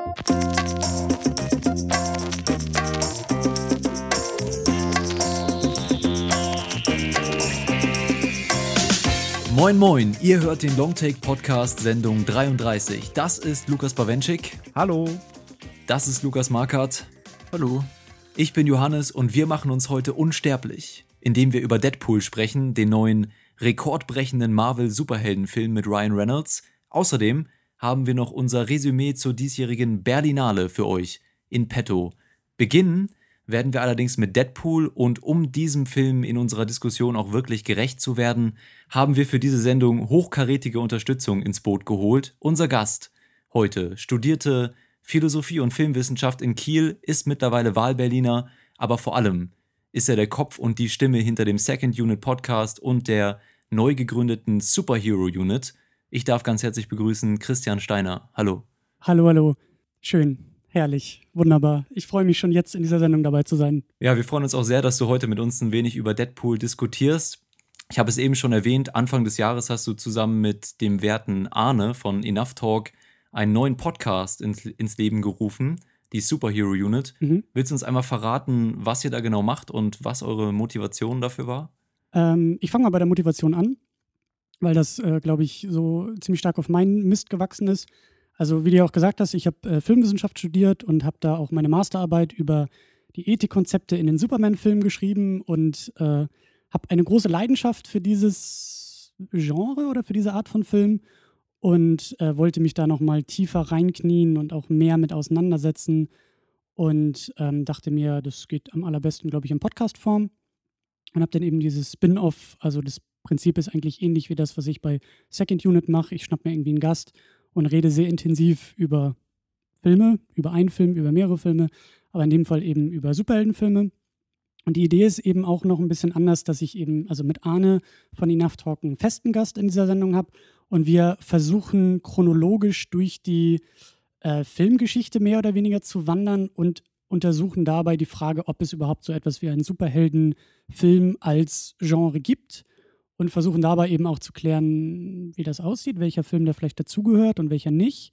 Moin moin, ihr hört den Longtake Podcast Sendung 33. Das ist Lukas Bawenschik. Hallo. Das ist Lukas Markert. Hallo. Ich bin Johannes und wir machen uns heute unsterblich, indem wir über Deadpool sprechen, den neuen rekordbrechenden Marvel-Superheldenfilm mit Ryan Reynolds. Außerdem haben wir noch unser Resümee zur diesjährigen Berlinale für euch in petto. Beginnen werden wir allerdings mit Deadpool und um diesem Film in unserer Diskussion auch wirklich gerecht zu werden, haben wir für diese Sendung hochkarätige Unterstützung ins Boot geholt. Unser Gast heute studierte Philosophie und Filmwissenschaft in Kiel, ist mittlerweile Wahlberliner, aber vor allem ist er der Kopf und die Stimme hinter dem Second Unit Podcast und der neu gegründeten Superhero Unit. Ich darf ganz herzlich begrüßen Christian Steiner. Hallo. Hallo. Schön. Herrlich, wunderbar. Ich freue mich schon jetzt in dieser Sendung dabei zu sein. Ja, wir freuen uns auch sehr, dass du heute mit uns ein wenig über Deadpool diskutierst. Ich habe es eben schon erwähnt, Anfang des Jahres hast du zusammen mit dem werten Arne von Enough Talk einen neuen Podcast ins Leben gerufen, die Superhero Unit. Willst du uns einmal verraten, was ihr da genau macht und was eure Motivation dafür war? Ich fange mal bei der Motivation an, weil das, glaube ich, so ziemlich stark auf meinen Mist gewachsen ist. Also wie du ja auch gesagt hast, ich habe Filmwissenschaft studiert und habe da auch meine Masterarbeit über die Ethikkonzepte in den Superman-Filmen geschrieben und habe eine große Leidenschaft für dieses Genre oder für diese Art von Film und wollte mich da nochmal tiefer reinknien und auch mehr mit auseinandersetzen und dachte mir, das geht am allerbesten, glaube ich, in Podcast-Form und habe dann eben dieses Spin-Off, also das Prinzip ist eigentlich ähnlich wie das, was ich bei Second Unit mache. Ich schnapp mir irgendwie einen Gast und rede sehr intensiv über Filme, über einen Film, über mehrere Filme, aber in dem Fall eben über Superheldenfilme. Und die Idee ist eben auch noch ein bisschen anders, dass ich eben, also mit Arne von Enough Talk einen festen Gast in dieser Sendung habe und wir versuchen chronologisch durch die Filmgeschichte mehr oder weniger zu wandern und untersuchen dabei die Frage, ob es überhaupt so etwas wie einen Superheldenfilm als Genre gibt. Und versuchen dabei eben auch zu klären, wie das aussieht, welcher Film da vielleicht dazugehört und welcher nicht.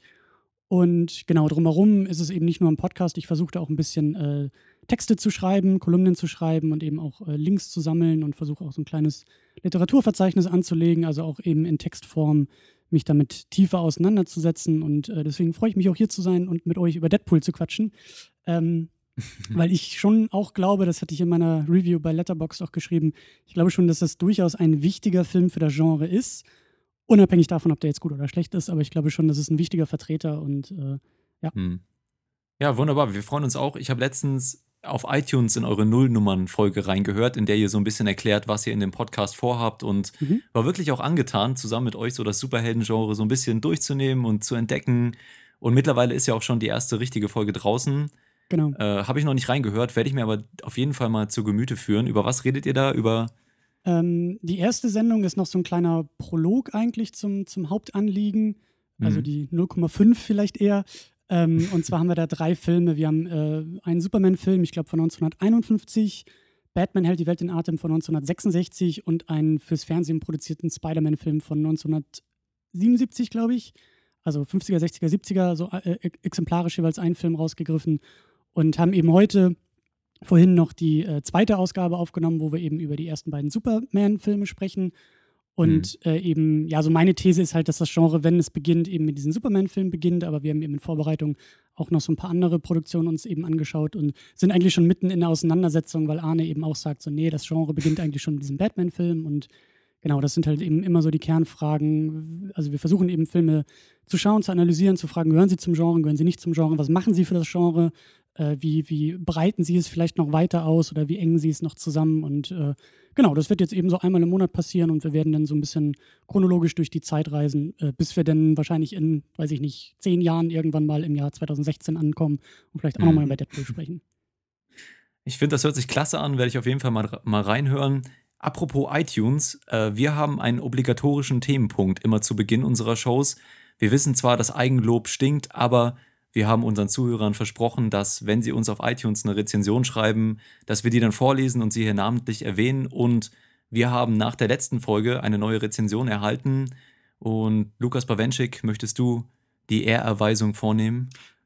Und genau, drumherum ist es eben nicht nur ein Podcast. Ich versuche da auch ein bisschen Texte zu schreiben, Kolumnen zu schreiben und eben auch Links zu sammeln und versuche auch so ein kleines Literaturverzeichnis anzulegen, also auch eben in Textform mich damit tiefer auseinanderzusetzen. Und deswegen freue ich mich auch hier zu sein und mit euch über Deadpool zu quatschen. Weil ich schon auch glaube, das hatte ich in meiner Review bei Letterboxd auch geschrieben, ich glaube schon, dass das durchaus ein wichtiger Film für das Genre ist, unabhängig davon, ob der jetzt gut oder schlecht ist, aber ich glaube schon, das ist ein wichtiger Vertreter und ja. Ja, wunderbar, wir freuen uns auch. Ich habe letztens auf iTunes in eure Nullnummern-Folge reingehört, in der ihr so ein bisschen erklärt, was ihr in dem Podcast vorhabt und war wirklich auch angetan, zusammen mit euch so das Superhelden-Genre so ein bisschen durchzunehmen und zu entdecken und mittlerweile ist ja auch schon die erste richtige Folge draußen. Genau. Habe ich noch nicht reingehört, werde ich mir aber auf jeden Fall mal zu Gemüte führen. Über was redet ihr da? Die erste Sendung ist noch so ein kleiner Prolog eigentlich zum Hauptanliegen, also die 0,5 vielleicht eher. Und zwar haben wir da 3 Filme. Wir haben einen Superman-Film, ich glaube von 1951, Batman hält die Welt in Atem von 1966 und einen fürs Fernsehen produzierten Spider-Man-Film von 1977, glaube ich. Also 50er, 60er, 70er, so exemplarisch jeweils einen Film rausgegriffen. Und haben eben vorhin noch die zweite Ausgabe aufgenommen, wo wir eben über die ersten beiden Superman-Filme sprechen. Und eben, ja, so meine These ist halt, dass das Genre, wenn es beginnt, eben mit diesen Superman-Filmen beginnt. Aber wir haben eben in Vorbereitung auch noch so ein paar andere Produktionen uns eben angeschaut und sind eigentlich schon mitten in der Auseinandersetzung, weil Arne eben auch sagt, so nee, das Genre beginnt eigentlich schon mit diesem Batman-Film. Und genau, das sind halt eben immer so die Kernfragen. Also wir versuchen eben Filme zu schauen, zu analysieren, zu fragen, gehören sie zum Genre, gehören sie nicht zum Genre, was machen sie für das Genre? Wie breiten sie es vielleicht noch weiter aus oder wie engen sie es noch zusammen und genau, das wird jetzt eben so einmal im Monat passieren und wir werden dann so ein bisschen chronologisch durch die Zeit reisen, bis wir dann wahrscheinlich in, weiß ich nicht, 10 Jahren irgendwann mal im Jahr 2016 ankommen und vielleicht auch nochmal über Deadpool sprechen. Ich finde, das hört sich klasse an, werde ich auf jeden Fall mal reinhören. Apropos iTunes, wir haben einen obligatorischen Themenpunkt immer zu Beginn unserer Shows. Wir wissen zwar, dass Eigenlob stinkt, aber wir haben unseren Zuhörern versprochen, dass, wenn sie uns auf iTunes eine Rezension schreiben, dass wir die dann vorlesen und sie hier namentlich erwähnen. Und wir haben nach der letzten Folge eine neue Rezension erhalten. Und Lukas Bawenschik, möchtest du die Ehrerweisung vornehmen?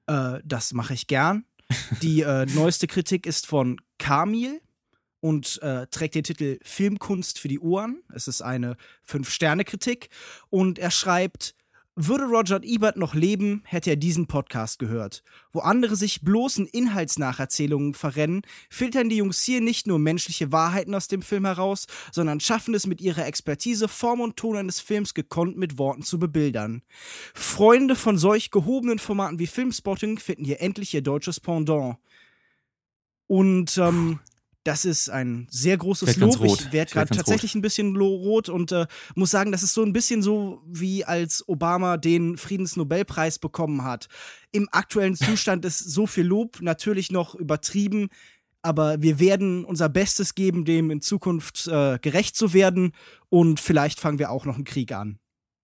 Das mache ich gern. Die neueste Kritik ist von Kamil und trägt den Titel Filmkunst für die Ohren. Es ist eine 5-Sterne-Kritik und er schreibt: Würde Roger Ebert noch leben, hätte er diesen Podcast gehört. Wo andere sich bloßen Inhaltsnacherzählungen verrennen, filtern die Jungs hier nicht nur menschliche Wahrheiten aus dem Film heraus, sondern schaffen es mit ihrer Expertise, Form und Ton eines Films gekonnt mit Worten zu bebildern. Freunde von solch gehobenen Formaten wie Filmspotting finden hier endlich ihr deutsches Pendant. Und das ist ein sehr großes Lob. Ich werde gerade tatsächlich ein bisschen rot und muss sagen, das ist so ein bisschen so, wie als Obama den Friedensnobelpreis bekommen hat. Im aktuellen Zustand ist so viel Lob natürlich noch übertrieben, aber wir werden unser Bestes geben, dem in Zukunft gerecht zu werden und vielleicht fangen wir auch noch einen Krieg an.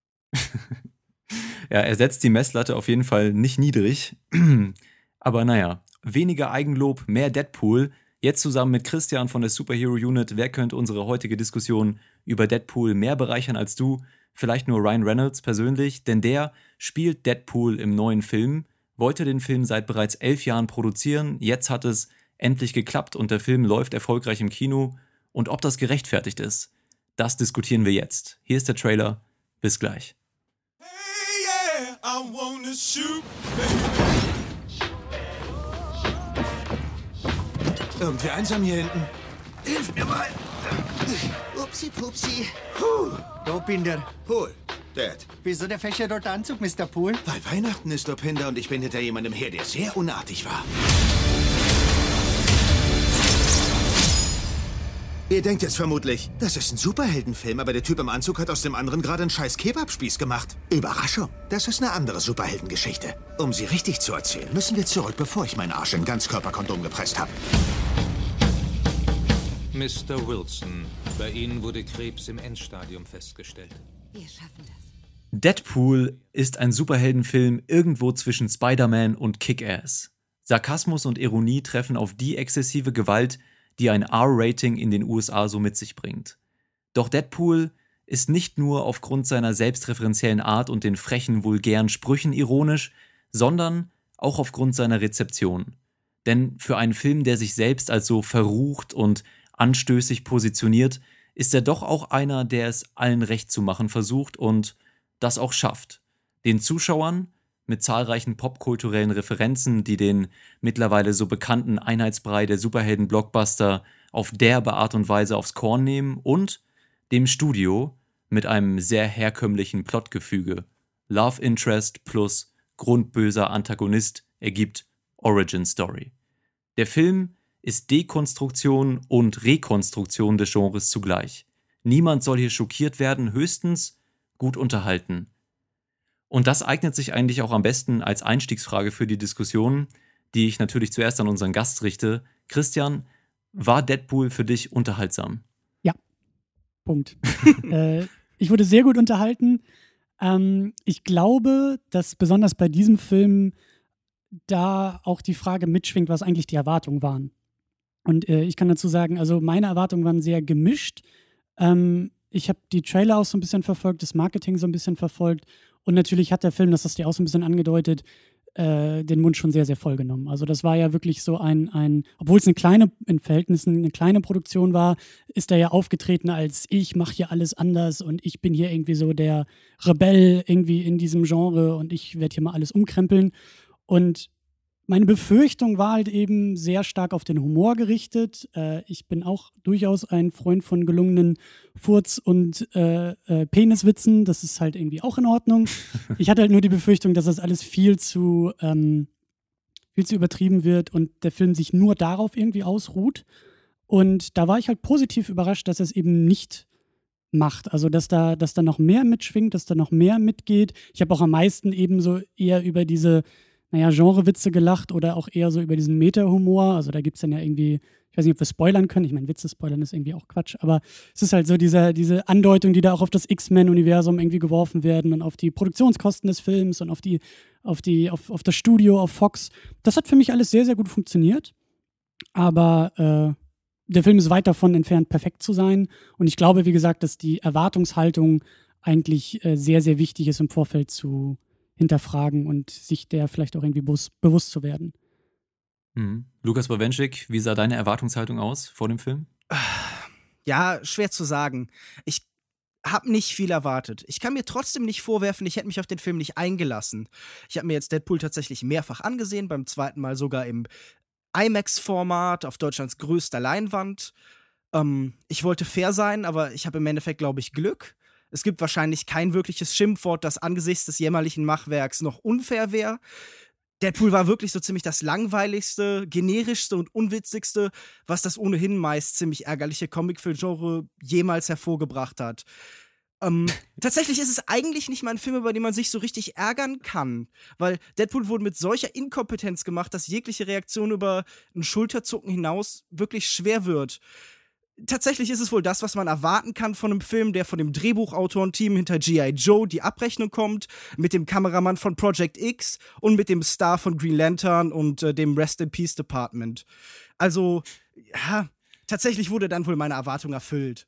Ja, er setzt die Messlatte auf jeden Fall nicht niedrig. Aber naja, weniger Eigenlob, mehr Deadpool. Jetzt zusammen mit Christian von der Superhero Unit. Wer könnte unsere heutige Diskussion über Deadpool mehr bereichern als du? Vielleicht nur Ryan Reynolds persönlich, denn der spielt Deadpool im neuen Film, wollte den Film seit bereits 11 Jahren produzieren. Jetzt hat es endlich geklappt und der Film läuft erfolgreich im Kino. Und ob das gerechtfertigt ist, das diskutieren wir jetzt. Hier ist der Trailer. Bis gleich. Hey, yeah, I wanna shoot, baby. Irgendwie einsam hier hinten. Hilf mir mal. Upsi, pupsi. Da bin der. Pool, Dad. Wieso der verscherberte Anzug, Mr. Poole? Weil Weihnachten ist, Dopinder, und ich bin hinter jemandem her, der sehr unartig war. Ihr denkt jetzt vermutlich, das ist ein Superheldenfilm, aber der Typ im Anzug hat aus dem anderen gerade einen scheiß Kebabspieß gemacht. Überraschung, das ist eine andere Superheldengeschichte. Um sie richtig zu erzählen, müssen wir zurück, bevor ich meinen Arsch in Ganzkörperkondom gepresst habe. Mr. Wilson, bei Ihnen wurde Krebs im Endstadium festgestellt. Wir schaffen das. Deadpool ist ein Superheldenfilm irgendwo zwischen Spider-Man und Kick-Ass. Sarkasmus und Ironie treffen auf die exzessive Gewalt, die ein R-Rating in den USA so mit sich bringt. Doch Deadpool ist nicht nur aufgrund seiner selbstreferenziellen Art und den frechen, vulgären Sprüchen ironisch, sondern auch aufgrund seiner Rezeption. Denn für einen Film, der sich selbst als so verrucht und anstößig positioniert, ist er doch auch einer, der es allen recht zu machen versucht und das auch schafft. Den Zuschauern mit zahlreichen popkulturellen Referenzen, die den mittlerweile so bekannten Einheitsbrei der Superhelden-Blockbuster auf derbe Art und Weise aufs Korn nehmen, und dem Studio mit einem sehr herkömmlichen Plotgefüge. Love Interest plus grundböser Antagonist ergibt Origin Story. Der Film ist Dekonstruktion und Rekonstruktion des Genres zugleich. Niemand soll hier schockiert werden, höchstens gut unterhalten. Und das eignet sich eigentlich auch am besten als Einstiegsfrage für die Diskussion, die ich natürlich zuerst an unseren Gast richte. Christian, war Deadpool für dich unterhaltsam? Ja, Punkt. Ich wurde sehr gut unterhalten. Ich glaube, dass besonders bei diesem Film da auch die Frage mitschwingt, was eigentlich die Erwartungen waren. Und ich kann dazu sagen, also meine Erwartungen waren sehr gemischt. Ich habe die Trailer auch so ein bisschen verfolgt, das Marketing so ein bisschen verfolgt. Und natürlich hat der Film, das hast du ja auch so ein bisschen angedeutet, den Mund schon sehr, sehr voll genommen. Also das war ja wirklich so obwohl es in Verhältnissen eine kleine Produktion war, ist er ja aufgetreten als: ich mache hier alles anders und ich bin hier irgendwie so der Rebell irgendwie in diesem Genre und ich werde hier mal alles umkrempeln. Und meine Befürchtung war halt eben sehr stark auf den Humor gerichtet. Ich bin auch durchaus ein Freund von gelungenen Furz- und Peniswitzen. Das ist halt irgendwie auch in Ordnung. Ich hatte halt nur die Befürchtung, dass das alles viel zu übertrieben wird und der Film sich nur darauf irgendwie ausruht. Und da war ich halt positiv überrascht, dass er es eben nicht macht. Also dass da noch mehr mitschwingt, dass da noch mehr mitgeht. Ich habe auch am meisten eben so eher über diese Genrewitze gelacht oder auch eher so über diesen Meta-Humor. Also da gibt es dann ja irgendwie, ich weiß nicht, ob wir spoilern können. Ich meine, Witze spoilern ist irgendwie auch Quatsch. Aber es ist halt so diese Andeutung, die da auch auf das X-Men-Universum irgendwie geworfen werden und auf die Produktionskosten des Films und auf das Studio, auf Fox. Das hat für mich alles sehr, sehr gut funktioniert. Aber der Film ist weit davon entfernt, perfekt zu sein. Und ich glaube, wie gesagt, dass die Erwartungshaltung eigentlich sehr, sehr wichtig ist im Vorfeld zu hinterfragen und sich der vielleicht auch irgendwie bewusst zu werden. Lukas Bawenschik, wie sah deine Erwartungshaltung aus vor dem Film? Ja, schwer zu sagen. Ich habe nicht viel erwartet. Ich kann mir trotzdem nicht vorwerfen, ich hätte mich auf den Film nicht eingelassen. Ich habe mir jetzt Deadpool tatsächlich mehrfach angesehen, beim zweiten Mal sogar im IMAX-Format auf Deutschlands größter Leinwand. Ich wollte fair sein, aber ich habe im Endeffekt, glaube ich, Glück. Es gibt wahrscheinlich kein wirkliches Schimpfwort, das angesichts des jämmerlichen Machwerks noch unfair wäre. Deadpool war wirklich so ziemlich das langweiligste, generischste und unwitzigste, was das ohnehin meist ziemlich ärgerliche Comicfilm-Genre jemals hervorgebracht hat. Tatsächlich ist es eigentlich nicht mal ein Film, über den man sich so richtig ärgern kann, weil Deadpool wurde mit solcher Inkompetenz gemacht, dass jegliche Reaktion über ein Schulterzucken hinaus wirklich schwer wird. Tatsächlich ist es wohl das, was man erwarten kann von einem Film, der von dem Drehbuchautorenteam hinter G.I. Joe die Abrechnung kommt, mit dem Kameramann von Project X und mit dem Star von Green Lantern und dem Rest in Peace Department. Also, ja, tatsächlich wurde dann wohl meine Erwartung erfüllt.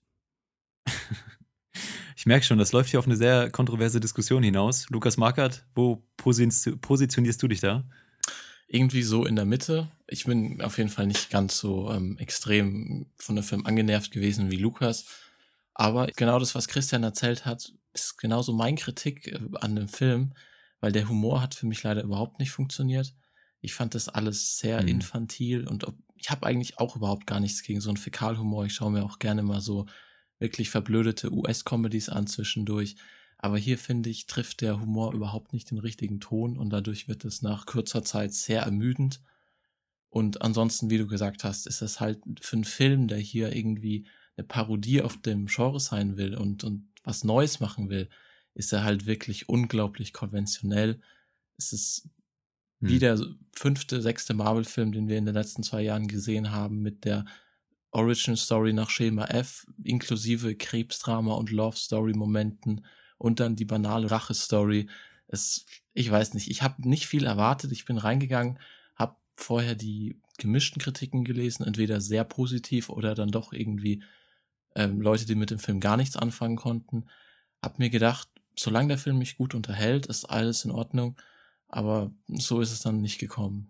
Ich merke schon, das läuft hier auf eine sehr kontroverse Diskussion hinaus. Lukas Markert, wo positionierst du dich da? Irgendwie so in der Mitte. Ich bin auf jeden Fall nicht ganz so extrem von dem Film angenervt gewesen wie Lukas. Aber genau das, was Christian erzählt hat, ist genauso mein Kritik an dem Film, weil der Humor hat für mich leider überhaupt nicht funktioniert. Ich fand das alles sehr infantil und ich habe eigentlich auch überhaupt gar nichts gegen so einen Fäkalhumor. Ich schaue mir auch gerne mal so wirklich verblödete US-Comedies an zwischendurch. Aber hier, finde ich, trifft der Humor überhaupt nicht den richtigen Ton und dadurch wird es nach kürzer Zeit sehr ermüdend. Und ansonsten, wie du gesagt hast, ist es halt für einen Film, der hier irgendwie eine Parodie auf dem Genre sein will und was Neues machen will, ist er halt wirklich unglaublich konventionell. Es ist wie der 5., 6. Marvel-Film, den wir in den letzten 2 Jahren gesehen haben, mit der Origin-Story nach Schema F, inklusive Krebsdrama und Love-Story-Momenten und dann die banale Rache-Story. Ich weiß nicht, ich habe nicht viel erwartet. Ich bin reingegangen, habe vorher die gemischten Kritiken gelesen, entweder sehr positiv oder dann doch irgendwie Leute, die mit dem Film gar nichts anfangen konnten. Hab mir gedacht, solange der Film mich gut unterhält, ist alles in Ordnung. Aber so ist es dann nicht gekommen.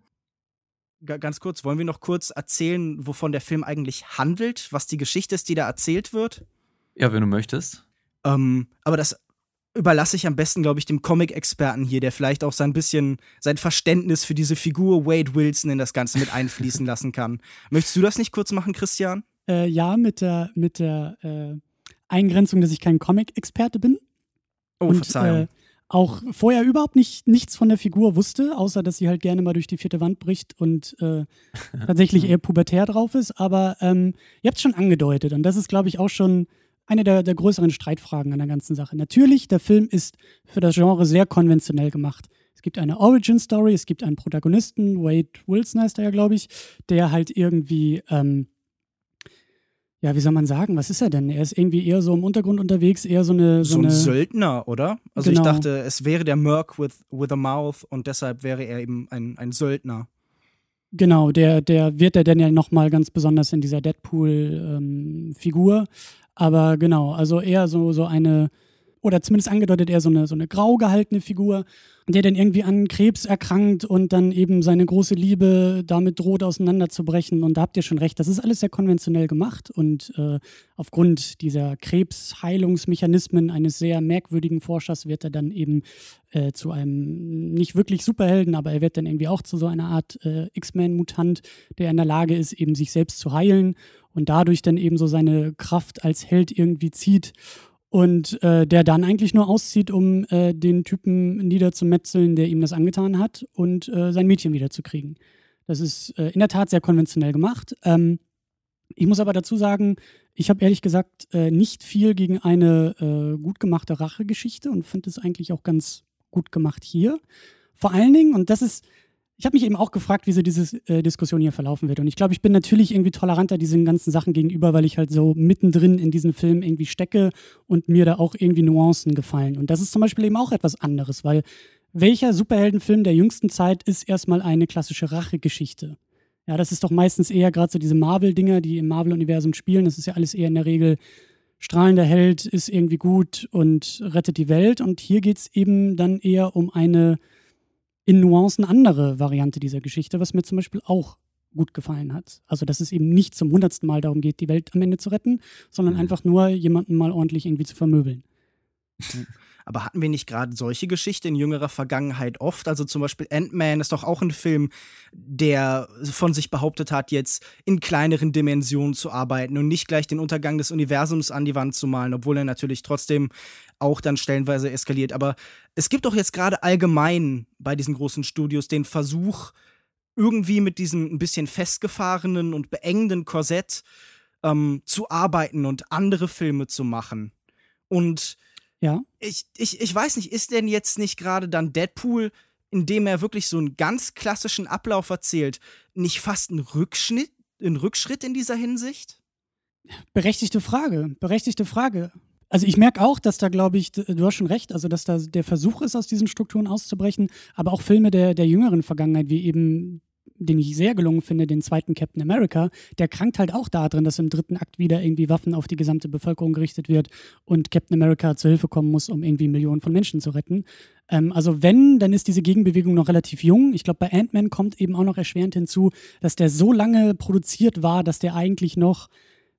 Ganz kurz, wollen wir noch kurz erzählen, wovon der Film eigentlich handelt, was die Geschichte ist, die da erzählt wird? Ja, wenn du möchtest. Aber das überlasse ich am besten, glaube ich, dem Comic-Experten hier, der vielleicht auch sein Verständnis für diese Figur Wade Wilson in das Ganze mit einfließen lassen kann. Möchtest du das nicht kurz machen, Christian? Ja, mit der Eingrenzung, dass ich kein Comic-Experte bin. Oh, und, Verzeihung. Auch vorher überhaupt nichts von der Figur wusste, außer dass sie halt gerne mal durch die 4. Wand bricht und tatsächlich eher pubertär drauf ist. Aber ihr habt es schon angedeutet und das ist, glaube ich, auch schon eine der größeren Streitfragen an der ganzen Sache. Natürlich, der Film ist für das Genre sehr konventionell gemacht. Es gibt eine Origin-Story, es gibt einen Protagonisten, Wade Wilson heißt er ja, glaube ich, der halt irgendwie ja, wie soll man sagen, was ist er denn? Er ist irgendwie eher so im Untergrund unterwegs, eher so ein Söldner, oder? Also genau. Ich dachte, es wäre der Merc with a Mouth und deshalb wäre er eben ein Söldner. Genau, der wird er dann ja nochmal ganz besonders in dieser Deadpool-Figur. Aber genau, also eher so eine, oder zumindest angedeutet eher so eine grau gehaltene Figur, der dann irgendwie an Krebs erkrankt und dann eben seine große Liebe damit droht auseinanderzubrechen. Und da habt ihr schon recht, das ist alles sehr konventionell gemacht und aufgrund dieser Krebsheilungsmechanismen eines sehr merkwürdigen Forschers wird er dann eben zu einem nicht wirklich Superhelden, aber er wird dann irgendwie auch zu so einer Art X-Men-Mutant, der in der Lage ist, eben sich selbst zu heilen und dadurch dann eben so seine Kraft als Held irgendwie zieht. Und der dann eigentlich nur auszieht, um den Typen niederzumetzeln, der ihm das angetan hat und sein Mädchen wiederzukriegen. Das ist in der Tat sehr konventionell gemacht. Ich muss aber dazu sagen, ich habe ehrlich gesagt nicht viel gegen eine gut gemachte Rachegeschichte und finde es eigentlich auch ganz gut gemacht hier. Vor allen Dingen, und das ist, ich habe mich eben auch gefragt, wie so diese Diskussion hier verlaufen wird. Und ich glaube, ich bin natürlich irgendwie toleranter diesen ganzen Sachen gegenüber, weil ich halt so mittendrin in diesem Film irgendwie stecke und mir da auch irgendwie Nuancen gefallen. Und das ist zum Beispiel eben auch etwas anderes, weil welcher Superheldenfilm der jüngsten Zeit ist erstmal eine klassische Rachegeschichte? Ja, das ist doch meistens eher gerade so diese Marvel-Dinger, die im Marvel-Universum spielen. Das ist ja alles eher in der Regel strahlender Held ist irgendwie gut und rettet die Welt. Und hier geht es eben dann eher um eine in Nuancen andere Variante dieser Geschichte, was mir zum Beispiel auch gut gefallen hat. Also, dass es eben nicht zum 100. Mal darum geht, die Welt am Ende zu retten, sondern einfach nur jemanden mal ordentlich irgendwie zu vermöbeln. Aber hatten wir nicht gerade solche Geschichten in jüngerer Vergangenheit oft? Also zum Beispiel Ant-Man ist doch auch ein Film, der von sich behauptet hat, jetzt in kleineren Dimensionen zu arbeiten und nicht gleich den Untergang des Universums an die Wand zu malen, obwohl er natürlich trotzdem auch dann stellenweise eskaliert. Aber es gibt doch jetzt gerade allgemein bei diesen großen Studios den Versuch, irgendwie mit diesem ein bisschen festgefahrenen und beengenden Korsett zu arbeiten und andere Filme zu machen. Und ja. Ich weiß nicht, ist denn jetzt nicht gerade dann Deadpool, indem er wirklich so einen ganz klassischen Ablauf erzählt, nicht fast ein Rückschritt in dieser Hinsicht? Berechtigte Frage. Also ich merke auch, dass da, glaube ich, du hast schon recht, also dass da der Versuch ist, aus diesen Strukturen auszubrechen, aber auch Filme der jüngeren Vergangenheit, wie eben, den ich sehr gelungen finde, den zweiten Captain America, der krankt halt auch darin, dass im 3. Akt wieder irgendwie Waffen auf die gesamte Bevölkerung gerichtet wird und Captain America zur Hilfe kommen muss, um irgendwie Millionen von Menschen zu retten. Also wenn, dann ist diese Gegenbewegung noch relativ jung. Ich glaube, bei Ant-Man kommt eben auch noch erschwerend hinzu, dass der so lange produziert war, dass der eigentlich noch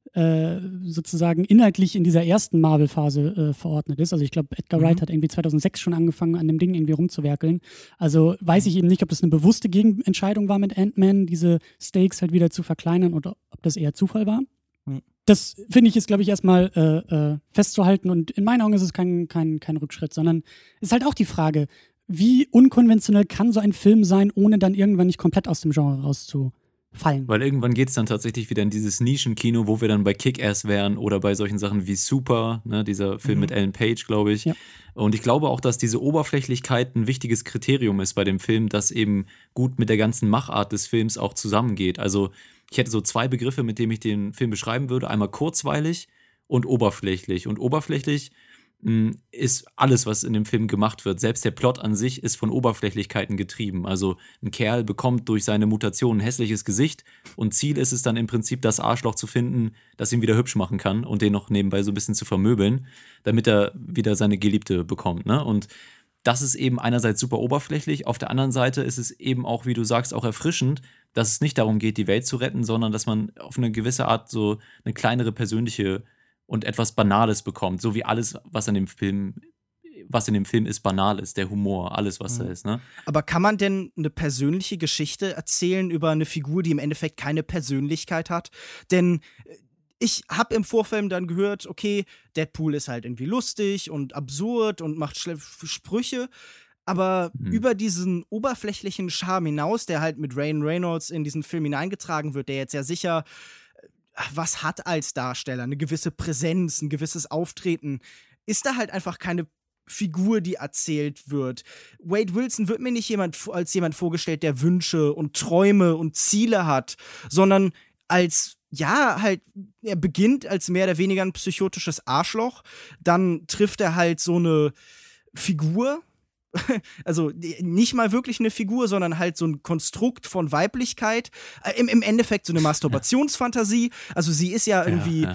sozusagen inhaltlich in dieser ersten Marvel-Phase verordnet ist. Also ich glaube, Edgar Wright hat irgendwie 2006 schon angefangen, an dem Ding irgendwie rumzuwerkeln. Also weiß ich eben nicht, ob das eine bewusste Gegenentscheidung war mit Ant-Man, diese Stakes halt wieder zu verkleinern oder ob das eher Zufall war. Das finde ich ist, glaube ich, erstmal festzuhalten und in meinen Augen ist es kein Rückschritt, sondern ist halt auch die Frage, wie unkonventionell kann so ein Film sein, ohne dann irgendwann nicht komplett aus dem Genre rauszufallen. Weil irgendwann geht es dann tatsächlich wieder in dieses Nischenkino, wo wir dann bei Kick-Ass wären oder bei solchen Sachen wie Super, ne, dieser Film mit Ellen Page, glaube ich. Ja. Und ich glaube auch, dass diese Oberflächlichkeit ein wichtiges Kriterium ist bei dem Film, das eben gut mit der ganzen Machart des Films auch zusammengeht. Also ich hätte so 2 Begriffe, mit denen ich den Film beschreiben würde. Einmal kurzweilig und oberflächlich. Und oberflächlich ist alles, was in dem Film gemacht wird. Selbst der Plot an sich ist von Oberflächlichkeiten getrieben. Also ein Kerl bekommt durch seine Mutation ein hässliches Gesicht und Ziel ist es dann im Prinzip, das Arschloch zu finden, das ihn wieder hübsch machen kann und den noch nebenbei so ein bisschen zu vermöbeln, damit er wieder seine Geliebte bekommt. Ne? Und das ist eben einerseits super oberflächlich, auf der anderen Seite ist es eben auch, wie du sagst, auch erfrischend, dass es nicht darum geht, die Welt zu retten, sondern dass man auf eine gewisse Art so eine kleinere persönliche und etwas Banales bekommt, so wie alles, was in dem Film ist, banal ist, der Humor, alles, was da ist. Ne? Aber kann man denn eine persönliche Geschichte erzählen über eine Figur, die im Endeffekt keine Persönlichkeit hat? Denn ich habe im Vorfilm dann gehört, okay, Deadpool ist halt irgendwie lustig und absurd und macht Sprüche, aber über diesen oberflächlichen Charme hinaus, der halt mit Ryan Reynolds in diesen Film hineingetragen wird, der jetzt ja sicher was hat als Darsteller, eine gewisse Präsenz, ein gewisses Auftreten, ist da halt einfach keine Figur, die erzählt wird. Wade Wilson wird mir nicht als jemand vorgestellt, der Wünsche und Träume und Ziele hat, sondern als, ja, halt, er beginnt als mehr oder weniger ein psychotisches Arschloch, dann trifft er halt so eine Figur, also nicht mal wirklich eine Figur, sondern halt so ein Konstrukt von Weiblichkeit. Im Endeffekt so eine Masturbationsfantasie. Also sie ist ja irgendwie,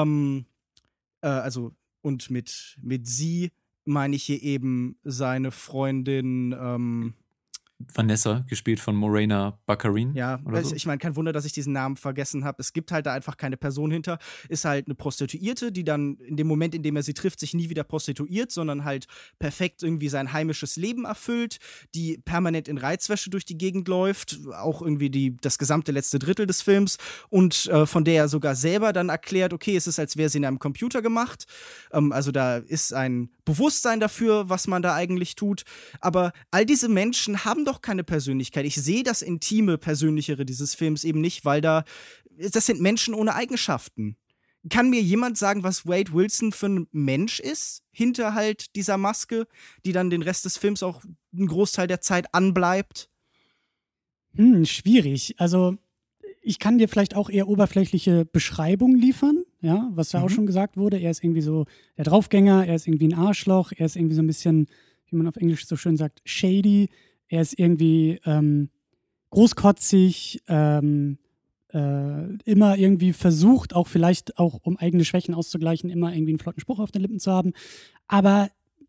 also und mit sie meine ich hier eben seine Freundin Vanessa, gespielt von Morena Baccarin. Ja, oder so. Ich meine, kein Wunder, dass ich diesen Namen vergessen habe. Es gibt halt da einfach keine Person hinter. Ist halt eine Prostituierte, die dann in dem Moment, in dem er sie trifft, sich nie wieder prostituiert, sondern halt perfekt irgendwie sein heimisches Leben erfüllt, die permanent in Reizwäsche durch die Gegend läuft, auch irgendwie das gesamte letzte Drittel des Films und von der er sogar selber dann erklärt, okay, es ist, als wäre sie in einem Computer gemacht. Also da ist ein Bewusstsein dafür, was man da eigentlich tut. Aber all diese Menschen haben doch keine Persönlichkeit. Ich sehe das intime, persönlichere dieses Films eben nicht, weil das sind Menschen ohne Eigenschaften. Kann mir jemand sagen, was Wade Wilson für ein Mensch ist, hinter halt dieser Maske, die dann den Rest des Films auch einen Großteil der Zeit anbleibt? Schwierig. Also ich kann dir vielleicht auch eher oberflächliche Beschreibungen liefern, ja, was ja auch schon gesagt wurde. Er ist irgendwie so der Draufgänger, er ist irgendwie ein Arschloch, er ist irgendwie so ein bisschen, wie man auf Englisch so schön sagt, shady. Er ist irgendwie großkotzig, immer irgendwie versucht, auch vielleicht auch um eigene Schwächen auszugleichen, immer irgendwie einen flotten Spruch auf den Lippen zu haben. Aber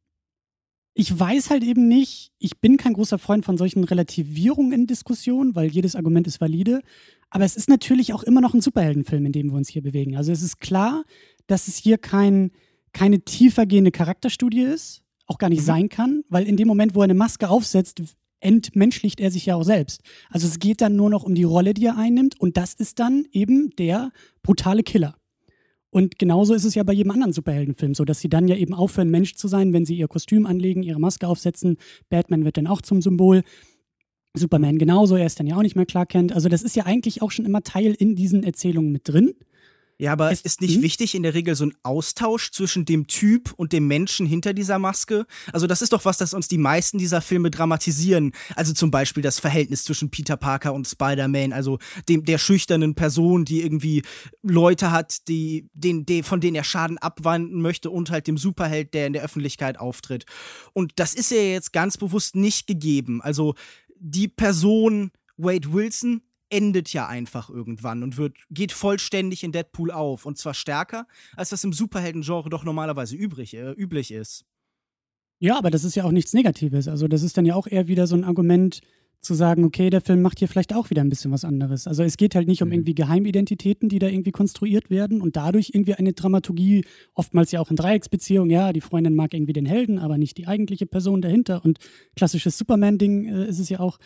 ich weiß halt eben nicht, ich bin kein großer Freund von solchen Relativierungen in Diskussionen, weil jedes Argument ist valide. Aber es ist natürlich auch immer noch ein Superheldenfilm, in dem wir uns hier bewegen. Also es ist klar, dass es hier keine tiefergehende Charakterstudie ist, auch gar nicht sein kann, weil in dem Moment, wo er eine Maske aufsetzt, entmenschlicht er sich ja auch selbst. Also es geht dann nur noch um die Rolle, die er einnimmt, und das ist dann eben der brutale Killer. Und genauso ist es ja bei jedem anderen Superheldenfilm so, dass sie dann ja eben aufhören, Mensch zu sein, wenn sie ihr Kostüm anlegen, ihre Maske aufsetzen. Batman wird dann auch zum Symbol. Superman genauso, er ist dann ja auch nicht mehr Clark Kent. Also das ist ja eigentlich auch schon immer Teil in diesen Erzählungen mit drin. Ja, aber es ist nicht wichtig in der Regel so ein Austausch zwischen dem Typ und dem Menschen hinter dieser Maske? Also das ist doch was, das uns die meisten dieser Filme dramatisieren. Also zum Beispiel das Verhältnis zwischen Peter Parker und Spider-Man, also der schüchternen Person, die irgendwie Leute hat, von denen er Schaden abwenden möchte, und halt dem Superheld, der in der Öffentlichkeit auftritt. Und das ist ja jetzt ganz bewusst nicht gegeben. Also die Person Wade Wilson endet ja einfach irgendwann und geht vollständig in Deadpool auf. Und zwar stärker, als das im Superhelden-Genre doch normalerweise üblich ist. Ja, aber das ist ja auch nichts Negatives. Also das ist dann ja auch eher wieder so ein Argument zu sagen, okay, der Film macht hier vielleicht auch wieder ein bisschen was anderes. Also es geht halt nicht um irgendwie Geheimidentitäten, die da irgendwie konstruiert werden und dadurch irgendwie eine Dramaturgie, oftmals ja auch in Dreiecksbeziehungen, ja, die Freundin mag irgendwie den Helden, aber nicht die eigentliche Person dahinter, und klassisches Superman-Ding ist es ja auch.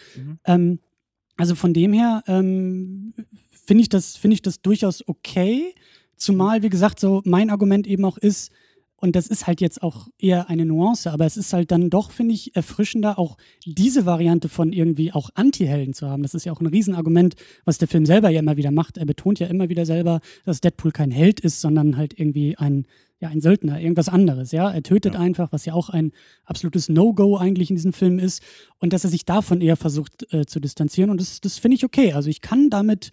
Also von dem her finde ich das durchaus okay, zumal, wie gesagt, so mein Argument eben auch ist, und das ist halt jetzt auch eher eine Nuance, aber es ist halt dann doch, finde ich, erfrischender, auch diese Variante von irgendwie auch Anti-Helden zu haben. Das ist ja auch ein Riesenargument, was der Film selber ja immer wieder macht. Er betont ja immer wieder selber, dass Deadpool kein Held ist, sondern halt irgendwie ein Söldner, irgendwas anderes, ja. Er tötet einfach, was ja auch ein absolutes No-Go eigentlich in diesem Film ist, und dass er sich davon eher versucht zu distanzieren, und das finde ich okay. Also ich kann damit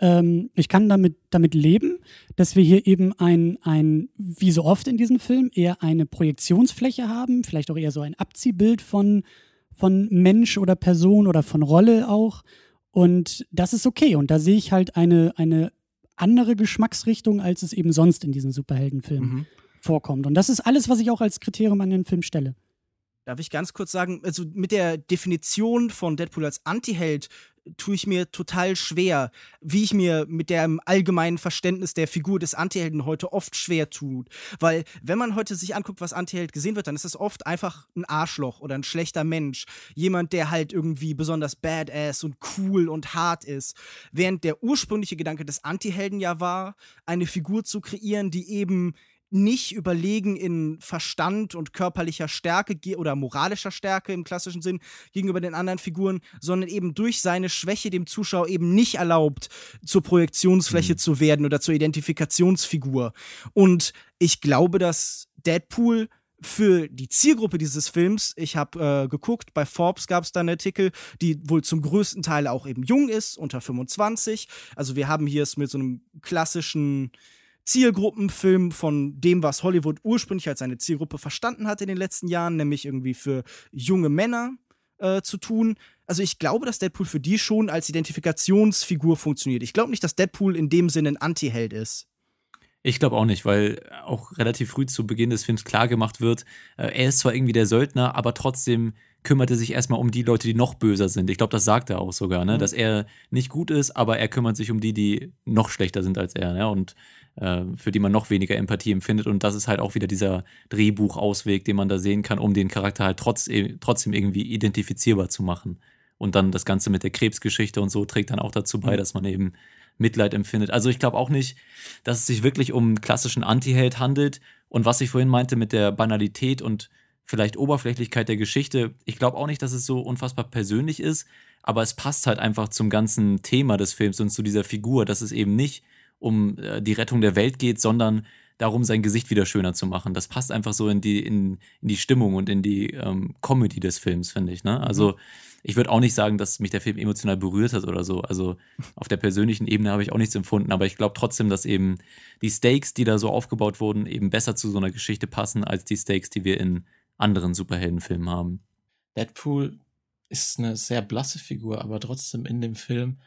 leben, dass wir hier eben wie so oft in diesem Film, eher eine Projektionsfläche haben, vielleicht auch eher so ein Abziehbild von Mensch oder Person oder von Rolle auch, und das ist okay, und da sehe ich halt eine andere Geschmacksrichtung, als es eben sonst in diesen Superheldenfilmen vorkommt. Und das ist alles, was ich auch als Kriterium an den Film stelle. Darf ich ganz kurz sagen, also mit der Definition von Deadpool als Antiheld tue ich mir total schwer, wie ich mir mit dem allgemeinen Verständnis der Figur des Antihelden heute oft schwer tut. Weil, wenn man heute sich anguckt, was Antiheld gesehen wird, dann ist es oft einfach ein Arschloch oder ein schlechter Mensch. Jemand, der halt irgendwie besonders badass und cool und hart ist. Während der ursprüngliche Gedanke des Antihelden ja war, eine Figur zu kreieren, die eben nicht überlegen in Verstand und körperlicher Stärke oder moralischer Stärke im klassischen Sinn gegenüber den anderen Figuren, sondern eben durch seine Schwäche dem Zuschauer eben nicht erlaubt, zur Projektionsfläche zu werden oder zur Identifikationsfigur. Und ich glaube, dass Deadpool für die Zielgruppe dieses Films, ich habe geguckt, bei Forbes gab es da einen Artikel, die wohl zum größten Teil auch eben jung ist, unter 25. Also wir haben hier es mit so einem klassischen Zielgruppenfilm von dem, was Hollywood ursprünglich als seine Zielgruppe verstanden hat in den letzten Jahren, nämlich irgendwie für junge Männer zu tun. Also ich glaube, dass Deadpool für die schon als Identifikationsfigur funktioniert. Ich glaube nicht, dass Deadpool in dem Sinne ein Anti-Held ist. Ich glaube auch nicht, weil auch relativ früh zu Beginn des Films klar gemacht wird, er ist zwar irgendwie der Söldner, aber trotzdem kümmert er sich erstmal um die Leute, die noch böser sind. Ich glaube, das sagt er auch sogar, ne? Dass er nicht gut ist, aber er kümmert sich um die noch schlechter sind als er, ne? Und für die man noch weniger Empathie empfindet. Und das ist halt auch wieder dieser Drehbuchausweg, den man da sehen kann, um den Charakter halt trotzdem irgendwie identifizierbar zu machen. Und dann das Ganze mit der Krebsgeschichte und so trägt dann auch dazu bei, dass man eben Mitleid empfindet. Also ich glaube auch nicht, dass es sich wirklich um einen klassischen Anti-Held handelt. Und was ich vorhin meinte mit der Banalität und vielleicht Oberflächlichkeit der Geschichte, ich glaube auch nicht, dass es so unfassbar persönlich ist, aber es passt halt einfach zum ganzen Thema des Films und zu dieser Figur, dass es eben nicht um die Rettung der Welt geht, sondern darum, sein Gesicht wieder schöner zu machen. Das passt einfach so in die Stimmung und in die Comedy des Films, finde ich. Ne? Also ich würde auch nicht sagen, dass mich der Film emotional berührt hat oder so. Also auf der persönlichen Ebene habe ich auch nichts empfunden, aber ich glaube trotzdem, dass eben die Stakes, die da so aufgebaut wurden, eben besser zu so einer Geschichte passen, als die Stakes, die wir in anderen Superheldenfilmen haben. Deadpool ist eine sehr blasse Figur, aber trotzdem in dem Film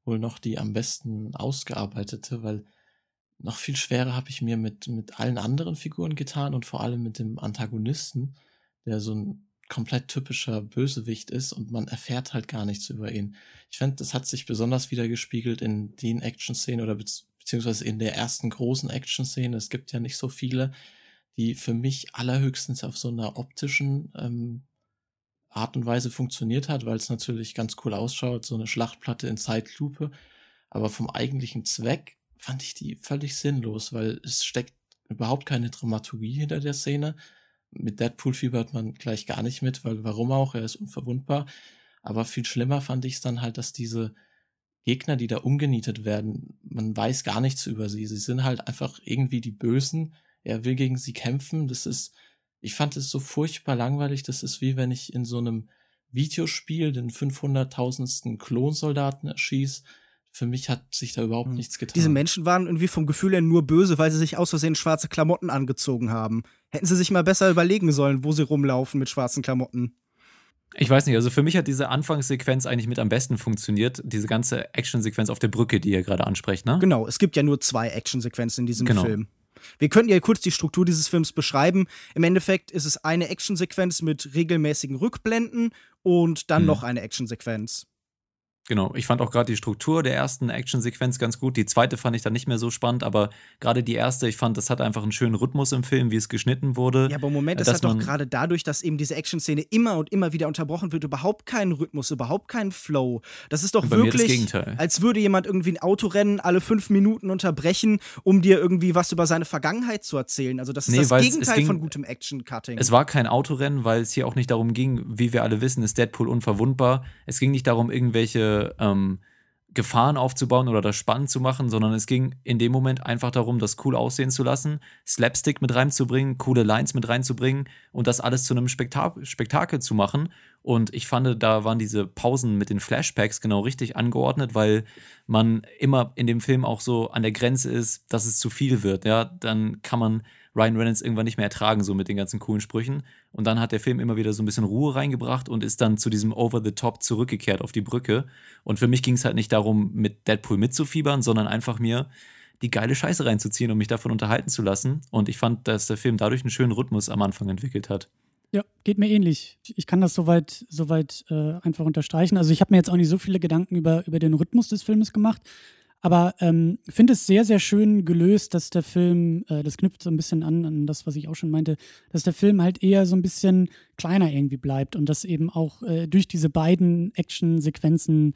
wohl noch die am besten ausgearbeitete, weil noch viel schwerer habe ich mir mit allen anderen Figuren getan und vor allem mit dem Antagonisten, der so ein komplett typischer Bösewicht ist und man erfährt halt gar nichts über ihn. Ich finde, das hat sich besonders wieder gespiegelt in den Action-Szenen oder beziehungsweise in der ersten großen Action-Szene. Es gibt ja nicht so viele, die für mich allerhöchstens auf so einer optischen Art und Weise funktioniert hat, weil es natürlich ganz cool ausschaut, so eine Schlachtplatte in Zeitlupe. Aber vom eigentlichen Zweck fand ich die völlig sinnlos, weil es steckt überhaupt keine Dramaturgie hinter der Szene. Mit Deadpool fiebert man gleich gar nicht mit, weil warum auch, er ist unverwundbar. Aber viel schlimmer fand ich es dann halt, dass diese Gegner, die da umgenietet werden, man weiß gar nichts über sie. Sie sind halt einfach irgendwie die Bösen. Er will gegen sie kämpfen. Ich fand es so furchtbar langweilig. Das ist wie wenn ich in so einem Videospiel den 500.000. Klonsoldaten erschieß. Für mich hat sich da überhaupt nichts getan. Diese Menschen waren irgendwie vom Gefühl her nur böse, weil sie sich aus Versehen schwarze Klamotten angezogen haben. Hätten sie sich mal besser überlegen sollen, wo sie rumlaufen mit schwarzen Klamotten. Ich weiß nicht, also für mich hat diese Anfangssequenz eigentlich mit am besten funktioniert. Diese ganze Actionsequenz auf der Brücke, die ihr gerade ansprecht, ne? Genau, es gibt ja nur 2 Actionsequenzen in diesem Genau. Film. Wir könnten ja kurz die Struktur dieses Films beschreiben. Im Endeffekt ist es eine Actionsequenz mit regelmäßigen Rückblenden und dann noch eine Actionsequenz. Genau, ich fand auch gerade die Struktur der ersten Actionsequenz ganz gut. Die zweite fand ich dann nicht mehr so spannend, aber gerade die erste, ich fand, das hat einfach einen schönen Rhythmus im Film, wie es geschnitten wurde. Ja, aber Moment, es hat doch gerade dadurch, dass eben diese Action-Szene immer und immer wieder unterbrochen wird, überhaupt keinen Rhythmus, überhaupt keinen Flow. Das ist doch Bei mir das wirklich, Gegenteil. als würde jemand irgendwie ein Autorennen alle 5 Minuten unterbrechen, um dir irgendwie was über seine Vergangenheit zu erzählen. Also das ist das Gegenteil von gutem Action-Cutting. Es war kein Autorennen, weil es hier auch nicht darum ging, wie wir alle wissen, ist Deadpool unverwundbar. Es ging nicht darum, irgendwelche Gefahren aufzubauen oder das spannend zu machen, sondern es ging in dem Moment einfach darum, das cool aussehen zu lassen, Slapstick mit reinzubringen, coole Lines mit reinzubringen und das alles zu einem Spektakel zu machen. Und ich fand, da waren diese Pausen mit den Flashbacks genau richtig angeordnet, weil man immer in dem Film auch so an der Grenze ist, dass es zu viel wird. Ja, dann kann man Ryan Reynolds irgendwann nicht mehr ertragen, so mit den ganzen coolen Sprüchen. Und dann hat der Film immer wieder so ein bisschen Ruhe reingebracht und ist dann zu diesem Over-the-Top zurückgekehrt auf die Brücke. Und für mich ging es halt nicht darum, mit Deadpool mitzufiebern, sondern einfach mir die geile Scheiße reinzuziehen und mich davon unterhalten zu lassen. Und ich fand, dass der Film dadurch einen schönen Rhythmus am Anfang entwickelt hat. Ja, geht mir ähnlich. Ich kann das soweit einfach unterstreichen. Also ich habe mir jetzt auch nicht so viele Gedanken über den Rhythmus des Filmes gemacht, aber finde es sehr, sehr schön gelöst, dass der Film, das knüpft so ein bisschen an das, was ich auch schon meinte, dass der Film halt eher so ein bisschen kleiner irgendwie bleibt und das eben auch durch diese beiden Action-Sequenzen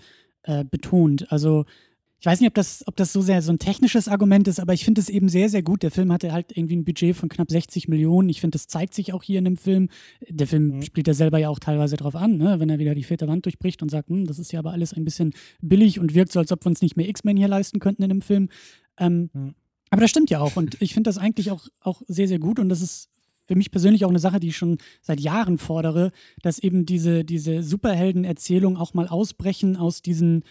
betont. Also ich weiß nicht, ob das so sehr so ein technisches Argument ist, aber ich finde es eben sehr, sehr gut. Der Film hatte halt irgendwie ein Budget von knapp 60 Millionen. Ich finde, das zeigt sich auch hier in dem Film. Der Film spielt ja selber ja auch teilweise drauf an, ne? Wenn er wieder die 4. Wand durchbricht und sagt, das ist ja aber alles ein bisschen billig und wirkt so, als ob wir uns nicht mehr X-Men hier leisten könnten in dem Film. Aber das stimmt ja auch und ich finde das eigentlich auch sehr, sehr gut und das ist für mich persönlich auch eine Sache, die ich schon seit Jahren fordere, dass eben diese Superhelden-Erzählungen auch mal ausbrechen aus diesen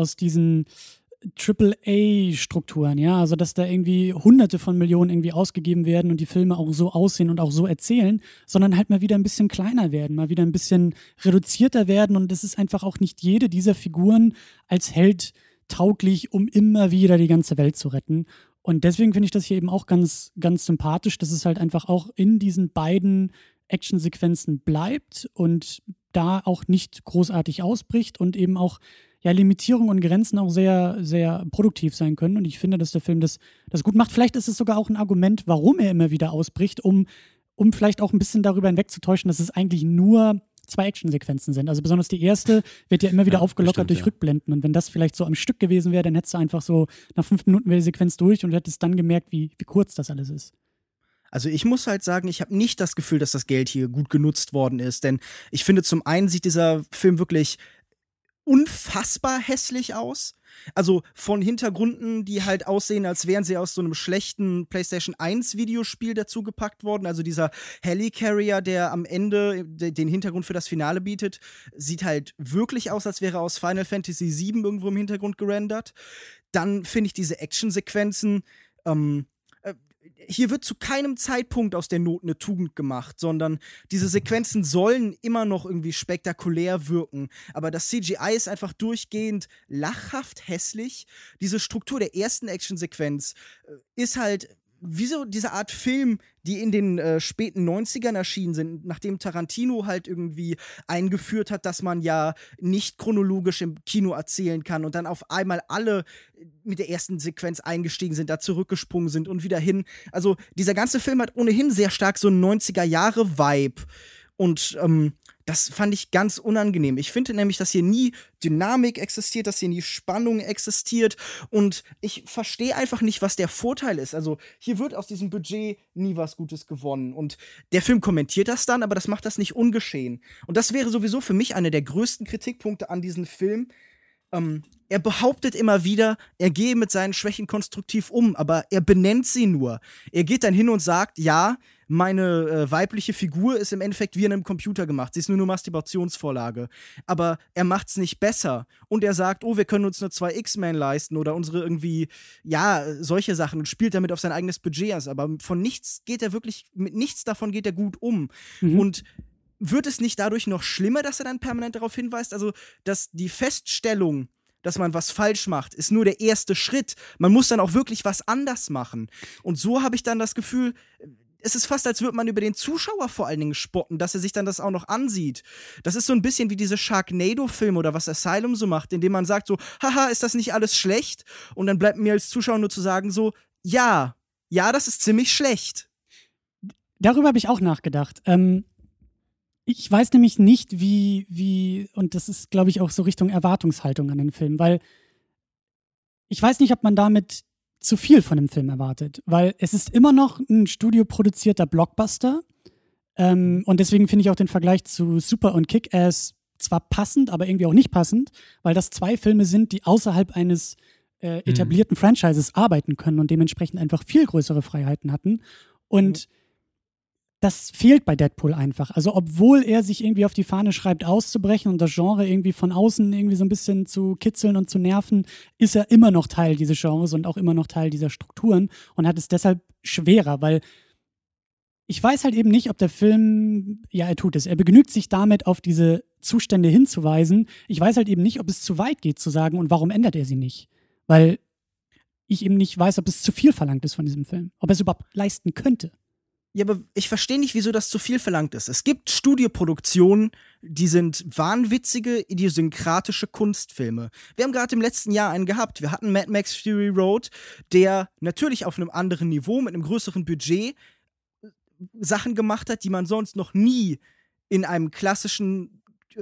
AAA-Strukturen, ja, also dass da irgendwie Hunderte von Millionen irgendwie ausgegeben werden und die Filme auch so aussehen und auch so erzählen, sondern halt mal wieder ein bisschen kleiner werden, mal wieder ein bisschen reduzierter werden und es ist einfach auch nicht jede dieser Figuren als Held tauglich, um immer wieder die ganze Welt zu retten. Und deswegen finde ich das hier eben auch ganz, ganz sympathisch, dass es halt einfach auch in diesen beiden Actionsequenzen bleibt und da auch nicht großartig ausbricht und eben auch Limitierung und Grenzen auch sehr, sehr produktiv sein können. Und ich finde, dass der Film das gut macht. Vielleicht ist es sogar auch ein Argument, warum er immer wieder ausbricht, um vielleicht auch ein bisschen darüber hinwegzutäuschen, dass es eigentlich nur 2 Actionsequenzen sind. Also besonders die erste wird ja immer wieder aufgelockert durch Rückblenden. Und wenn das vielleicht so am Stück gewesen wäre, dann hättest du einfach so nach 5 Minuten wäre die Sequenz durch und du hättest dann gemerkt, wie kurz das alles ist. Also ich muss halt sagen, ich habe nicht das Gefühl, dass das Geld hier gut genutzt worden ist. Denn ich finde, zum einen sieht dieser Film wirklich unfassbar hässlich aus. Also von Hintergründen, die halt aussehen, als wären sie aus so einem schlechten PlayStation 1 Videospiel dazu gepackt worden. Also dieser Helicarrier, der am Ende den Hintergrund für das Finale bietet, sieht halt wirklich aus, als wäre aus Final Fantasy VII irgendwo im Hintergrund gerendert. Dann finde ich diese Actionsequenzen hier wird zu keinem Zeitpunkt aus der Not eine Tugend gemacht, sondern diese Sequenzen sollen immer noch irgendwie spektakulär wirken. Aber das CGI ist einfach durchgehend lachhaft hässlich. Diese Struktur der ersten Actionsequenz ist halt wie so diese Art Film, die in den späten 90ern erschienen sind, nachdem Tarantino halt irgendwie eingeführt hat, dass man ja nicht chronologisch im Kino erzählen kann und dann auf einmal alle mit der ersten Sequenz eingestiegen sind, da zurückgesprungen sind und wieder hin. Also dieser ganze Film hat ohnehin sehr stark so einen 90er-Jahre-Vibe und das fand ich ganz unangenehm. Ich finde nämlich, dass hier nie Dynamik existiert, dass hier nie Spannung existiert und ich verstehe einfach nicht, was der Vorteil ist. Also hier wird aus diesem Budget nie was Gutes gewonnen und der Film kommentiert das dann, aber das macht das nicht ungeschehen. Und das wäre sowieso für mich einer der größten Kritikpunkte an diesem Film. Er behauptet immer wieder, er gehe mit seinen Schwächen konstruktiv um, aber er benennt sie nur. Er geht dann hin und sagt, ja, meine weibliche Figur ist im Endeffekt wie in einem Computer gemacht. Sie ist nur eine Masturbationsvorlage. Aber er macht's nicht besser. Und er sagt, oh, wir können uns nur 2 X-Men leisten oder unsere irgendwie, ja, solche Sachen und spielt damit auf sein eigenes Budget aus. Aber von nichts geht er wirklich, mit nichts davon geht er gut um. Und wird es nicht dadurch noch schlimmer, dass er dann permanent darauf hinweist? Also, dass die Feststellung, dass man was falsch macht, ist nur der erste Schritt. Man muss dann auch wirklich was anders machen. Und so habe ich dann das Gefühl, es ist fast, als würde man über den Zuschauer vor allen Dingen spotten, dass er sich dann das auch noch ansieht. Das ist so ein bisschen wie diese Sharknado-Filme oder was Asylum so macht, indem man sagt so, haha, ist das nicht alles schlecht? Und dann bleibt mir als Zuschauer nur zu sagen so, ja, das ist ziemlich schlecht. Darüber habe ich auch nachgedacht. Ich weiß nämlich nicht, wie, und das ist, glaube ich, auch so Richtung Erwartungshaltung an den Film, weil ich weiß nicht, ob man damit zu viel von dem Film erwartet, weil es ist immer noch ein studioproduzierter Blockbuster und deswegen finde ich auch den Vergleich zu Super und Kick-Ass zwar passend, aber irgendwie auch nicht passend, weil das 2 Filme sind, die außerhalb eines etablierten Franchises arbeiten können und dementsprechend einfach viel größere Freiheiten hatten und das fehlt bei Deadpool einfach. Also obwohl er sich irgendwie auf die Fahne schreibt, auszubrechen und das Genre irgendwie von außen irgendwie so ein bisschen zu kitzeln und zu nerven, ist er immer noch Teil dieses Genres und auch immer noch Teil dieser Strukturen und hat es deshalb schwerer, weil ich weiß halt eben nicht, ob der Film, ja, er tut es. Er begnügt sich damit, auf diese Zustände hinzuweisen. Ich weiß halt eben nicht, ob es zu weit geht zu sagen, und warum ändert er sie nicht? Weil ich eben nicht weiß, ob es zu viel verlangt ist von diesem Film. Ob er es überhaupt leisten könnte. Ja, aber ich verstehe nicht, wieso das zu viel verlangt ist. Es gibt Studioproduktionen, die sind wahnwitzige, idiosynkratische Kunstfilme. Wir haben gerade im letzten Jahr einen gehabt. Wir hatten Mad Max Fury Road, der natürlich auf einem anderen Niveau, mit einem größeren Budget Sachen gemacht hat, die man sonst noch nie in einem klassischen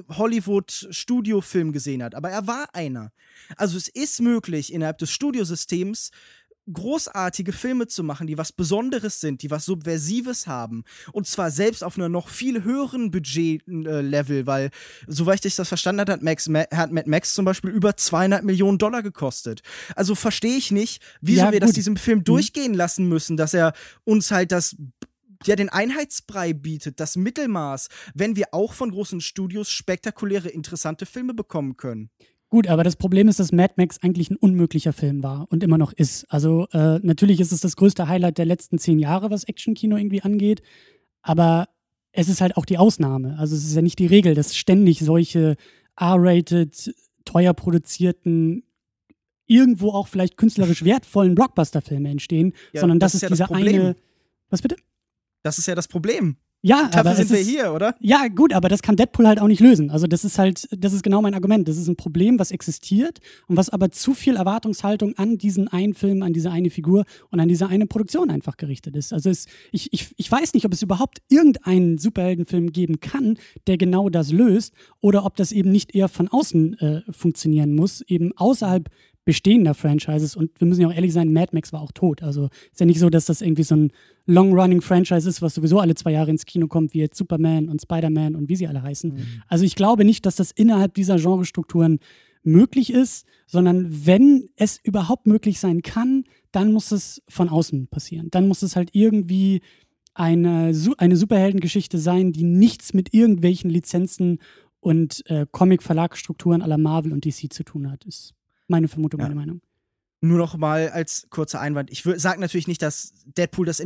Hollywood-Studiofilm gesehen hat. Aber er war einer. Also es ist möglich, innerhalb des Studiosystems großartige Filme zu machen, die was Besonderes sind, die was Subversives haben. Und zwar selbst auf einer noch viel höheren Budget-Level, weil, soweit ich das verstanden habe, hat Mad Max zum Beispiel über $200 Millionen gekostet. Also verstehe ich nicht, wieso wir das diesem Film durchgehen lassen müssen, dass er uns halt den Einheitsbrei bietet, das Mittelmaß, wenn wir auch von großen Studios spektakuläre, interessante Filme bekommen können. Gut, aber das Problem ist, dass Mad Max eigentlich ein unmöglicher Film war und immer noch ist. Also natürlich ist es das größte Highlight der letzten 10 Jahre, was Actionkino irgendwie angeht, aber es ist halt auch die Ausnahme. Also es ist ja nicht die Regel, dass ständig solche R-rated, teuer produzierten, irgendwo auch vielleicht künstlerisch wertvollen Blockbuster-Filme entstehen, sondern das ist ja dieser eine... Was bitte? Das ist ja das Problem. Ja, dafür sind wir hier, oder? Ja, gut, aber das kann Deadpool halt auch nicht lösen. Also das ist genau mein Argument. Das ist ein Problem, was existiert und was aber zu viel Erwartungshaltung an diesen einen Film, an diese eine Figur und an diese eine Produktion einfach gerichtet ist. Also ich weiß nicht, ob es überhaupt irgendeinen Superheldenfilm geben kann, der genau das löst, oder ob das eben nicht eher von außen funktionieren muss, eben außerhalb bestehender Franchises. Und wir müssen ja auch ehrlich sein, Mad Max war auch tot. Also ist ja nicht so, dass das irgendwie so ein Long-Running-Franchise ist, was sowieso alle 2 Jahre ins Kino kommt, wie jetzt Superman und Spider-Man und wie sie alle heißen. Also ich glaube nicht, dass das innerhalb dieser Genrestrukturen möglich ist, sondern wenn es überhaupt möglich sein kann, dann muss es von außen passieren. Dann muss es halt irgendwie eine Superheldengeschichte sein, die nichts mit irgendwelchen Lizenzen und Comic-Verlagsstrukturen à la Marvel und DC zu tun hat. Ist meine Vermutung, meine Meinung. Nur noch mal als kurzer Einwand. Ich sage natürlich nicht, dass Deadpool das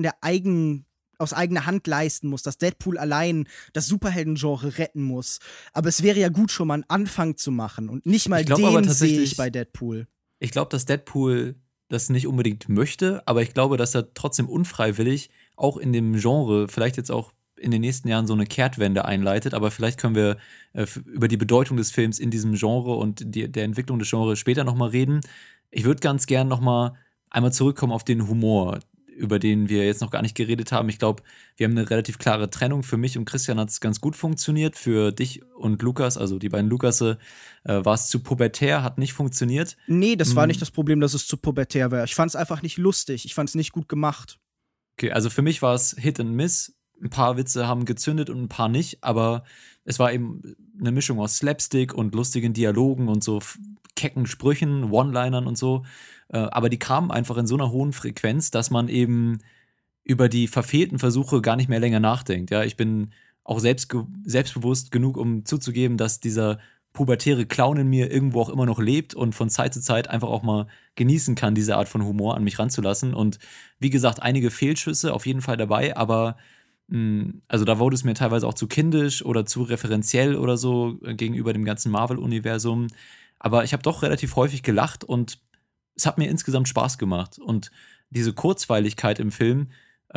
aus eigener Hand leisten muss, dass Deadpool allein das Superhelden-Genre retten muss. Aber es wäre ja gut, schon mal einen Anfang zu machen. Und nicht mal den sehe ich bei Deadpool. Ich glaube, dass Deadpool das nicht unbedingt möchte, aber ich glaube, dass er trotzdem unfreiwillig auch in dem Genre vielleicht jetzt auch in den nächsten Jahren so eine Kehrtwende einleitet, aber vielleicht können wir über die Bedeutung des Films in diesem Genre und der Entwicklung des Genres später nochmal reden. Ich würde ganz gern nochmal einmal zurückkommen auf den Humor, über den wir jetzt noch gar nicht geredet haben. Ich glaube, wir haben eine relativ klare Trennung. Für mich und Christian hat es ganz gut funktioniert. Für dich und Lukas, also die beiden Lukasse, war es zu pubertär, hat nicht funktioniert. Nee, das war nicht das Problem, dass es zu pubertär war. Ich fand es einfach nicht lustig. Ich fand es nicht gut gemacht. Okay, also für mich war es Hit and Miss. Ein paar Witze haben gezündet und ein paar nicht, aber es war eben eine Mischung aus Slapstick und lustigen Dialogen und so kecken Sprüchen, One-Linern und so. Aber die kamen einfach in so einer hohen Frequenz, dass man eben über die verfehlten Versuche gar nicht mehr länger nachdenkt. Ja, ich bin auch selbstbewusst genug, um zuzugeben, dass dieser pubertäre Clown in mir irgendwo auch immer noch lebt und von Zeit zu Zeit einfach auch mal genießen kann, diese Art von Humor an mich ranzulassen. Und wie gesagt, einige Fehlschüsse auf jeden Fall dabei, aber also da wurde es mir teilweise auch zu kindisch oder zu referenziell oder so gegenüber dem ganzen Marvel-Universum. Aber ich habe doch relativ häufig gelacht und es hat mir insgesamt Spaß gemacht. Und diese Kurzweiligkeit im Film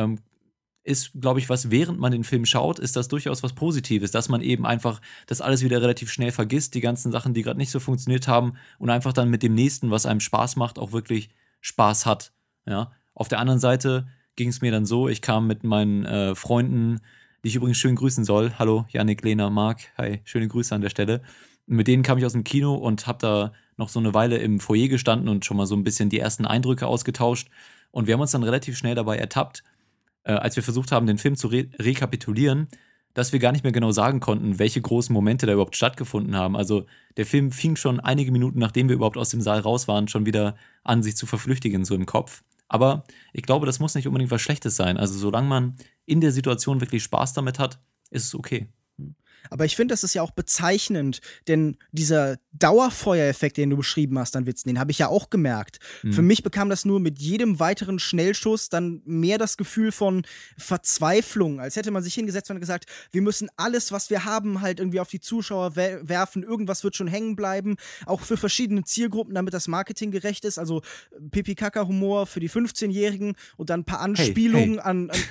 ist, glaube ich, während man den Film schaut, ist das durchaus was Positives, dass man eben einfach das alles wieder relativ schnell vergisst, die ganzen Sachen, die gerade nicht so funktioniert haben und einfach dann mit dem nächsten, was einem Spaß macht, auch wirklich Spaß hat. Ja? Auf der anderen Seite ging es mir dann so, ich kam mit meinen Freunden, die ich übrigens schön grüßen soll. Hallo, Yannick, Lena, Marc. Hi, schöne Grüße an der Stelle. Mit denen kam ich aus dem Kino und habe da noch so eine Weile im Foyer gestanden und schon mal so ein bisschen die ersten Eindrücke ausgetauscht. Und wir haben uns dann relativ schnell dabei ertappt, als wir versucht haben, den Film zu rekapitulieren, dass wir gar nicht mehr genau sagen konnten, welche großen Momente da überhaupt stattgefunden haben. Also der Film fing schon einige Minuten, nachdem wir überhaupt aus dem Saal raus waren, schon wieder an, sich zu verflüchtigen, so im Kopf. Aber ich glaube, das muss nicht unbedingt was Schlechtes sein. Also solange man in der Situation wirklich Spaß damit hat, ist es okay. Aber ich finde, das ist ja auch bezeichnend, denn dieser Dauerfeuereffekt, den du beschrieben hast an Witzen, den habe ich ja auch gemerkt. Für mich bekam das nur mit jedem weiteren Schnellschuss dann mehr das Gefühl von Verzweiflung, als hätte man sich hingesetzt und gesagt, wir müssen alles, was wir haben, halt irgendwie auf die Zuschauer werfen, irgendwas wird schon hängen bleiben, auch für verschiedene Zielgruppen, damit das Marketing gerecht ist, also Pipi-Kaka-Humor für die 15-Jährigen und dann ein paar Anspielungen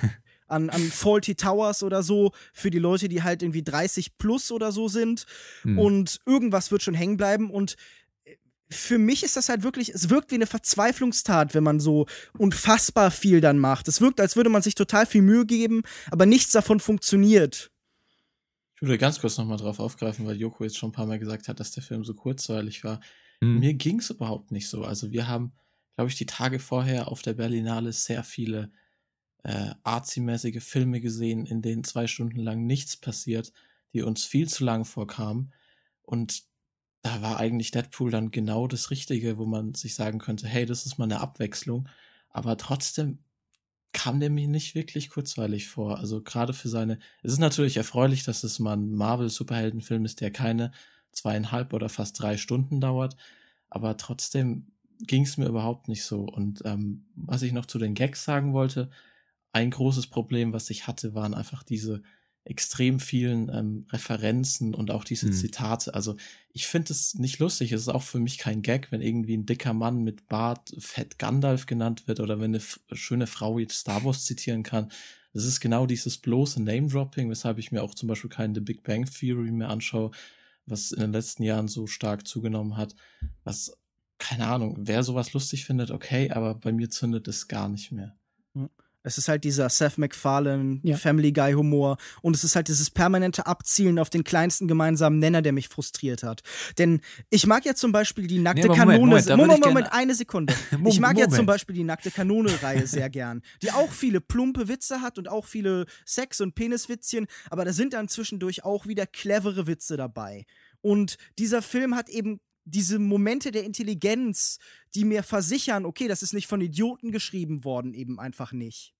an Fawlty Towers oder so, für die Leute, die halt irgendwie 30 plus oder so sind. Und irgendwas wird schon hängen bleiben. Und für mich ist das halt wirklich, es wirkt wie eine Verzweiflungstat, wenn man so unfassbar viel dann macht. Es wirkt, als würde man sich total viel Mühe geben, aber nichts davon funktioniert. Ich würde ganz kurz nochmal drauf aufgreifen, weil Joko jetzt schon ein paar Mal gesagt hat, dass der Film so kurzweilig war. Mir ging es überhaupt nicht so. Also wir haben, glaube ich, die Tage vorher auf der Berlinale sehr viele artsy-mäßige Filme gesehen, in denen 2 Stunden lang nichts passiert, die uns viel zu lang vorkamen. Und da war eigentlich Deadpool dann genau das Richtige, wo man sich sagen könnte, hey, das ist mal eine Abwechslung. Aber trotzdem kam der mir nicht wirklich kurzweilig vor. Also gerade für seine... Es ist natürlich erfreulich, dass es mal ein Marvel-Superheldenfilm ist, der keine 2,5 oder fast 3 Stunden dauert. Aber trotzdem ging es mir überhaupt nicht so. Und was ich noch zu den Gags sagen wollte, ein großes Problem, was ich hatte, waren einfach diese extrem vielen Referenzen und auch diese Zitate. Also ich finde es nicht lustig. Es ist auch für mich kein Gag, wenn irgendwie ein dicker Mann mit Bart Fett Gandalf genannt wird oder wenn eine schöne Frau jetzt Star Wars zitieren kann. Das ist genau dieses bloße Name-Dropping, weshalb ich mir auch zum Beispiel keinen The Big Bang Theory mehr anschaue, was in den letzten Jahren so stark zugenommen hat. Was, keine Ahnung, wer sowas lustig findet, okay, aber bei mir zündet es gar nicht mehr. Es ist halt dieser Seth MacFarlane Family Guy Humor und es ist halt dieses permanente Abzielen auf den kleinsten gemeinsamen Nenner, der mich frustriert hat. Denn ich mag ja zum Beispiel die nackte Kanone. Moment, eine Sekunde. Ich mag ja zum Beispiel die nackte Kanone-Reihe sehr gern, die auch viele plumpe Witze hat und auch viele Sex- und Peniswitzchen, aber da sind dann zwischendurch auch wieder clevere Witze dabei. Und dieser Film hat eben diese Momente der Intelligenz, die mir versichern, okay, das ist nicht von Idioten geschrieben worden, eben einfach nicht.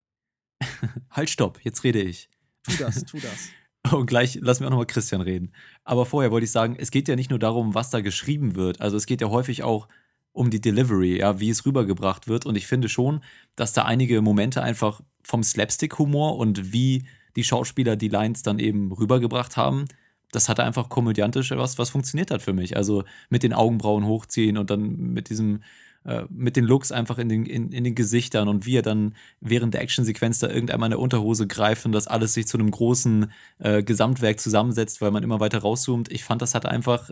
Halt, stopp, jetzt rede ich. Tu das. Und gleich lassen wir auch nochmal Christian reden. Aber vorher wollte ich sagen, es geht ja nicht nur darum, was da geschrieben wird. Also es geht ja häufig auch um die Delivery, ja, wie es rübergebracht wird. Und ich finde schon, dass da einige Momente einfach vom Slapstick-Humor und wie die Schauspieler die Lines dann eben rübergebracht haben, das hatte einfach komödiantisch was funktioniert hat für mich. Also mit den Augenbrauen hochziehen und dann mit den Looks einfach in den Gesichtern und wie er dann während der Actionsequenz da irgendeinmal in der Unterhose greift und das alles sich zu einem großen Gesamtwerk zusammensetzt, weil man immer weiter rauszoomt. Ich fand, das hat einfach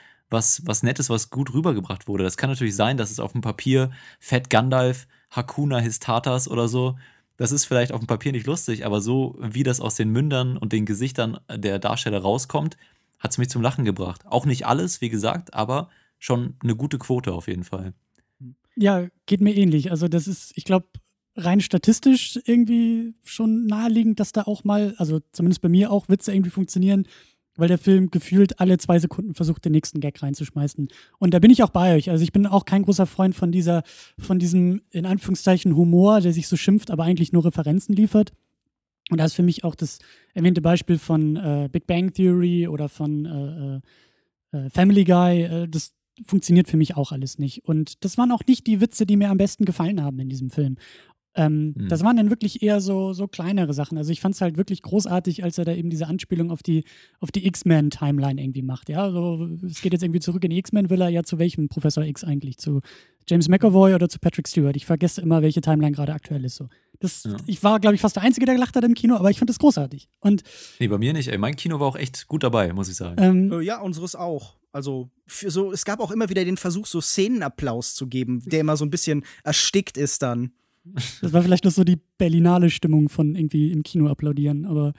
was Nettes, was gut rübergebracht wurde. Das kann natürlich sein, dass es auf dem Papier Fett Gandalf, Hakuna Histatas oder so, das ist vielleicht auf dem Papier nicht lustig, aber so wie das aus den Mündern und den Gesichtern der Darsteller rauskommt, hat es mich zum Lachen gebracht. Auch nicht alles, wie gesagt, aber schon eine gute Quote auf jeden Fall. Ja, geht mir ähnlich. Also das ist, ich glaube, rein statistisch irgendwie schon naheliegend, dass da auch mal, also zumindest bei mir auch Witze irgendwie funktionieren, weil der Film gefühlt alle 2 Sekunden versucht, den nächsten Gag reinzuschmeißen. Und da bin ich auch bei euch. Also ich bin auch kein großer Freund von diesem, in Anführungszeichen, Humor, der sich so schimpft, aber eigentlich nur Referenzen liefert. Und da ist für mich auch das erwähnte Beispiel von Big Bang Theory oder von Family Guy, das funktioniert für mich auch alles nicht. Und das waren auch nicht die Witze, die mir am besten gefallen haben in diesem Film. Das waren dann wirklich eher so kleinere Sachen. Also ich fand es halt wirklich großartig, als er da eben diese Anspielung auf die X-Men-Timeline irgendwie macht. Ja, so, es geht jetzt irgendwie zurück in die X-Men-Villa. Ja, zu welchem Professor X eigentlich? Zu James McAvoy oder zu Patrick Stewart? Ich vergesse immer, welche Timeline gerade aktuell ist. So. Ich war, glaube ich, fast der Einzige, der gelacht hat im Kino, aber ich fand das großartig. Und nee, bei mir nicht. Ey. Mein Kino war auch echt gut dabei, muss ich sagen. Ja, unseres auch. Also es gab auch immer wieder den Versuch, so Szenenapplaus zu geben, der immer so ein bisschen erstickt ist dann. Das war vielleicht noch so die Berlinale Stimmung von irgendwie im Kino applaudieren, aber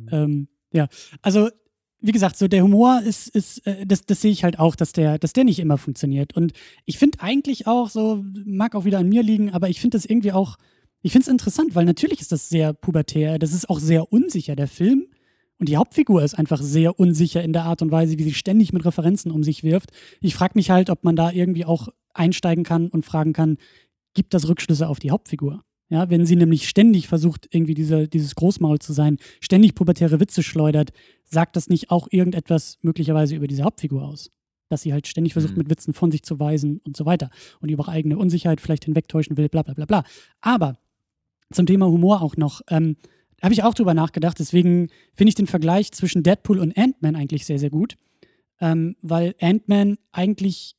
ja. Also, wie gesagt, so der Humor ist das sehe ich halt auch, dass der nicht immer funktioniert. Und ich finde eigentlich auch so, mag auch wieder an mir liegen, aber ich finde das irgendwie auch, ich finde es interessant, weil natürlich ist das sehr pubertär, das ist auch sehr unsicher, der Film. Und die Hauptfigur ist einfach sehr unsicher in der Art und Weise, wie sie ständig mit Referenzen um sich wirft. Ich frage mich halt, ob man da irgendwie auch einsteigen kann und fragen kann, gibt das Rückschlüsse auf die Hauptfigur? Ja, wenn sie nämlich ständig versucht, irgendwie dieses Großmaul zu sein, ständig pubertäre Witze schleudert, sagt das nicht auch irgendetwas möglicherweise über diese Hauptfigur aus? Dass sie halt ständig versucht, mit Witzen von sich zu weisen und so weiter und über eigene Unsicherheit vielleicht hinwegtäuschen will, bla bla bla bla. Aber zum Thema Humor auch noch, habe ich auch drüber nachgedacht, deswegen finde ich den Vergleich zwischen Deadpool und Ant-Man eigentlich sehr, sehr gut, weil Ant-Man eigentlich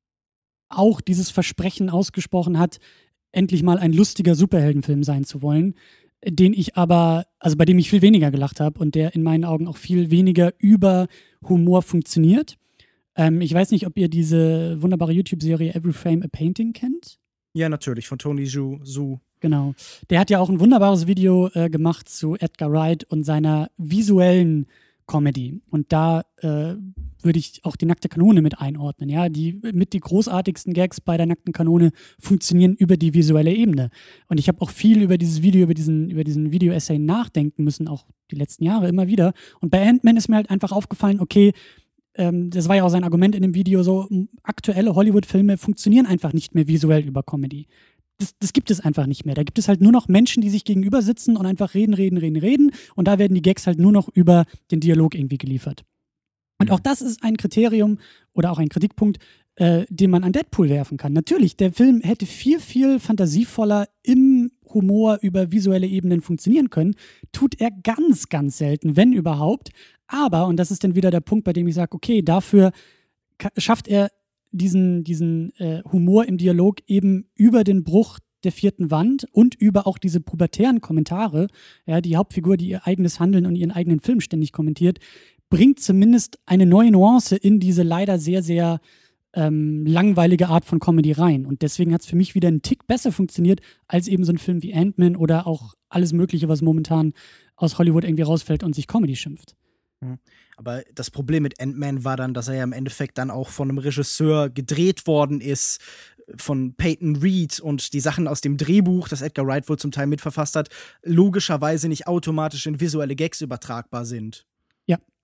auch dieses Versprechen ausgesprochen hat, endlich mal ein lustiger Superheldenfilm sein zu wollen, bei dem ich viel weniger gelacht habe und der in meinen Augen auch viel weniger über Humor funktioniert. Ich weiß nicht, ob ihr diese wunderbare YouTube-Serie Every Frame a Painting kennt. Ja, natürlich, von Tony Zhou. Genau. Der hat ja auch ein wunderbares Video gemacht zu Edgar Wright und seiner visuellen Comedy. Und da würde ich auch die Nackte Kanone mit einordnen. Ja, die großartigsten Gags bei der Nackten Kanone funktionieren über die visuelle Ebene. Und ich habe auch viel über dieses Video, über diesen Video-Essay nachdenken müssen, auch die letzten Jahre immer wieder. Und bei Ant-Man ist mir halt einfach aufgefallen, okay, das war ja auch sein Argument in dem Video, so aktuelle Hollywood-Filme funktionieren einfach nicht mehr visuell über Comedy. Das gibt es einfach nicht mehr. Da gibt es halt nur noch Menschen, die sich gegenüber sitzen und einfach reden. Und da werden die Gags halt nur noch über den Dialog irgendwie geliefert. Und auch das ist ein Kriterium oder auch ein Kritikpunkt, den man an Deadpool werfen kann. Natürlich, der Film hätte viel, viel fantasievoller im Humor über visuelle Ebenen funktionieren können. Tut er ganz, ganz selten, wenn überhaupt. Aber, und das ist dann wieder der Punkt, bei dem ich sage, okay, dafür schafft er diesen Humor im Dialog eben über den Bruch der 4. Wand und über auch diese pubertären Kommentare, ja, die Hauptfigur, die ihr eigenes Handeln und ihren eigenen Film ständig kommentiert, bringt zumindest eine neue Nuance in diese leider sehr, sehr langweilige Art von Comedy rein. Und deswegen hat es für mich wieder einen Tick besser funktioniert, als eben so ein Film wie Ant-Man oder auch alles Mögliche, was momentan aus Hollywood irgendwie rausfällt und sich Comedy schimpft. Aber das Problem mit Ant-Man war dann, dass er ja im Endeffekt dann auch von einem Regisseur gedreht worden ist, von Peyton Reed, und die Sachen aus dem Drehbuch, das Edgar Wright wohl zum Teil mitverfasst hat, logischerweise nicht automatisch in visuelle Gags übertragbar sind. Ja,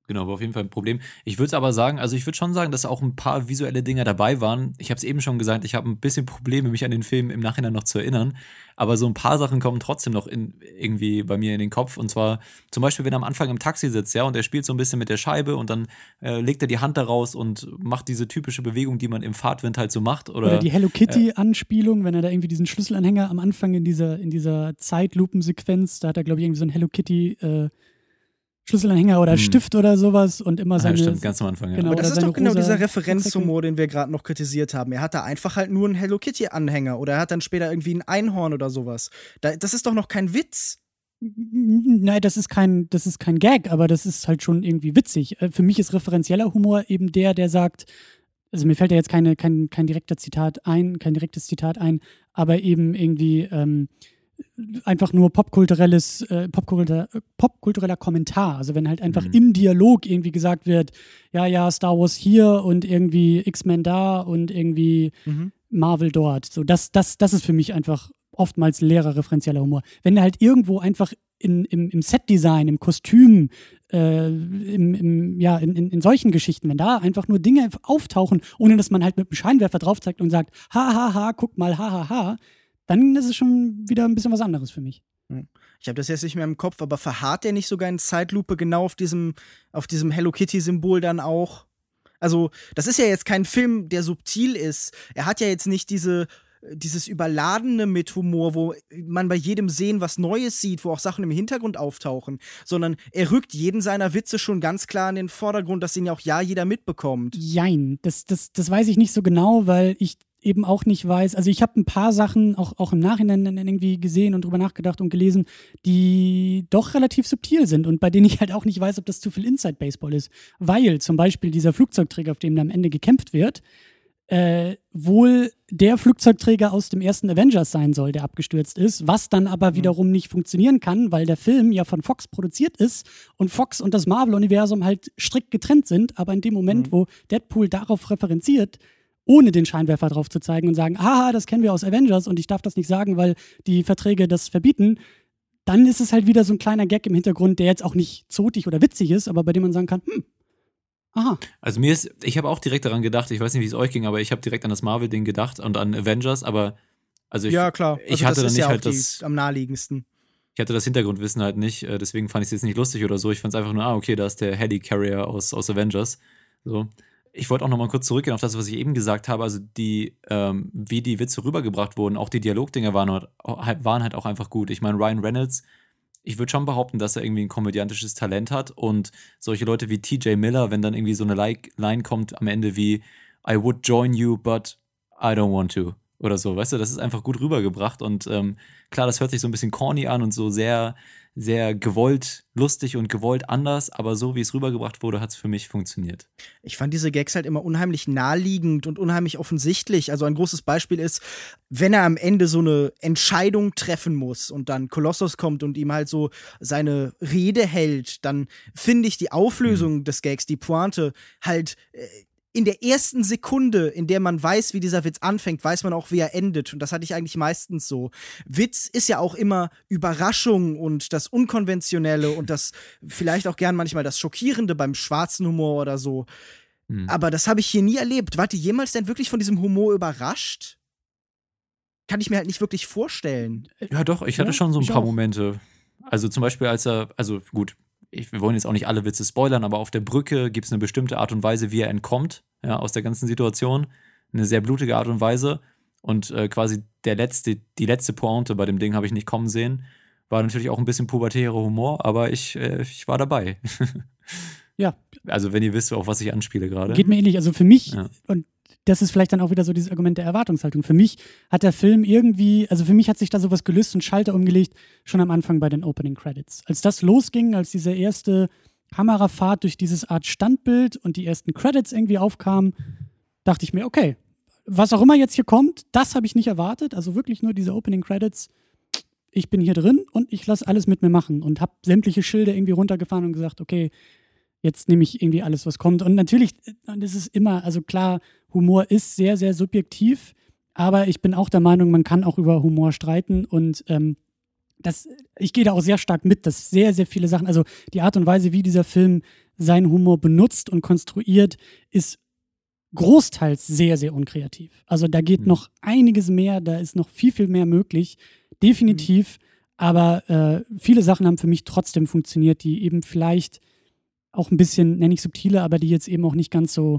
Genau, war auf jeden Fall ein Problem. Ich würde aber sagen, also ich würde schon sagen, dass auch ein paar visuelle Dinge dabei waren. Ich habe es eben schon gesagt, ich habe ein bisschen Probleme, mich an den Film im Nachhinein noch zu erinnern. Aber so ein paar Sachen kommen trotzdem noch irgendwie bei mir in den Kopf. Und zwar zum Beispiel, wenn er am Anfang im Taxi sitzt, ja, und er spielt so ein bisschen mit der Scheibe und dann legt er die Hand da raus und macht diese typische Bewegung, die man im Fahrtwind halt so macht. Oder die Hello Kitty-Anspielung, wenn er da irgendwie diesen Schlüsselanhänger am Anfang in dieser Zeitlupensequenz, da hat er, glaube ich, irgendwie so ein Hello Kitty Schlüsselanhänger oder Stift oder sowas und immer seine. Stimmt, ganz am Anfang, ja. Genau, aber das ist doch genau dieser Referenzhumor, Rucksäcke. den wir gerade noch kritisiert haben. Er hat da einfach halt nur einen Hello Kitty-Anhänger oder er hat dann später irgendwie ein Einhorn oder sowas. Das ist doch noch kein Witz. Nein, das ist kein Gag, aber das ist halt schon irgendwie witzig. Für mich ist referenzieller Humor eben der sagt, also mir fällt ja jetzt kein direktes Zitat ein, aber eben irgendwie einfach nur popkultureller Kommentar. Also wenn halt einfach im Dialog irgendwie gesagt wird, ja, Star Wars hier und irgendwie X-Men da und irgendwie Marvel dort. So, das ist für mich einfach oftmals leerer referenzieller Humor. Wenn er halt irgendwo einfach im Set-Design, im Kostüm, in solchen Geschichten, wenn da einfach nur Dinge auftauchen, ohne dass man halt mit dem Scheinwerfer drauf zeigt und sagt, ha, guck mal, ha, dann ist es schon wieder ein bisschen was anderes für mich. Ich habe das jetzt nicht mehr im Kopf, aber verharrt der nicht sogar in Zeitlupe genau auf diesem Hello Kitty-Symbol dann auch? Also, das ist ja jetzt kein Film, der subtil ist. Er hat ja jetzt nicht dieses Überladene mit Humor, wo man bei jedem Sehen was Neues sieht, wo auch Sachen im Hintergrund auftauchen, sondern er rückt jeden seiner Witze schon ganz klar in den Vordergrund, dass ihn ja auch jeder mitbekommt. Jein, das weiß ich nicht so genau, weil ich eben auch nicht weiß, also ich habe ein paar Sachen auch im Nachhinein dann irgendwie gesehen und drüber nachgedacht und gelesen, die doch relativ subtil sind und bei denen ich halt auch nicht weiß, ob das zu viel Inside-Baseball ist, weil zum Beispiel dieser Flugzeugträger, auf dem da am Ende gekämpft wird, wohl der Flugzeugträger aus dem ersten Avengers sein soll, der abgestürzt ist, was dann aber wiederum nicht funktionieren kann, weil der Film ja von Fox produziert ist und Fox und das Marvel-Universum halt strikt getrennt sind, aber in dem Moment, wo Deadpool darauf referenziert, ohne den Scheinwerfer drauf zu zeigen und sagen, haha, das kennen wir aus Avengers und ich darf das nicht sagen, weil die Verträge das verbieten, dann ist es halt wieder so ein kleiner Gag im Hintergrund, der jetzt auch nicht zotig oder witzig ist, aber bei dem man sagen kann, aha. Also ich habe auch direkt daran gedacht, ich weiß nicht, wie es euch ging, aber ich habe direkt an das Marvel-Ding gedacht und an Avengers, aber ja, klar. Ich hatte dann nicht ja halt am naheliegendsten. Ich hatte das Hintergrundwissen halt nicht, deswegen fand ich es jetzt nicht lustig oder so. Ich fand es einfach nur, okay, da ist der Heli-Carrier aus Avengers. So. Ich wollte auch noch mal kurz zurückgehen auf das, was ich eben gesagt habe, also wie die Witze rübergebracht wurden, auch die Dialogdinger waren halt auch einfach gut. Ich meine, Ryan Reynolds, ich würde schon behaupten, dass er irgendwie ein komödiantisches Talent hat und solche Leute wie TJ Miller, wenn dann irgendwie so eine Line kommt am Ende wie I would join you, but I don't want to oder so, weißt du, das ist einfach gut rübergebracht und klar, das hört sich so ein bisschen corny an und so sehr, sehr gewollt lustig und gewollt anders, aber so wie es rübergebracht wurde, hat es für mich funktioniert. Ich fand diese Gags halt immer unheimlich naheliegend und unheimlich offensichtlich. Also ein großes Beispiel ist, wenn er am Ende so eine Entscheidung treffen muss und dann Kolossus kommt und ihm halt so seine Rede hält, dann finde ich die Auflösung des Gags, die Pointe, halt in der ersten Sekunde, in der man weiß, wie dieser Witz anfängt, weiß man auch, wie er endet. Und das hatte ich eigentlich meistens so. Witz ist ja auch immer Überraschung und das Unkonventionelle und das vielleicht auch gern manchmal das Schockierende beim schwarzen Humor oder so. Aber das habe ich hier nie erlebt. Wart ihr jemals denn wirklich von diesem Humor überrascht? Kann ich mir halt nicht wirklich vorstellen. Ja doch, ich hatte schon so ein paar Momente. Also zum Beispiel wir wollen jetzt auch nicht alle Witze spoilern, aber auf der Brücke gibt es eine bestimmte Art und Weise, wie er entkommt, ja, aus der ganzen Situation. Eine sehr blutige Art und Weise. Und quasi die letzte Pointe bei dem Ding habe ich nicht kommen sehen. War natürlich auch ein bisschen pubertärer Humor, aber ich war dabei. Ja. Also wenn ihr wisst, auf was ich anspiele gerade. Geht mir ähnlich. Also für mich, und das ist vielleicht dann auch wieder so dieses Argument der Erwartungshaltung. Für mich hat der Film für mich hat sich da sowas gelöst und Schalter umgelegt, schon am Anfang bei den Opening Credits. Als das losging, als diese erste Kamerafahrt durch dieses Art Standbild und die ersten Credits irgendwie aufkamen, dachte ich mir, okay, was auch immer jetzt hier kommt, das habe ich nicht erwartet. Also wirklich nur diese Opening Credits. Ich bin hier drin und ich lasse alles mit mir machen und habe sämtliche Schilder irgendwie runtergefahren und gesagt, okay, jetzt nehme ich irgendwie alles, was kommt. Und natürlich, und es ist immer, also klar, Humor ist sehr, sehr subjektiv, aber ich bin auch der Meinung, man kann auch über Humor streiten und ich gehe da auch sehr stark mit, dass sehr, sehr viele Sachen, also die Art und Weise, wie dieser Film seinen Humor benutzt und konstruiert, ist großteils sehr, sehr unkreativ. Also da geht noch einiges mehr, da ist noch viel, viel mehr möglich, definitiv. Aber viele Sachen haben für mich trotzdem funktioniert, die eben vielleicht auch ein bisschen, nenne ich subtiler, aber die jetzt eben auch nicht ganz so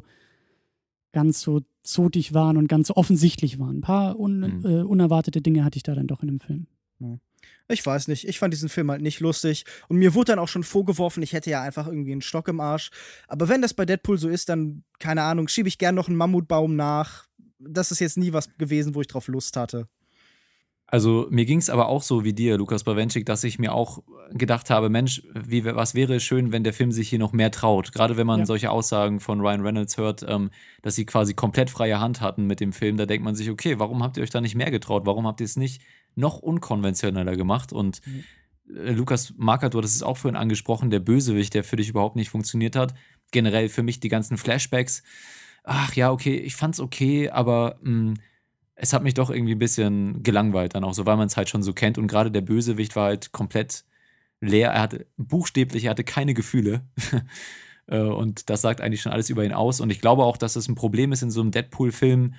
zotig waren und ganz so offensichtlich waren. Ein paar unerwartete Dinge hatte ich da dann doch in dem Film. Ich weiß nicht, ich fand diesen Film halt nicht lustig und mir wurde dann auch schon vorgeworfen, ich hätte ja einfach irgendwie einen Stock im Arsch. Aber wenn das bei Deadpool so ist, dann, keine Ahnung, schiebe ich gern noch einen Mammutbaum nach. Das ist jetzt nie was gewesen, wo ich drauf Lust hatte. Also mir ging es aber auch so wie dir, Lukas Bawenschik, dass ich mir auch gedacht habe, Mensch, was wäre schön, wenn der Film sich hier noch mehr traut. Gerade wenn man solche Aussagen von Ryan Reynolds hört, dass sie quasi komplett freie Hand hatten mit dem Film, da denkt man sich, okay, warum habt ihr euch da nicht mehr getraut? Warum habt ihr es nicht noch unkonventioneller gemacht? Und Lukas Marker, du hattest es auch vorhin angesprochen, der Bösewicht, der für dich überhaupt nicht funktioniert hat. Generell für mich die ganzen Flashbacks. Ach ja, okay, ich fand's okay, aber es hat mich doch irgendwie ein bisschen gelangweilt dann auch so, weil man es halt schon so kennt. Und gerade der Bösewicht war halt komplett leer. Er hatte keine Gefühle. Und das sagt eigentlich schon alles über ihn aus. Und ich glaube auch, dass es ein Problem ist in so einem Deadpool-Film,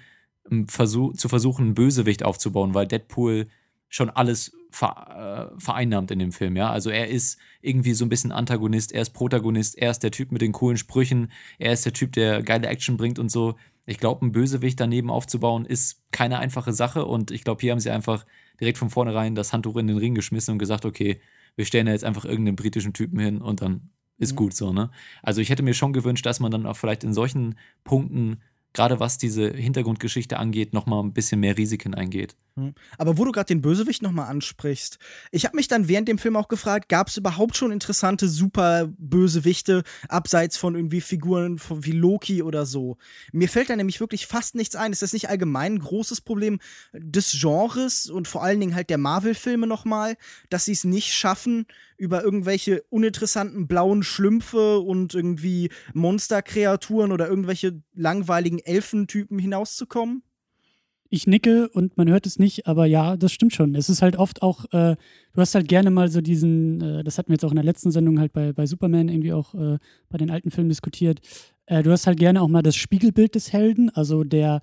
zu versuchen, einen Bösewicht aufzubauen, weil Deadpool schon alles vereinnahmt in dem Film, ja. Also er ist irgendwie so ein bisschen Antagonist, er ist Protagonist, er ist der Typ mit den coolen Sprüchen, er ist der Typ, der geile Action bringt und so. Ich glaube, einen Bösewicht daneben aufzubauen, ist keine einfache Sache und ich glaube, hier haben sie einfach direkt von vornherein das Handtuch in den Ring geschmissen und gesagt, okay, wir stellen da jetzt einfach irgendeinen britischen Typen hin und dann ist gut so, ne? Also ich hätte mir schon gewünscht, dass man dann auch vielleicht in solchen Punkten, gerade was diese Hintergrundgeschichte angeht, nochmal ein bisschen mehr Risiken eingeht. Aber wo du gerade den Bösewicht nochmal ansprichst, ich habe mich dann während dem Film auch gefragt, gab es überhaupt schon interessante Super-Bösewichte, abseits von irgendwie Figuren wie Loki oder so? Mir fällt da nämlich wirklich fast nichts ein. Ist das nicht allgemein ein großes Problem des Genres und vor allen Dingen halt der Marvel-Filme nochmal, dass sie es nicht schaffen, über irgendwelche uninteressanten blauen Schlümpfe und irgendwie Monsterkreaturen oder irgendwelche langweiligen Elfentypen hinauszukommen? Ich nicke und man hört es nicht, aber ja, das stimmt schon. Es ist halt oft auch, du hast halt gerne mal so diesen, das hatten wir jetzt auch in der letzten Sendung halt bei Superman irgendwie auch bei den alten Filmen diskutiert, du hast halt gerne auch mal das Spiegelbild des Helden, also der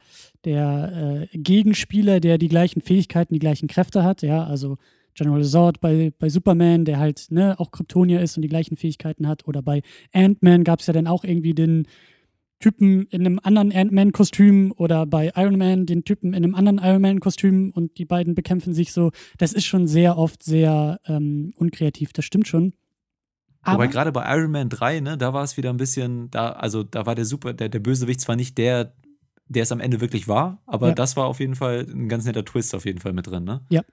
Gegenspieler, der die gleichen Fähigkeiten, die gleichen Kräfte hat, ja, also General Zod bei Superman, der halt auch Kryptonier ist und die gleichen Fähigkeiten hat, oder bei Ant-Man gab es ja dann auch irgendwie den Typen in einem anderen Ant-Man-Kostüm oder bei Iron Man den Typen in einem anderen Iron Man-Kostüm und die beiden bekämpfen sich so. Das ist schon sehr oft sehr unkreativ, das stimmt schon. Aber gerade bei Iron Man 3, ne, da war es wieder ein bisschen, da war der Bösewicht zwar nicht der es am Ende wirklich war, aber das war auf jeden Fall ein ganz netter Twist auf jeden Fall mit drin, ne? Ja.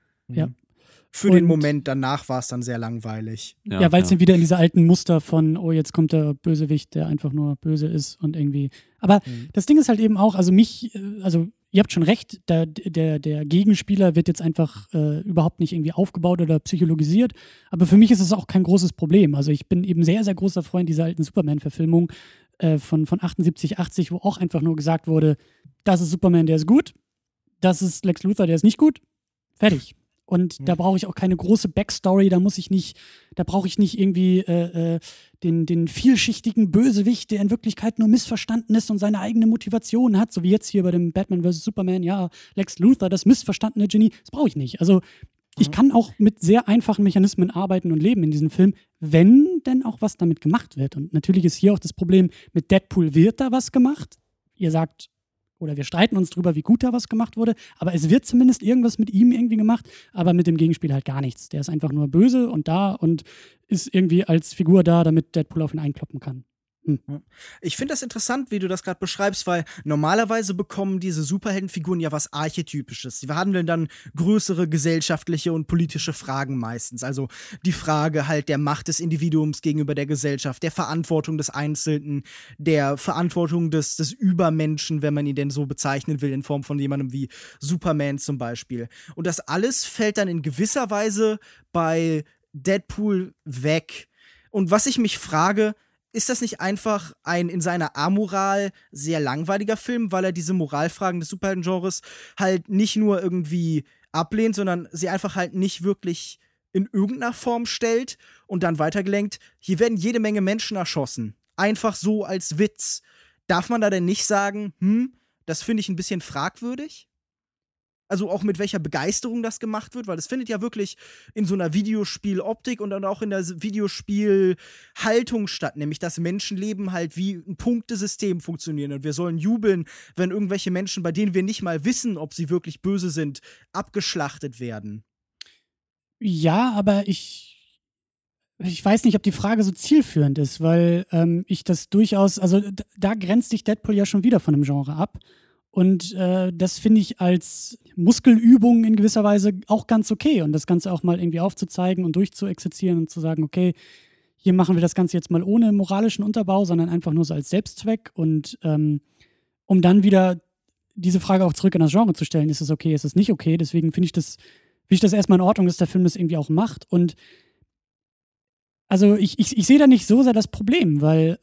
Für den Moment danach war es dann sehr langweilig. Ja, weil es dann wieder in diese alten Muster von, oh, jetzt kommt der Bösewicht, der einfach nur böse ist und irgendwie. Aber das Ding ist halt eben auch, also ihr habt schon recht, der Gegenspieler wird jetzt einfach überhaupt nicht irgendwie aufgebaut oder psychologisiert. Aber für mich ist es auch kein großes Problem. Also ich bin eben sehr, sehr großer Freund dieser alten Superman-Verfilmung von 78, 80, wo auch einfach nur gesagt wurde, das ist Superman, der ist gut, das ist Lex Luthor, der ist nicht gut. Fertig. Und da brauche ich auch keine große Backstory, da brauche ich nicht irgendwie den vielschichtigen Bösewicht, der in Wirklichkeit nur missverstanden ist und seine eigene Motivation hat, so wie jetzt hier bei dem Batman vs. Superman, ja, Lex Luthor, das missverstandene Genie, das brauche ich nicht. Also ich kann auch mit sehr einfachen Mechanismen arbeiten und leben in diesem Film, wenn denn auch was damit gemacht wird. Und natürlich ist hier auch das Problem, mit Deadpool wird da was gemacht. Ihr sagt, oder wir streiten uns drüber, wie gut da was gemacht wurde, aber es wird zumindest irgendwas mit ihm irgendwie gemacht, aber mit dem Gegenspiel halt gar nichts. Der ist einfach nur böse und da und ist irgendwie als Figur da, damit Deadpool auf ihn einkloppen kann. Ich finde das interessant, wie du das gerade beschreibst, weil normalerweise bekommen diese Superheldenfiguren ja was Archetypisches. Sie behandeln dann größere gesellschaftliche und politische Fragen meistens. Also die Frage halt der Macht des Individuums gegenüber der Gesellschaft, der Verantwortung des Einzelnen, der Verantwortung des Übermenschen, wenn man ihn denn so bezeichnen will, in Form von jemandem wie Superman zum Beispiel. Und das alles fällt dann in gewisser Weise bei Deadpool weg. Und was ich mich frage, ist das nicht einfach ein in seiner Amoral sehr langweiliger Film, weil er diese Moralfragen des Superhelden-Genres halt nicht nur irgendwie ablehnt, sondern sie einfach halt nicht wirklich in irgendeiner Form stellt und dann weitergelenkt, hier werden jede Menge Menschen erschossen. Einfach so als Witz. Darf man da denn nicht sagen, das finde ich ein bisschen fragwürdig? Also auch mit welcher Begeisterung das gemacht wird, weil das findet ja wirklich in so einer Videospieloptik und dann auch in der Videospielhaltung statt, nämlich dass Menschenleben halt wie ein Punktesystem funktionieren und wir sollen jubeln, wenn irgendwelche Menschen, bei denen wir nicht mal wissen, ob sie wirklich böse sind, abgeschlachtet werden. Ja, aber ich weiß nicht, ob die Frage so zielführend ist, weil ich das durchaus, also da grenzt sich Deadpool ja schon wieder von dem Genre ab. Und das finde ich als Muskelübung in gewisser Weise auch ganz okay. Und das Ganze auch mal irgendwie aufzuzeigen und durchzuexerzieren und zu sagen, okay, hier machen wir das Ganze jetzt mal ohne moralischen Unterbau, sondern einfach nur so als Selbstzweck. Und um dann wieder diese Frage auch zurück in das Genre zu stellen, ist es okay, ist es nicht okay. Deswegen finde ich das erstmal in Ordnung, dass der Film das irgendwie auch macht. Und also ich sehe da nicht so sehr das Problem, weil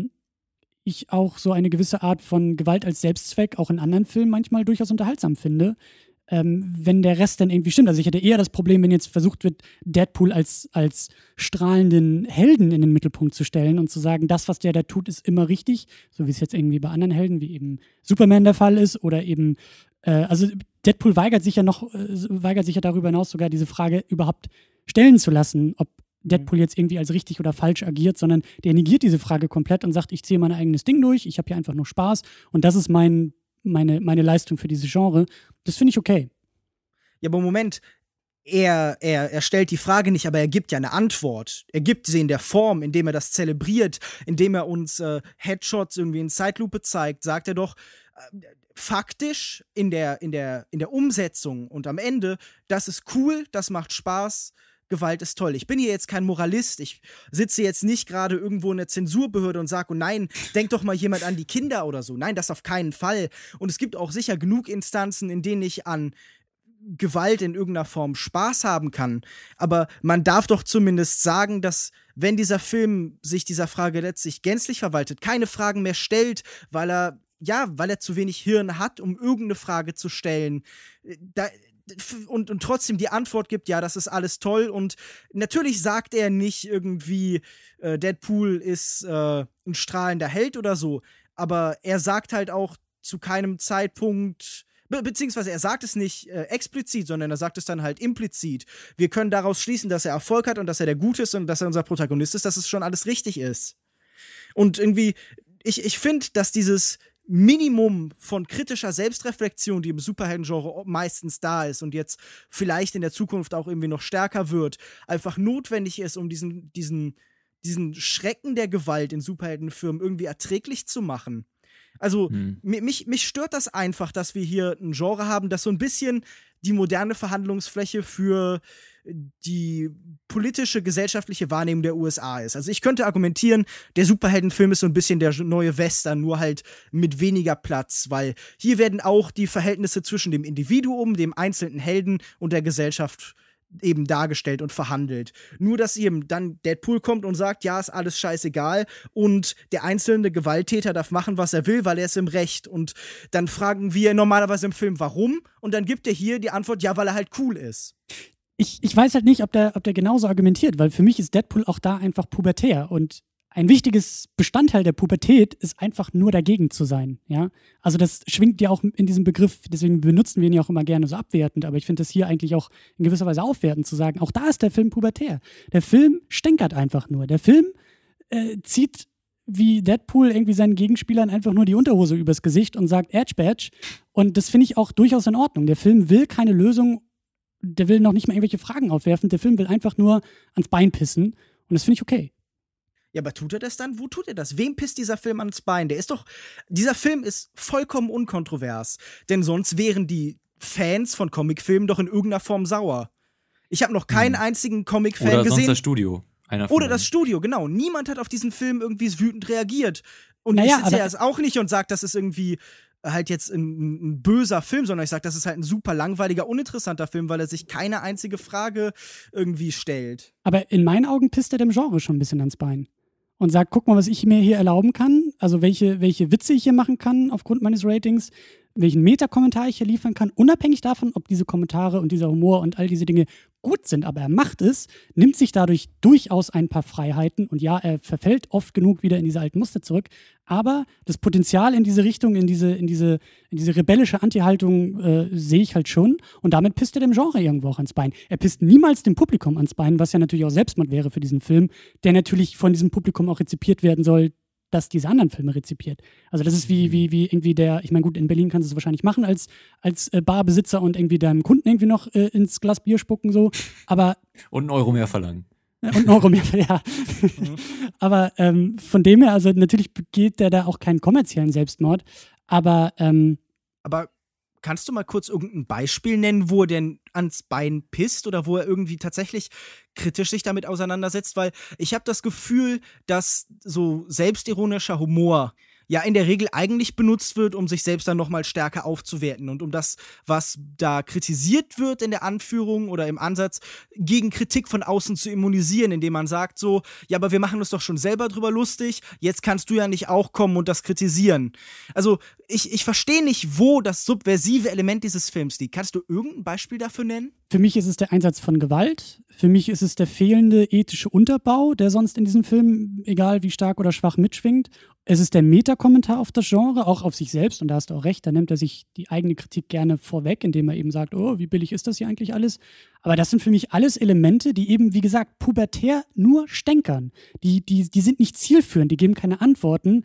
ich auch so eine gewisse Art von Gewalt als Selbstzweck auch in anderen Filmen manchmal durchaus unterhaltsam finde, wenn der Rest dann irgendwie stimmt. Also ich hätte eher das Problem, wenn jetzt versucht wird, Deadpool als strahlenden Helden in den Mittelpunkt zu stellen und zu sagen, das, was der da tut, ist immer richtig, so wie es jetzt irgendwie bei anderen Helden wie eben Superman der Fall ist oder eben, also Deadpool weigert sich ja darüber hinaus sogar diese Frage überhaupt stellen zu lassen, ob Deadpool jetzt irgendwie als richtig oder falsch agiert, sondern der negiert diese Frage komplett und sagt, ich ziehe mein eigenes Ding durch, ich habe hier einfach nur Spaß und das ist meine Leistung für dieses Genre. Das finde ich okay. Ja, aber Moment, er stellt die Frage nicht, aber er gibt ja eine Antwort. Er gibt sie in der Form, indem er das zelebriert, indem er uns Headshots irgendwie in Zeitlupe zeigt, sagt er doch, faktisch in der Umsetzung und am Ende, das ist cool, das macht Spaß, Gewalt ist toll. Ich bin hier jetzt kein Moralist. Ich sitze jetzt nicht gerade irgendwo in der Zensurbehörde und sage, oh nein, denk doch mal jemand an die Kinder oder so. Nein, das auf keinen Fall. Und es gibt auch sicher genug Instanzen, in denen ich an Gewalt in irgendeiner Form Spaß haben kann. Aber man darf doch zumindest sagen, dass, wenn dieser Film sich dieser Frage letztlich gänzlich verwaltet, keine Fragen mehr stellt, weil er zu wenig Hirn hat, um irgendeine Frage zu stellen, und trotzdem die Antwort gibt, ja, das ist alles toll. Und natürlich sagt er nicht irgendwie, Deadpool ist ein strahlender Held oder so, aber er sagt halt auch zu keinem Zeitpunkt, beziehungsweise er sagt es nicht explizit, sondern er sagt es dann halt implizit. Wir können daraus schließen, dass er Erfolg hat und dass er der Gute ist und dass er unser Protagonist ist, dass es schon alles richtig ist. Und irgendwie, ich finde, dass dieses Minimum von kritischer Selbstreflexion, die im Superhelden-Genre meistens da ist und jetzt vielleicht in der Zukunft auch irgendwie noch stärker wird, einfach notwendig ist, um diesen Schrecken der Gewalt in Superheldenfilmen irgendwie erträglich zu machen. Also mich stört das einfach, dass wir hier ein Genre haben, das so ein bisschen die moderne Verhandlungsfläche für die politische, gesellschaftliche Wahrnehmung der USA ist. Also ich könnte argumentieren, der Superheldenfilm ist so ein bisschen der neue Western, nur halt mit weniger Platz, weil hier werden auch die Verhältnisse zwischen dem Individuum, dem einzelnen Helden und der Gesellschaft eben dargestellt und verhandelt. Nur, dass eben dann Deadpool kommt und sagt, ja, ist alles scheißegal und der einzelne Gewalttäter darf machen, was er will, weil er ist im Recht. Und dann fragen wir normalerweise im Film, warum? Und dann gibt er hier die Antwort, ja, weil er halt cool ist. Ich weiß halt nicht, ob der genauso argumentiert, weil für mich ist Deadpool auch da einfach pubertär und ein wichtiges Bestandteil der Pubertät ist einfach nur dagegen zu sein, ja. Also das schwingt ja auch in diesem Begriff, deswegen benutzen wir ihn ja auch immer gerne so abwertend, aber ich finde das hier eigentlich auch in gewisser Weise aufwertend zu sagen, auch da ist der Film pubertär. Der Film stänkert einfach nur. Der Film zieht wie Deadpool irgendwie seinen Gegenspielern einfach nur die Unterhose übers Gesicht und sagt Edge Badge und das finde ich auch durchaus in Ordnung. Der Film will keine Lösung, der will noch nicht mal irgendwelche Fragen aufwerfen, der Film will einfach nur ans Bein pissen und das finde ich okay. Ja, aber tut er das dann? Wo tut er das? Wem pisst dieser Film ans Bein? Dieser Film ist vollkommen unkontrovers. Denn sonst wären die Fans von Comicfilmen doch in irgendeiner Form sauer. Ich habe noch keinen einzigen Comicfan gesehen. Oder sonst das Studio. Oder das Studio, genau. Niemand hat auf diesen Film irgendwie wütend reagiert. Und ich sitze ja jetzt auch nicht und sage, das ist irgendwie halt jetzt ein böser Film, sondern ich sage, das ist halt ein super langweiliger, uninteressanter Film, weil er sich keine einzige Frage irgendwie stellt. Aber in meinen Augen pisst er dem Genre schon ein bisschen ans Bein. Und sagt, guck mal, was ich mir hier erlauben kann, also welche Witze ich hier machen kann aufgrund meines Ratings, welchen Meta-Kommentar ich hier liefern kann, unabhängig davon, ob diese Kommentare und dieser Humor und all diese Dinge gut sind, aber er macht es, nimmt sich dadurch durchaus ein paar Freiheiten und ja, er verfällt oft genug wieder in diese alten Muster zurück, aber das Potenzial in diese Richtung, in diese rebellische Anti-Haltung sehe ich halt schon und damit pisst er dem Genre irgendwo auch ans Bein. Er pisst niemals dem Publikum ans Bein, was ja natürlich auch Selbstmord wäre für diesen Film, der natürlich von diesem Publikum auch rezipiert werden soll, dass diese anderen Filme rezipiert. Also das ist wie irgendwie ich meine gut, in Berlin kannst du es wahrscheinlich machen als Barbesitzer und irgendwie deinem Kunden irgendwie noch ins Glas Bier spucken so, aber Und einen Euro mehr verlangen. und einen Euro mehr, ja. Aber von dem her, also natürlich begeht der da auch keinen kommerziellen Selbstmord, aber Aber kannst du mal kurz irgendein Beispiel nennen, wo er denn ans Bein pisst oder wo er irgendwie tatsächlich kritisch sich damit auseinandersetzt? Weil ich habe das Gefühl, dass so selbstironischer Humor ja in der Regel eigentlich benutzt wird, um sich selbst dann nochmal stärker aufzuwerten und um das, was da kritisiert wird in der Anführung oder im Ansatz, gegen Kritik von außen zu immunisieren, indem man sagt so, ja, aber wir machen uns doch schon selber drüber lustig, jetzt kannst du ja nicht auch kommen und das kritisieren. Also ich verstehe nicht, wo das subversive Element dieses Films liegt. Kannst du irgendein Beispiel dafür nennen? für mich ist es der Einsatz von Gewalt. Für mich ist es der fehlende ethische Unterbau, der sonst in diesem Film, egal wie stark oder schwach, mitschwingt. Es ist der Metakommentar auf das Genre, auch auf sich selbst. Und da hast du auch recht, da nimmt er sich die eigene Kritik gerne vorweg, indem er eben sagt, oh, wie billig ist das hier eigentlich alles? Aber das sind für mich alles Elemente, die eben, wie gesagt, pubertär nur stänkern. Die sind nicht zielführend, die geben keine Antworten,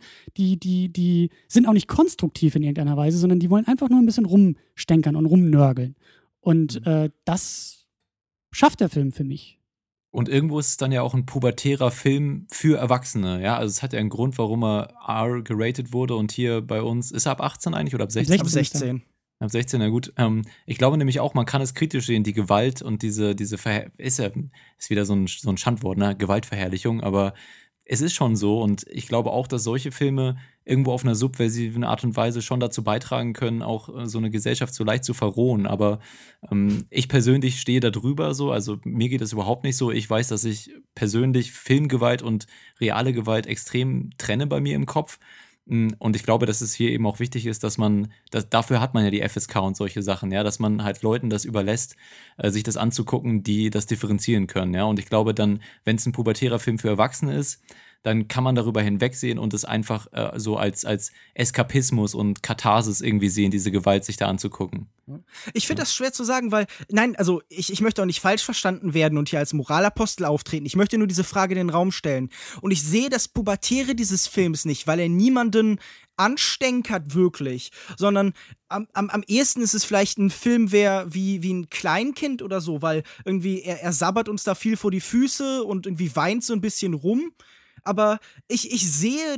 die sind auch nicht konstruktiv in irgendeiner Weise, sondern die wollen einfach nur ein bisschen rumstänkern und rumnörgeln. Und das schafft der Film für mich. Und irgendwo ist es dann ja auch ein pubertärer Film für Erwachsene, ja, also es hat ja einen Grund, warum er R geratet wurde und hier bei uns, ist er ab 18 eigentlich oder ab 16? Ab 16. Ab 16, na gut. Ich glaube nämlich auch, man kann es kritisch sehen, die Gewalt und diese ist wieder so ein Schandwort, ne, Gewaltverherrlichung, aber es ist schon so und ich glaube auch, dass solche Filme irgendwo auf einer subversiven Art und Weise schon dazu beitragen können, auch so eine Gesellschaft so leicht zu verrohen. Aber ich persönlich stehe da drüber so, also mir geht es überhaupt nicht so. Ich weiß, dass ich persönlich Filmgewalt und reale Gewalt extrem trenne bei mir im Kopf. Und ich glaube, dass es hier eben auch wichtig ist, dafür hat man ja die FSK und solche Sachen, ja, dass man halt Leuten das überlässt, sich das anzugucken, die das differenzieren können, ja. Und ich glaube dann, wenn es ein pubertärer Film für Erwachsene ist, dann kann man darüber hinwegsehen und es einfach so als Eskapismus und Katharsis irgendwie sehen, diese Gewalt sich da anzugucken. Ich finde das schwer zu sagen, weil, nein, also ich möchte auch nicht falsch verstanden werden und hier als Moralapostel auftreten. Ich möchte nur diese Frage in den Raum stellen. Und ich sehe das Pubertäre dieses Films nicht, weil er niemanden anstänkert wirklich, sondern am ehesten ist es vielleicht ein Film wie ein Kleinkind oder so, weil irgendwie er sabbert uns da viel vor die Füße und irgendwie weint so ein bisschen rum. Aber ich sehe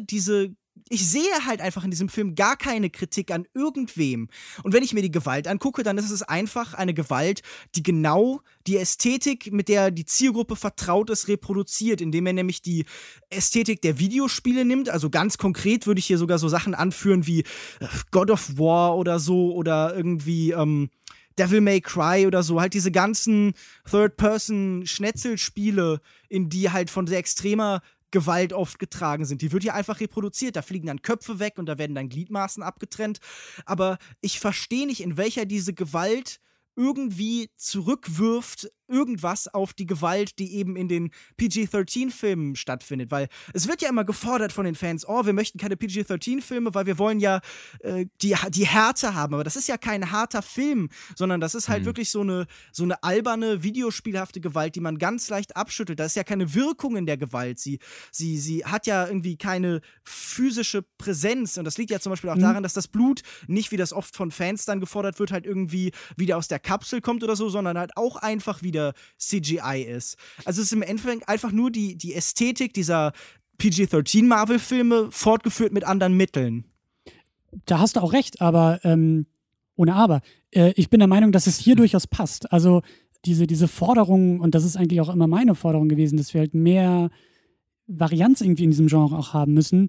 halt einfach in diesem Film gar keine Kritik an irgendwem. Und wenn ich mir die Gewalt angucke, dann ist es einfach eine Gewalt, die genau die Ästhetik, mit der die Zielgruppe vertraut ist, reproduziert, indem er nämlich die Ästhetik der Videospiele nimmt. Also ganz konkret würde ich hier sogar so Sachen anführen wie God of War oder so oder irgendwie Devil May Cry oder so, halt diese ganzen Third-Person-Schnetzelspiele, in die halt von sehr extremer Gewalt oft getragen sind. Die wird hier einfach reproduziert. Da fliegen dann Köpfe weg und da werden dann Gliedmaßen abgetrennt. Aber ich verstehe nicht, in welcher diese Gewalt irgendwie zurückwirft irgendwas auf die Gewalt, die eben in den PG-13-Filmen stattfindet, weil es wird ja immer gefordert von den Fans, oh, wir möchten keine PG-13-Filme, weil wir wollen ja die Härte haben, aber das ist ja kein harter Film, sondern das ist halt wirklich so eine alberne, videospielhafte Gewalt, die man ganz leicht abschüttelt. Da ist ja keine Wirkung in der Gewalt, sie hat ja irgendwie keine physische Präsenz und das liegt ja zum Beispiel auch daran, dass das Blut nicht, wie das oft von Fans dann gefordert wird, halt irgendwie wieder aus der Kapsel kommt oder so, sondern halt auch einfach wieder CGI ist. Also es ist im Endeffekt einfach nur die Ästhetik dieser PG-13 Marvel-Filme fortgeführt mit anderen Mitteln. Da hast du auch recht, aber ohne Aber. Ich bin der Meinung, dass es hier durchaus passt. Also diese Forderung, und das ist eigentlich auch immer meine Forderung gewesen, dass wir halt mehr Varianz irgendwie in diesem Genre auch haben müssen.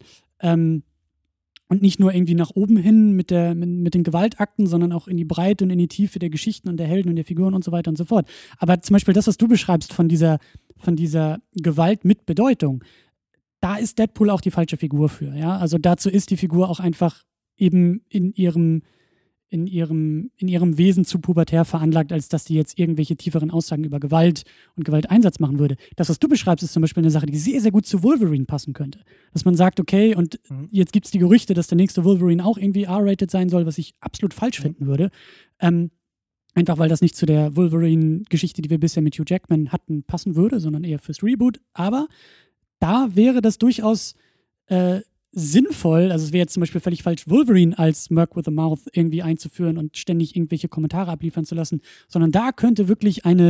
Und nicht nur irgendwie nach oben hin mit den Gewaltakten, sondern auch in die Breite und in die Tiefe der Geschichten und der Helden und der Figuren und so weiter und so fort. Aber zum Beispiel das, was du beschreibst von dieser Gewalt mit Bedeutung, da ist Deadpool auch die falsche Figur für. Ja? Also dazu ist die Figur auch einfach eben in in ihrem Wesen zu pubertär veranlagt, als dass die jetzt irgendwelche tieferen Aussagen über Gewalt und Gewalteinsatz machen würde. Das, was du beschreibst, ist zum Beispiel eine Sache, die sehr, sehr gut zu Wolverine passen könnte. Dass man sagt, okay, und jetzt gibt es die Gerüchte, dass der nächste Wolverine auch irgendwie R-rated sein soll, was ich absolut falsch finden würde. Einfach weil das nicht zu der Wolverine-Geschichte, die wir bisher mit Hugh Jackman hatten, passen würde, sondern eher fürs Reboot. Aber da wäre das durchaus sinnvoll, also es wäre jetzt zum Beispiel völlig falsch, Wolverine als Merc with a Mouth irgendwie einzuführen und ständig irgendwelche Kommentare abliefern zu lassen, sondern da könnte wirklich eine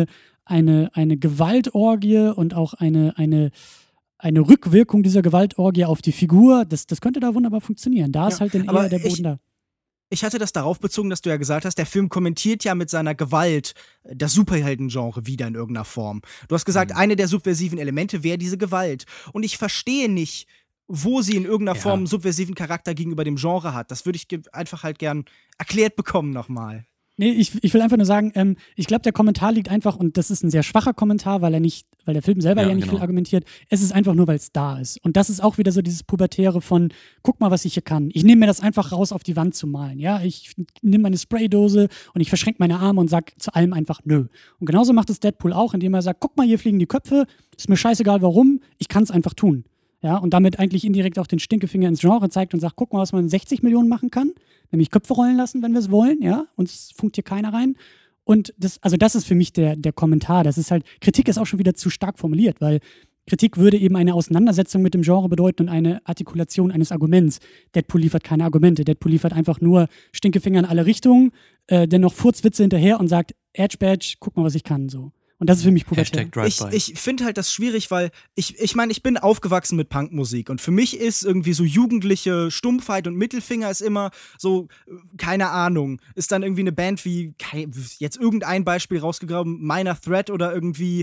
Gewaltorgie und auch eine Rückwirkung dieser Gewaltorgie auf die Figur, das könnte da wunderbar funktionieren. Da ist halt dann eher der Boden da. Ich hatte das darauf bezogen, dass du ja gesagt hast, der Film kommentiert ja mit seiner Gewalt das Superhelden-Genre wieder in irgendeiner Form. Du hast gesagt, eine der subversiven Elemente wäre diese Gewalt. Und ich verstehe nicht, wo sie in irgendeiner Form einen subversiven Charakter gegenüber dem Genre hat. Das würde ich einfach halt gern erklärt bekommen nochmal. Nee, ich will einfach nur sagen, ich glaube, der Kommentar liegt einfach, und das ist ein sehr schwacher Kommentar, weil der Film selber ja nicht viel argumentiert. Es ist einfach nur, weil es da ist. Und das ist auch wieder so dieses Pubertäre von, guck mal, was ich hier kann. Ich nehme mir das einfach raus, auf die Wand zu malen. Ja, ich nehme meine Spraydose und ich verschränke meine Arme und sage zu allem einfach nö. Und genauso macht es Deadpool auch, indem er sagt, guck mal, hier fliegen die Köpfe, ist mir scheißegal warum, ich kann es einfach tun. Ja, und damit eigentlich indirekt auch den Stinkefinger ins Genre zeigt und sagt, guck mal, was man in 60 Millionen machen kann. Nämlich Köpfe rollen lassen, wenn wir es wollen, ja. Uns funkt hier keiner rein. Und das ist für mich der Kommentar. Das ist halt, Kritik ist auch schon wieder zu stark formuliert, weil Kritik würde eben eine Auseinandersetzung mit dem Genre bedeuten und eine Artikulation eines Arguments. Deadpool liefert keine Argumente. Deadpool liefert einfach nur Stinkefinger in alle Richtungen, dennoch Furzwitze hinterher und sagt, Edge Badge, guck mal, was ich kann, so. Und das ist für mich pubertär. Ich finde halt das schwierig, weil ich meine, ich bin aufgewachsen mit Punkmusik und für mich ist irgendwie so jugendliche Stumpfheit und Mittelfinger ist immer so, keine Ahnung, ist dann irgendwie eine Band wie, jetzt irgendein Beispiel rausgegraben, Minor Threat oder irgendwie,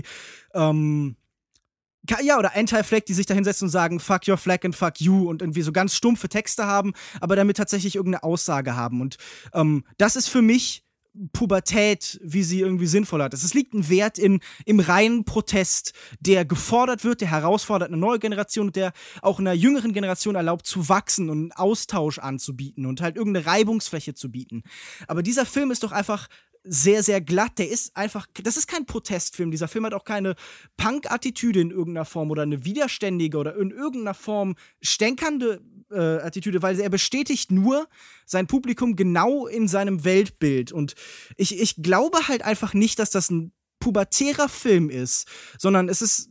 oder Anti-Flag, die sich da hinsetzen und sagen, fuck your flag and fuck you und irgendwie so ganz stumpfe Texte haben, aber damit tatsächlich irgendeine Aussage haben. Und das ist für mich Pubertät, wie sie irgendwie sinnvoll hat. Es liegt ein Wert im reinen Protest, der gefordert wird, der herausfordert eine neue Generation, der auch einer jüngeren Generation erlaubt zu wachsen und einen Austausch anzubieten und halt irgendeine Reibungsfläche zu bieten. Aber dieser Film ist doch einfach sehr, sehr glatt. Das ist kein Protestfilm. Dieser Film hat auch keine Punk-Attitüde in irgendeiner Form oder eine widerständige oder in irgendeiner Form stänkernde Attitüde, weil er bestätigt nur sein Publikum genau in seinem Weltbild. Und ich glaube halt einfach nicht, dass das ein pubertärer Film ist, sondern das ist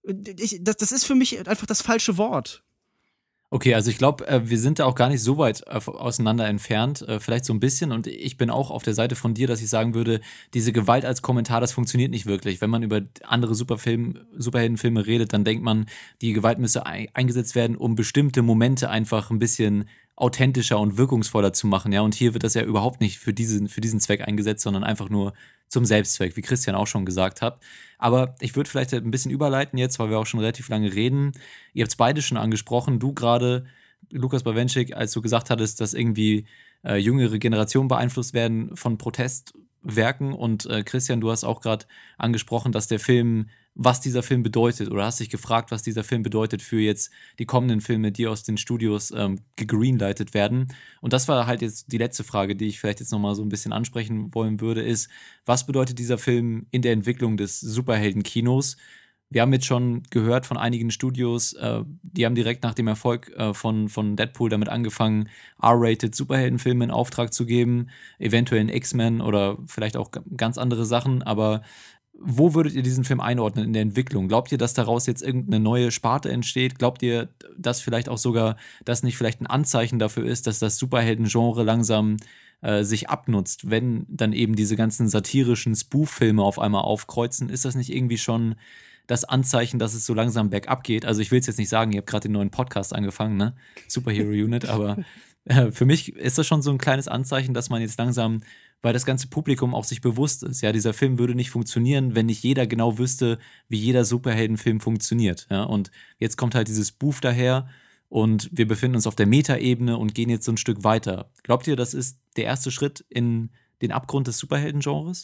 für mich einfach das falsche Wort. Okay, also ich glaube, wir sind da auch gar nicht so weit auseinander entfernt, vielleicht so ein bisschen, und ich bin auch auf der Seite von dir, dass ich sagen würde, diese Gewalt als Kommentar, das funktioniert nicht wirklich. Wenn man über andere Superheldenfilme redet, dann denkt man, die Gewalt müsse eingesetzt werden, um bestimmte Momente einfach ein bisschen authentischer und wirkungsvoller zu machen, ja, und hier wird das ja überhaupt nicht für diesen Zweck eingesetzt, sondern einfach nur zum Selbstzweck, wie Christian auch schon gesagt hat. Aber ich würde vielleicht ein bisschen überleiten jetzt, weil wir auch schon relativ lange reden. Ihr habt es beide schon angesprochen, du gerade, Lukas Bawenschik, als du gesagt hattest, dass irgendwie jüngere Generationen beeinflusst werden von Protestwerken, und Christian, du hast auch gerade angesprochen, dass was dieser Film bedeutet, oder hast dich gefragt, was dieser Film bedeutet für jetzt die kommenden Filme, die aus den Studios gegreenlightet werden. Und das war halt jetzt die letzte Frage, die ich vielleicht jetzt nochmal so ein bisschen ansprechen wollen würde, ist, was bedeutet dieser Film in der Entwicklung des Superheldenkinos? Wir haben jetzt schon gehört von einigen Studios, die haben direkt nach dem Erfolg von Deadpool damit angefangen, R-rated Superheldenfilme in Auftrag zu geben, eventuell in X-Men oder vielleicht auch ganz andere Sachen, aber wo würdet ihr diesen Film einordnen in der Entwicklung? Glaubt ihr, dass daraus jetzt irgendeine neue Sparte entsteht? Glaubt ihr, dass vielleicht auch sogar das nicht vielleicht ein Anzeichen dafür ist, dass das Superhelden-Genre langsam sich abnutzt, wenn dann eben diese ganzen satirischen Spoof-Filme auf einmal aufkreuzen? Ist das nicht irgendwie schon das Anzeichen, dass es so langsam bergab geht? Also ich will es jetzt nicht sagen, ihr habt gerade den neuen Podcast angefangen, ne? Superhero Unit, aber für mich ist das schon so ein kleines Anzeichen, dass man jetzt langsam, weil das ganze Publikum auch sich bewusst ist, ja, dieser Film würde nicht funktionieren, wenn nicht jeder genau wüsste, wie jeder Superheldenfilm funktioniert, ja, und jetzt kommt halt dieses Spoof daher und wir befinden uns auf der Metaebene und gehen jetzt so ein Stück weiter. Glaubt ihr, das ist der erste Schritt in den Abgrund des Superheldengenres?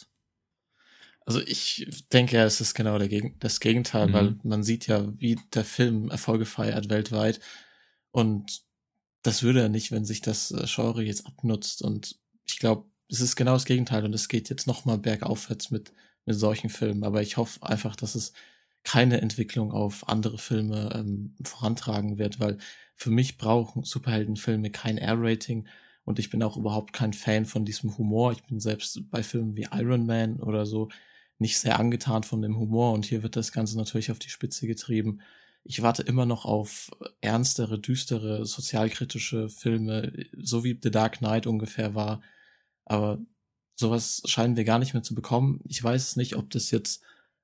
Also ich denke, es ist genau das Gegenteil, weil man sieht ja, wie der Film Erfolge feiert weltweit, und das würde er nicht, wenn sich das Genre jetzt abnutzt. Und ich glaube, es ist genau das Gegenteil und es geht jetzt nochmal bergaufwärts mit solchen Filmen. Aber ich hoffe einfach, dass es keine Entwicklung auf andere Filme vorantragen wird, weil für mich brauchen Superheldenfilme kein R-Rating und ich bin auch überhaupt kein Fan von diesem Humor. Ich bin selbst bei Filmen wie Iron Man oder so nicht sehr angetan von dem Humor und hier wird das Ganze natürlich auf die Spitze getrieben. Ich warte immer noch auf ernstere, düstere, sozialkritische Filme, so wie The Dark Knight ungefähr war. Aber sowas scheinen wir gar nicht mehr zu bekommen. Ich weiß nicht, ob das jetzt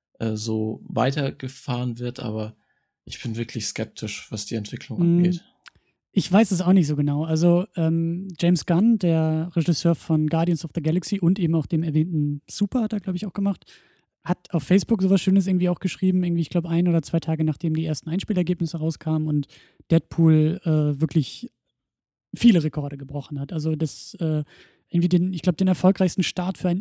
so weitergefahren wird, aber ich bin wirklich skeptisch, was die Entwicklung angeht. Ich weiß es auch nicht so genau. Also James Gunn, der Regisseur von Guardians of the Galaxy und eben auch dem erwähnten Super, hat er, glaube ich, auch gemacht, hat auf Facebook sowas Schönes irgendwie auch geschrieben, irgendwie, ich glaube, 1 oder 2 Tage nachdem die ersten Einspielergebnisse rauskamen und Deadpool wirklich viele Rekorde gebrochen hat. Also das irgendwie ich glaube, den erfolgreichsten Start für einen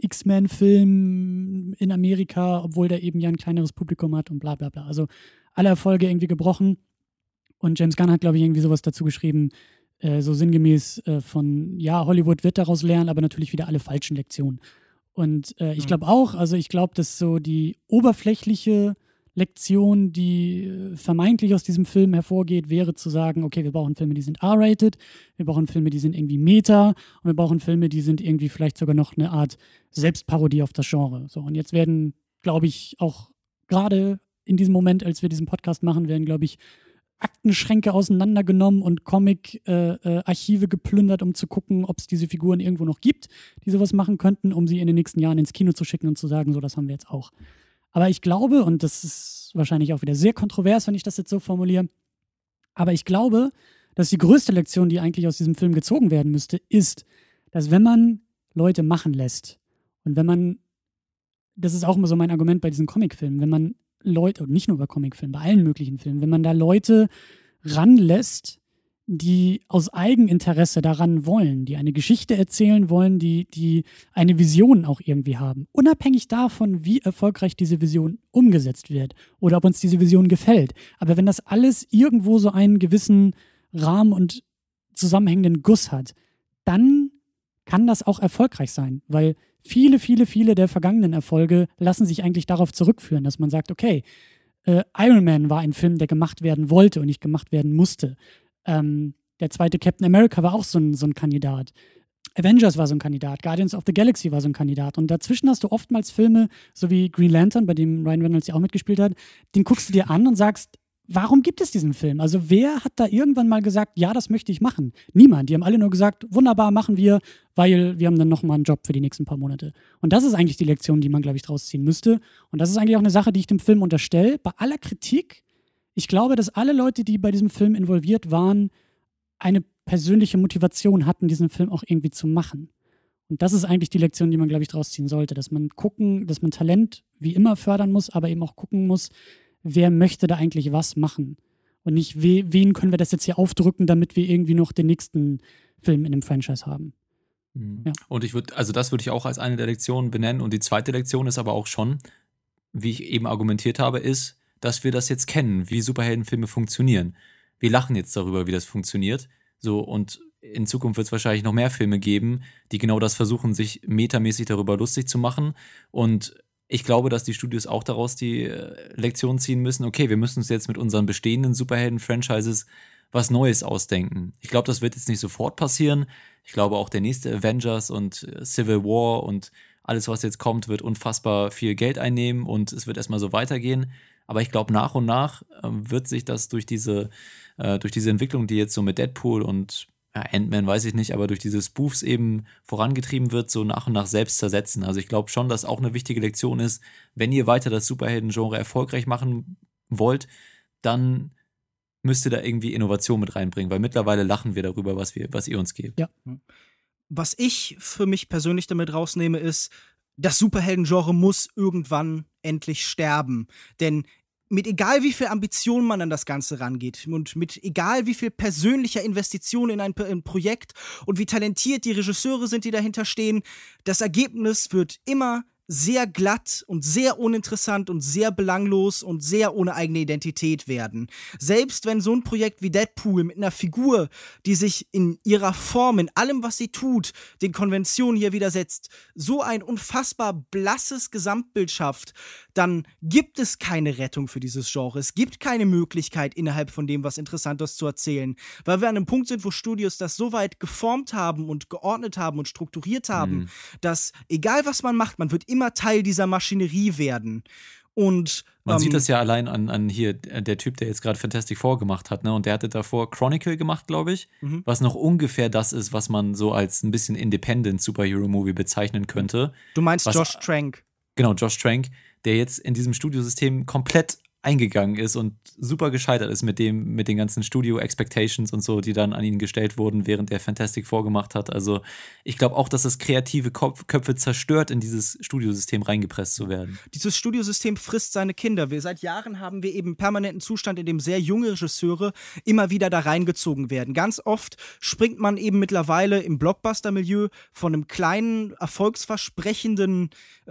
X-Men-Film in Amerika, obwohl der eben ja ein kleineres Publikum hat und bla bla bla. Also alle Erfolge irgendwie gebrochen. Und James Gunn hat, glaube ich, irgendwie sowas dazu geschrieben, so sinngemäß von, ja, Hollywood wird daraus lernen, aber natürlich wieder alle falschen Lektionen. Und ich glaube auch, also ich glaube, dass so die oberflächliche Lektion, die vermeintlich aus diesem Film hervorgeht, wäre zu sagen, okay, wir brauchen Filme, die sind R-rated, wir brauchen Filme, die sind irgendwie Meta und wir brauchen Filme, die sind irgendwie vielleicht sogar noch eine Art Selbstparodie auf das Genre. So, und jetzt werden, glaube ich, auch gerade in diesem Moment, als wir diesen Podcast machen, werden, glaube ich, Aktenschränke auseinandergenommen und Comic-Archive geplündert, um zu gucken, ob es diese Figuren irgendwo noch gibt, die sowas machen könnten, um sie in den nächsten Jahren ins Kino zu schicken und zu sagen, so, das haben wir jetzt auch. Aber ich glaube, und das ist wahrscheinlich auch wieder sehr kontrovers, wenn ich das jetzt so formuliere, aber ich glaube, dass die größte Lektion, die eigentlich aus diesem Film gezogen werden müsste, ist, dass wenn man Leute machen lässt und wenn man, das ist auch immer so mein Argument bei diesen Comicfilmen, wenn man Leute, und nicht nur bei Comicfilmen, bei allen möglichen Filmen, wenn man da Leute ranlässt, die aus Eigeninteresse daran wollen, die eine Geschichte erzählen wollen, die eine Vision auch irgendwie haben. Unabhängig davon, wie erfolgreich diese Vision umgesetzt wird oder ob uns diese Vision gefällt. Aber wenn das alles irgendwo so einen gewissen Rahmen und zusammenhängenden Guss hat, dann kann das auch erfolgreich sein, weil viele der vergangenen Erfolge lassen sich eigentlich darauf zurückführen, dass man sagt, okay, Iron Man war ein Film, der gemacht werden wollte und nicht gemacht werden musste. Der zweite Captain America war auch so ein Kandidat. Avengers war so ein Kandidat. Guardians of the Galaxy war so ein Kandidat. Und dazwischen hast du oftmals Filme, so wie Green Lantern, bei dem Ryan Reynolds ja auch mitgespielt hat, den guckst du dir an und sagst, warum gibt es diesen Film? Also wer hat da irgendwann mal gesagt, ja, das möchte ich machen? Niemand. Die haben alle nur gesagt, wunderbar, machen wir, weil wir haben dann nochmal einen Job für die nächsten paar Monate. Und das ist eigentlich die Lektion, die man, glaube ich, draus ziehen müsste. Und das ist eigentlich auch eine Sache, die ich dem Film unterstelle. Bei aller Kritik, ich glaube, dass alle Leute, die bei diesem Film involviert waren, eine persönliche Motivation hatten, diesen Film auch irgendwie zu machen. Und das ist eigentlich die Lektion, die man, glaube ich, draus ziehen sollte. Dass man Talent wie immer fördern muss, aber eben auch gucken muss, wer möchte da eigentlich was machen. Und nicht, wen können wir das jetzt hier aufdrücken, damit wir irgendwie noch den nächsten Film in dem Franchise haben. Mhm. Ja. Und das würde ich auch als eine der Lektionen benennen. Und die zweite Lektion ist aber auch schon, wie ich eben argumentiert habe, ist, dass wir das jetzt kennen, wie Superheldenfilme funktionieren. Wir lachen jetzt darüber, wie das funktioniert. So, und in Zukunft wird es wahrscheinlich noch mehr Filme geben, die genau das versuchen, sich metamäßig darüber lustig zu machen. Und ich glaube, dass die Studios auch daraus die Lektion ziehen müssen, okay, wir müssen uns jetzt mit unseren bestehenden Superhelden-Franchises was Neues ausdenken. Ich glaube, das wird jetzt nicht sofort passieren. Ich glaube, auch der nächste Avengers und Civil War und alles, was jetzt kommt, wird unfassbar viel Geld einnehmen und es wird erstmal so weitergehen. Aber ich glaube, nach und nach wird sich das durch diese Entwicklung, die jetzt so mit Deadpool und Ant-Man weiß ich nicht, aber durch diese Spoofs eben vorangetrieben wird, so nach und nach selbst zersetzen. Also ich glaube schon, dass auch eine wichtige Lektion ist, wenn ihr weiter das Superhelden-Genre erfolgreich machen wollt, dann müsst ihr da irgendwie Innovation mit reinbringen, weil mittlerweile lachen wir darüber, was ihr uns gebt. Ja. Was ich für mich persönlich damit rausnehme, ist, das Superhelden-Genre muss irgendwann endlich sterben. Denn mit egal wie viel Ambition man an das Ganze rangeht und mit egal wie viel persönlicher Investition in ein Projekt und wie talentiert die Regisseure sind, die dahinter stehen, das Ergebnis wird immer sehr glatt und sehr uninteressant und sehr belanglos und sehr ohne eigene Identität werden. Selbst wenn so ein Projekt wie Deadpool mit einer Figur, die sich in ihrer Form, in allem, was sie tut, den Konventionen hier widersetzt, so ein unfassbar blasses Gesamtbild schafft, dann gibt es keine Rettung für dieses Genre. Es gibt keine Möglichkeit, innerhalb von dem was Interessantes zu erzählen, weil wir an einem Punkt sind, wo Studios das so weit geformt haben und geordnet haben und strukturiert haben, dass egal was man macht, man wird immer Teil dieser Maschinerie werden. Und man sieht das ja allein an hier, der Typ, der jetzt gerade Fantastic Four gemacht hat, ne? Und der hatte davor Chronicle gemacht, glaube ich, was noch ungefähr das ist, was man so als ein bisschen Independent Superhero-Movie bezeichnen könnte. Du meinst Josh Trank. Genau, Josh Trank, der jetzt in diesem Studiosystem komplett eingegangen ist und super gescheitert ist mit den ganzen Studio-Expectations und so, die dann an ihn gestellt wurden, während er Fantastic Four gemacht hat. Also ich glaube auch, dass es kreative Köpfe zerstört, in dieses Studiosystem reingepresst zu werden. Dieses Studiosystem frisst seine Kinder. Seit Jahren haben wir eben permanenten Zustand, in dem sehr junge Regisseure immer wieder da reingezogen werden. Ganz oft springt man eben mittlerweile im Blockbuster-Milieu von einem kleinen, erfolgsversprechenden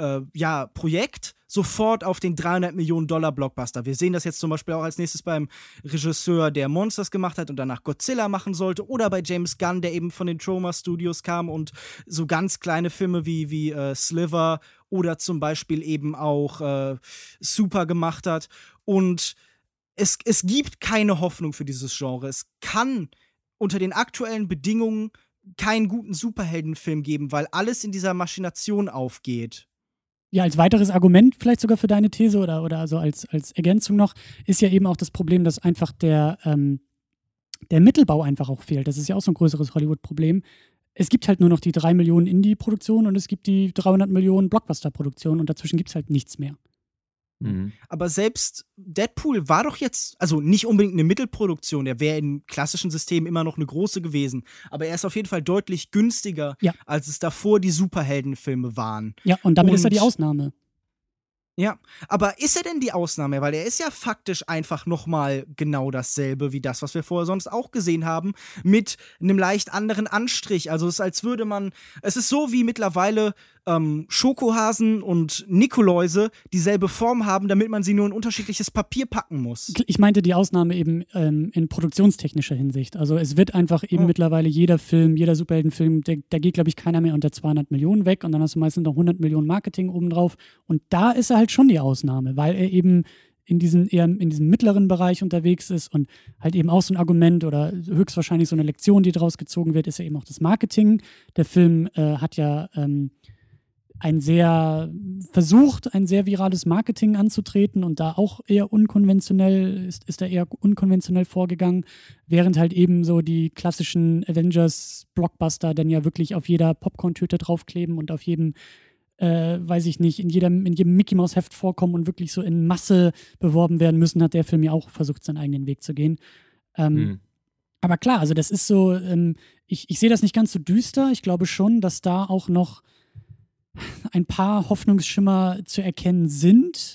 Projekt sofort auf den $300-Millionen-Blockbuster. Wir sehen das jetzt zum Beispiel auch als nächstes beim Regisseur, der Monsters gemacht hat und danach Godzilla machen sollte, oder bei James Gunn, der eben von den Troma Studios kam und so ganz kleine Filme wie Sliver oder zum Beispiel eben auch Super gemacht hat. Und es gibt keine Hoffnung für dieses Genre. Es kann unter den aktuellen Bedingungen keinen guten Superheldenfilm geben, weil alles in dieser Maschination aufgeht. Ja, als weiteres Argument vielleicht sogar für deine These oder also als Ergänzung noch, ist ja eben auch das Problem, dass einfach der Mittelbau einfach auch fehlt. Das ist ja auch so ein größeres Hollywood-Problem. Es gibt halt nur noch die 3 Millionen Indie-Produktionen und es gibt die 300 Millionen Blockbuster-Produktionen und dazwischen gibt es halt nichts mehr. Aber selbst Deadpool war doch jetzt, also nicht unbedingt eine Mittelproduktion, der wäre im klassischen System immer noch eine große gewesen, aber er ist auf jeden Fall deutlich günstiger, als es davor die Superheldenfilme waren. Ja, und damit ist er die Ausnahme. Ja, aber ist er denn die Ausnahme? Weil er ist ja faktisch einfach nochmal genau dasselbe wie das, was wir vorher sonst auch gesehen haben, mit einem leicht anderen Anstrich. Also es ist, als würde man, es ist so wie mittlerweile Schokohasen und Nikoläuse dieselbe Form haben, damit man sie nur in unterschiedliches Papier packen muss. Ich meinte die Ausnahme eben in produktionstechnischer Hinsicht. Also es wird einfach eben mittlerweile jeder Film, jeder Superheldenfilm, da geht, glaube ich, keiner mehr unter 200 Millionen weg und dann hast du meistens noch 100 Millionen Marketing obendrauf und da ist er halt schon die Ausnahme, weil er eben eher in diesem mittleren Bereich unterwegs ist und halt eben auch so ein Argument oder höchstwahrscheinlich so eine Lektion, die daraus gezogen wird, ist ja eben auch das Marketing. Der Film hat ja ein sehr virales Marketing anzutreten und da auch eher unkonventionell, ist er eher unkonventionell vorgegangen, während halt eben so die klassischen Avengers-Blockbuster dann ja wirklich auf jeder Popcorn-Tüte draufkleben und auf jedem, weiß ich nicht, in jedem Mickey-Maus-Heft vorkommen und wirklich so in Masse beworben werden müssen, hat der Film ja auch versucht, seinen eigenen Weg zu gehen. Aber klar, also das ist so, ich sehe das nicht ganz so düster. Ich glaube schon, dass da auch noch ein paar Hoffnungsschimmer zu erkennen sind,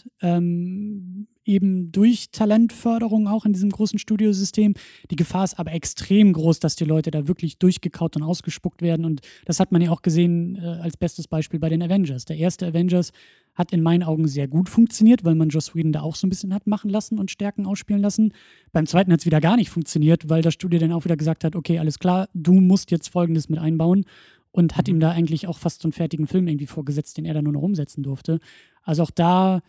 eben durch Talentförderung auch in diesem großen Studiosystem. Die Gefahr ist aber extrem groß, dass die Leute da wirklich durchgekaut und ausgespuckt werden und das hat man ja auch gesehen als bestes Beispiel bei den Avengers. Der erste Avengers hat in meinen Augen sehr gut funktioniert, weil man Joss Whedon da auch so ein bisschen hat machen lassen und Stärken ausspielen lassen. Beim zweiten hat es wieder gar nicht funktioniert, weil das Studio dann auch wieder gesagt hat, okay, alles klar, du musst jetzt Folgendes mit einbauen. Und hat ihm da eigentlich auch fast so einen fertigen Film irgendwie vorgesetzt, den er dann nur noch umsetzen durfte. Also auch da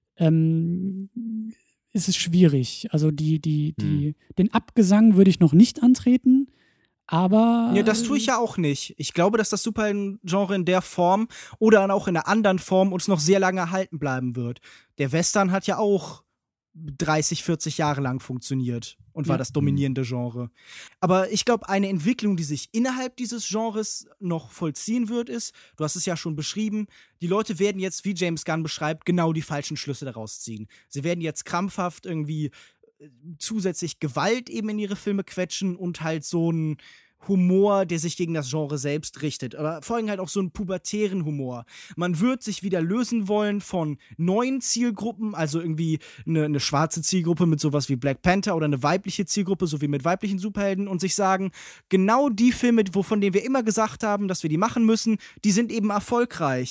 ist es schwierig. Also den Abgesang würde ich noch nicht antreten, aber ja, das tue ich ja auch nicht. Ich glaube, dass das Superhelden-Genre in der Form oder dann auch in einer anderen Form uns noch sehr lange erhalten bleiben wird. Der Western hat ja auch 30, 40 Jahre lang funktioniert und war das dominierende Genre. Aber ich glaube, eine Entwicklung, die sich innerhalb dieses Genres noch vollziehen wird, ist, du hast es ja schon beschrieben, die Leute werden jetzt, wie James Gunn beschreibt, genau die falschen Schlüsse daraus ziehen. Sie werden jetzt krampfhaft irgendwie zusätzlich Gewalt eben in ihre Filme quetschen und halt so ein Humor, der sich gegen das Genre selbst richtet, aber vor allem halt auch so einen pubertären Humor. Man wird sich wieder lösen wollen von neuen Zielgruppen, also irgendwie eine schwarze Zielgruppe mit sowas wie Black Panther oder eine weibliche Zielgruppe, so wie mit weiblichen Superhelden und sich sagen, genau die Filme, von denen wir immer gesagt haben, dass wir die machen müssen, die sind eben erfolgreich.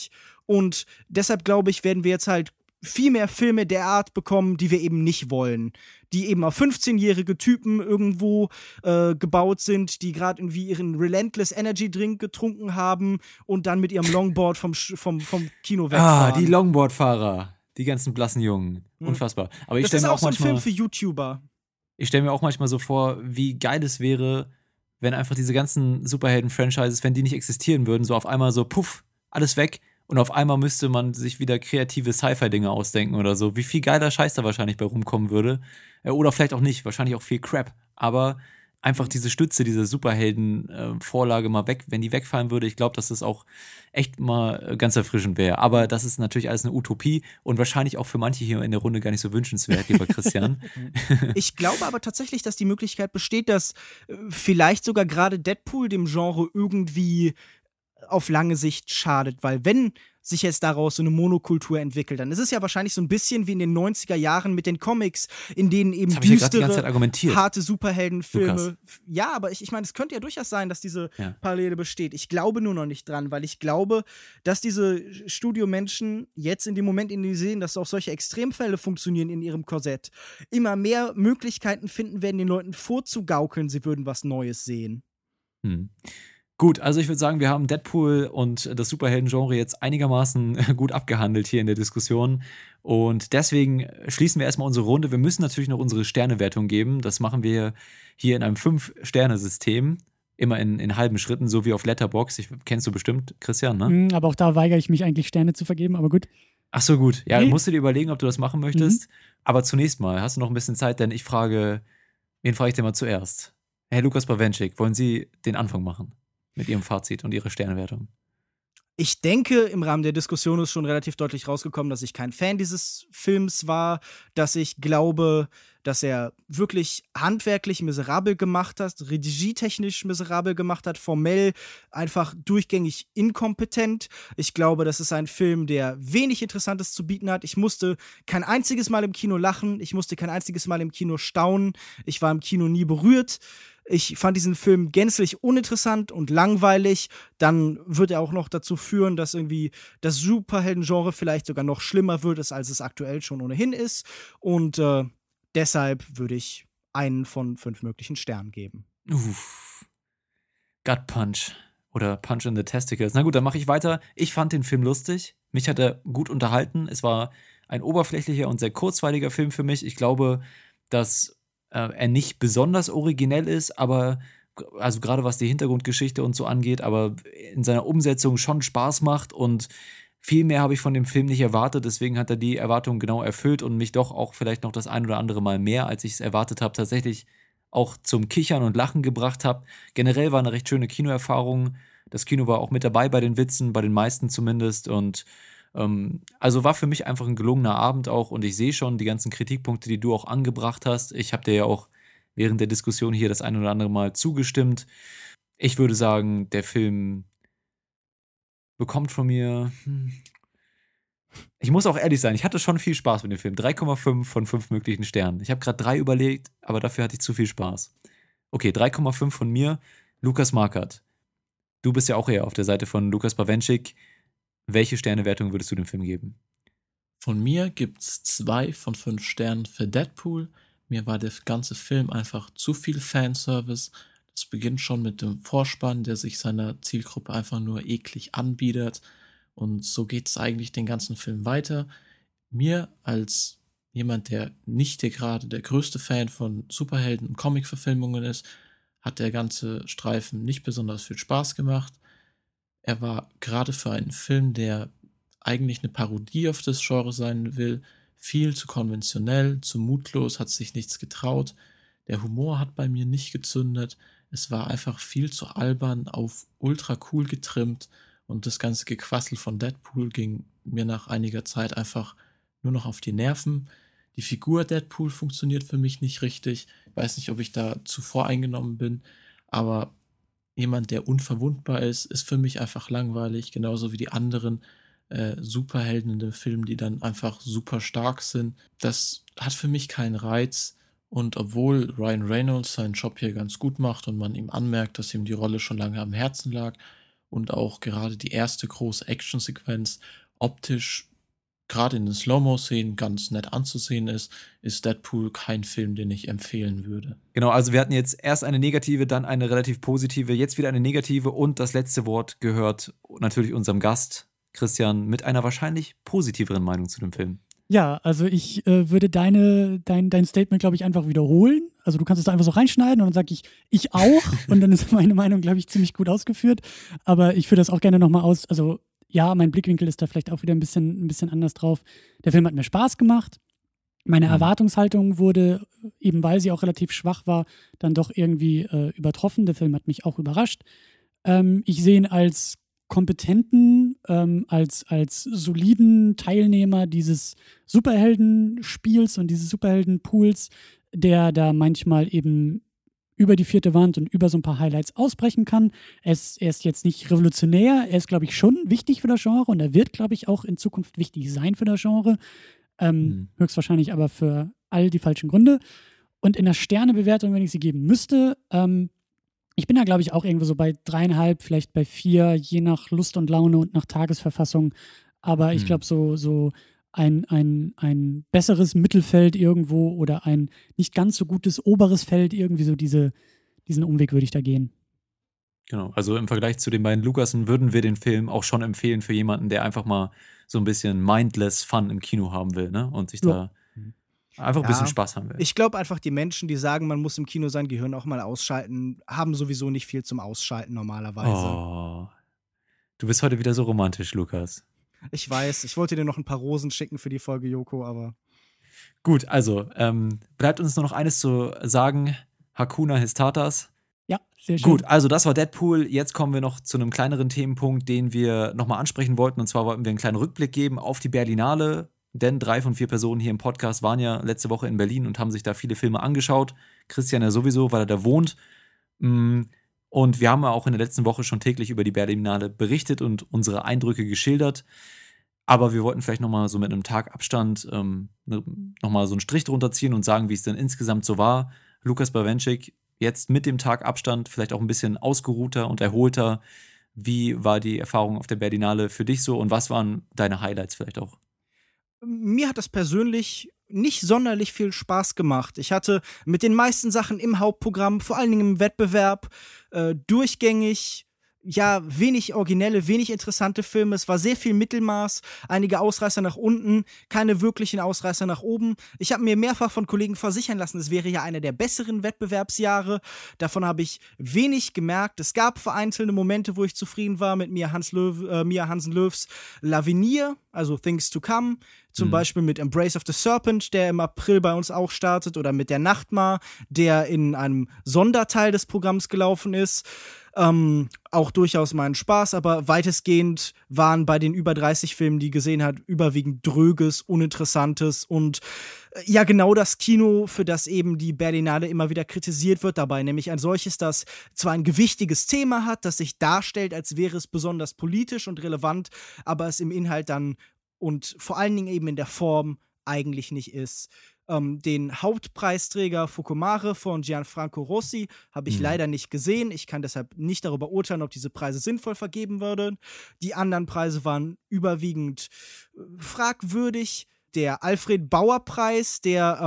Und deshalb, glaube ich, werden wir jetzt halt viel mehr Filme der Art bekommen, die wir eben nicht wollen. Die eben auf 15-jährige Typen irgendwo gebaut sind, die gerade irgendwie ihren Relentless Energy Drink getrunken haben und dann mit ihrem Longboard vom Kino wegfahren. Die Longboard-Fahrer. Die ganzen blassen Jungen. Unfassbar. Aber ich Das stelle ist mir auch auch so ein manchmal, Film für YouTuber. ich stelle mir auch manchmal so vor, wie geil es wäre, wenn einfach diese ganzen Superhelden-Franchises, wenn die nicht existieren würden, so auf einmal so, puff, alles weg. Und auf einmal müsste man sich wieder kreative Sci-Fi-Dinge ausdenken oder so. Wie viel geiler Scheiß da wahrscheinlich bei rumkommen würde. Oder vielleicht auch nicht. Wahrscheinlich auch viel Crap. Aber einfach diese Stütze, diese Superhelden-Vorlage mal weg, wenn die wegfallen würde, ich glaube, dass das auch echt mal ganz erfrischend wäre. Aber das ist natürlich alles eine Utopie und wahrscheinlich auch für manche hier in der Runde gar nicht so wünschenswert, lieber Christian. Ich glaube aber tatsächlich, dass die Möglichkeit besteht, dass vielleicht sogar gerade Deadpool dem Genre irgendwie auf lange Sicht schadet, weil wenn sich jetzt daraus so eine Monokultur entwickelt, dann ist es ja wahrscheinlich so ein bisschen wie in den 90er Jahren mit den Comics, in denen eben Das hab ich ja grad die ganze Zeit düstere, argumentiert. harte Superheldenfilme. Lukas. Ja, aber ich meine, es könnte ja durchaus sein, dass diese Parallele besteht. Ich glaube nur noch nicht dran, weil ich glaube, dass diese Studiomenschen jetzt in dem Moment, in dem sie sehen, dass auch solche Extremfälle funktionieren in ihrem Korsett, immer mehr Möglichkeiten finden werden, den Leuten vorzugaukeln, sie würden was Neues sehen. Gut, also ich würde sagen, wir haben Deadpool und das Superhelden-Genre jetzt einigermaßen gut abgehandelt hier in der Diskussion. Und deswegen schließen wir erstmal unsere Runde. Wir müssen natürlich noch unsere Sternewertung geben. Das machen wir hier in einem 5-Sterne-System. Immer in halben Schritten, so wie auf Letterboxd. Kennst du bestimmt, Christian, ne? Aber auch da weigere ich mich eigentlich, Sterne zu vergeben, aber gut. Ach so, gut. Ja, Nee. musst du dir überlegen, ob du das machen möchtest. Aber zunächst mal, hast du noch ein bisschen Zeit, denn wen frage ich denn mal zuerst? Herr Lukas Bawenschik, wollen Sie den Anfang machen? Mit Ihrem Fazit und Ihrer Sternewertung. Ich denke, im Rahmen der Diskussion ist schon relativ deutlich rausgekommen, dass ich kein Fan dieses Films war, dass ich glaube, dass er wirklich handwerklich miserabel gemacht hat, regietechnisch miserabel gemacht hat, formell einfach durchgängig inkompetent. Ich glaube, das ist ein Film, der wenig Interessantes zu bieten hat. Ich musste kein einziges Mal im Kino lachen, ich musste kein einziges Mal im Kino staunen, ich war im Kino nie berührt. Ich fand diesen Film gänzlich uninteressant und langweilig. Dann wird er auch noch dazu führen, dass irgendwie das Superhelden-Genre vielleicht sogar noch schlimmer wird, als es aktuell schon ohnehin ist. Und deshalb würde ich einen von 5 möglichen Sternen geben. Gut Punch oder Punch in the Testicles. Na gut, dann mache ich weiter. Ich fand den Film lustig. Mich hat er gut unterhalten. Es war ein oberflächlicher und sehr kurzweiliger Film für mich. Ich glaube, dass er nicht besonders originell ist, aber also gerade was die Hintergrundgeschichte und so angeht, aber in seiner Umsetzung schon Spaß macht und viel mehr habe ich von dem Film nicht erwartet, deswegen hat er die Erwartungen genau erfüllt und mich doch auch vielleicht noch das ein oder andere Mal mehr, als ich es erwartet habe, tatsächlich auch zum Kichern und Lachen gebracht habe. Generell war eine recht schöne Kinoerfahrung. Das Kino war auch mit dabei bei den Witzen, bei den meisten zumindest und also war für mich einfach ein gelungener Abend auch und ich sehe schon die ganzen Kritikpunkte, die du auch angebracht hast. Ich habe dir ja auch während der Diskussion hier das ein oder andere Mal zugestimmt. Ich würde sagen, der Film bekommt von mir. Ich muss auch ehrlich sein, ich hatte schon viel Spaß mit dem Film. 3,5 von 5 möglichen Sternen. Ich habe gerade 3 überlegt, aber dafür hatte ich zu viel Spaß. Okay, 3,5 von mir. Lukas Markert. Du bist ja auch eher auf der Seite von Lukas Bawenschik. Welche Sternewertung würdest du dem Film geben? Von mir gibt's 2 von 5 Sternen für Deadpool. Mir war der ganze Film einfach zu viel Fanservice. Das beginnt schon mit dem Vorspann, der sich seiner Zielgruppe einfach nur eklig anbietet. Und so geht's eigentlich den ganzen Film weiter. Mir als jemand, der nicht gerade der größte Fan von Superhelden- und Comic-Verfilmungen ist, hat der ganze Streifen nicht besonders viel Spaß gemacht. Er war gerade für einen Film, der eigentlich eine Parodie auf das Genre sein will, viel zu konventionell, zu mutlos, hat sich nichts getraut. Der Humor hat bei mir nicht gezündet. Es war einfach viel zu albern, auf ultra cool getrimmt und das ganze Gequassel von Deadpool ging mir nach einiger Zeit einfach nur noch auf die Nerven. Die Figur Deadpool funktioniert für mich nicht richtig. Ich weiß nicht, ob ich da zu voreingenommen bin, aber jemand, der unverwundbar ist, ist für mich einfach langweilig, genauso wie die anderen Superhelden in dem Film, die dann einfach super stark sind. Das hat für mich keinen Reiz. Und obwohl Ryan Reynolds seinen Job hier ganz gut macht und man ihm anmerkt, dass ihm die Rolle schon lange am Herzen lag und auch gerade die erste große Actionsequenz optisch gerade in den Slow-Mo-Szenen ganz nett anzusehen ist Deadpool kein Film, den ich empfehlen würde. Genau, also wir hatten jetzt erst eine negative, dann eine relativ positive, jetzt wieder eine negative und das letzte Wort gehört natürlich unserem Gast, Christian, mit einer wahrscheinlich positiveren Meinung zu dem Film. Ja, also ich würde dein Statement, glaube ich, einfach wiederholen. Also du kannst es da einfach so reinschneiden und dann sage ich auch und dann ist meine Meinung, glaube ich, ziemlich gut ausgeführt. Aber ich führe das auch gerne nochmal aus. Also ja, mein Blickwinkel ist da vielleicht auch wieder ein bisschen anders drauf. Der Film hat mir Spaß gemacht. Meine Erwartungshaltung wurde, eben weil sie auch relativ schwach war, dann doch irgendwie übertroffen. Der Film hat mich auch überrascht. Ich sehe ihn als kompetenten, als soliden Teilnehmer dieses Superheldenspiels und dieses Superheldenpools, der da manchmal eben über die vierte Wand und über so ein paar Highlights ausbrechen kann. Er ist jetzt nicht revolutionär, er ist, glaube ich, schon wichtig für das Genre und er wird, glaube ich, auch in Zukunft wichtig sein für das Genre. Höchstwahrscheinlich aber für all die falschen Gründe. Und in der Sternebewertung, wenn ich sie geben müsste, ich bin da, glaube ich, auch irgendwo so bei 3,5, vielleicht bei 4, je nach Lust und Laune und nach Tagesverfassung. Aber ich glaube, so ein besseres Mittelfeld irgendwo oder ein nicht ganz so gutes oberes Feld, irgendwie so diesen Umweg würde ich da gehen. Genau, also im Vergleich zu den beiden Lukasen würden wir den Film auch schon empfehlen für jemanden, der einfach mal so ein bisschen mindless Fun im Kino haben will, ne? Und sich da einfach ein bisschen Spaß haben will. Ich glaube einfach, die Menschen, die sagen, man muss im Kino sein Gehirn auch mal ausschalten, haben sowieso nicht viel zum Ausschalten normalerweise. Oh, du bist heute wieder so romantisch, Lukas. Ich weiß, ich wollte dir noch ein paar Rosen schicken für die Folge, Joko, aber Gut, also bleibt uns nur noch eines zu sagen. Hakuna Histatas. Ja, sehr schön. Gut, also das war Deadpool. Jetzt kommen wir noch zu einem kleineren Themenpunkt, den wir nochmal ansprechen wollten. Und zwar wollten wir einen kleinen Rückblick geben auf die Berlinale. Denn 3 von 4 Personen hier im Podcast waren ja letzte Woche in Berlin und haben sich da viele Filme angeschaut. Christian ja sowieso, weil er da wohnt. Und wir haben ja auch in der letzten Woche schon täglich über die Berlinale berichtet und unsere Eindrücke geschildert. Aber wir wollten vielleicht nochmal so mit einem Tag Abstand nochmal so einen Strich drunter ziehen und sagen, wie es denn insgesamt so war. Lukas Bawenschik, jetzt mit dem Tag Abstand, vielleicht auch ein bisschen ausgeruhter und erholter. Wie war die Erfahrung auf der Berlinale für dich so und was waren deine Highlights vielleicht auch? mir hat das persönlich nicht sonderlich viel Spaß gemacht. Ich hatte mit den meisten Sachen im Hauptprogramm, vor allen Dingen im Wettbewerb, durchgängig wenig originelle, wenig interessante Filme. Es war sehr viel Mittelmaß, einige Ausreißer nach unten, keine wirklichen Ausreißer nach oben. Ich habe mir mehrfach von Kollegen versichern lassen, es wäre ja einer der besseren Wettbewerbsjahre. Davon habe ich wenig gemerkt. Es gab vereinzelte Momente, wo ich zufrieden war mit Mia Hansen-Löws L'Avenir, also Things to Come. Zum Beispiel mit Embrace of the Serpent, der im April bei uns auch startet, oder mit Der Nachtmar, der in einem Sonderteil des Programms gelaufen ist. Auch durchaus meinen Spaß, aber weitestgehend waren bei den über 30 Filmen, die gesehen hat, überwiegend dröges, uninteressantes und genau das Kino, für das eben die Berlinale immer wieder kritisiert wird dabei, nämlich ein solches, das zwar ein gewichtiges Thema hat, das sich darstellt, als wäre es besonders politisch und relevant, aber es im Inhalt dann und vor allen Dingen eben in der Form eigentlich nicht ist. Den Hauptpreisträger Fukumare von Gianfranco Rossi habe ich leider nicht gesehen. Ich kann deshalb nicht darüber urteilen, ob diese Preise sinnvoll vergeben würden. Die anderen Preise waren überwiegend fragwürdig. Der Alfred-Bauer-Preis, der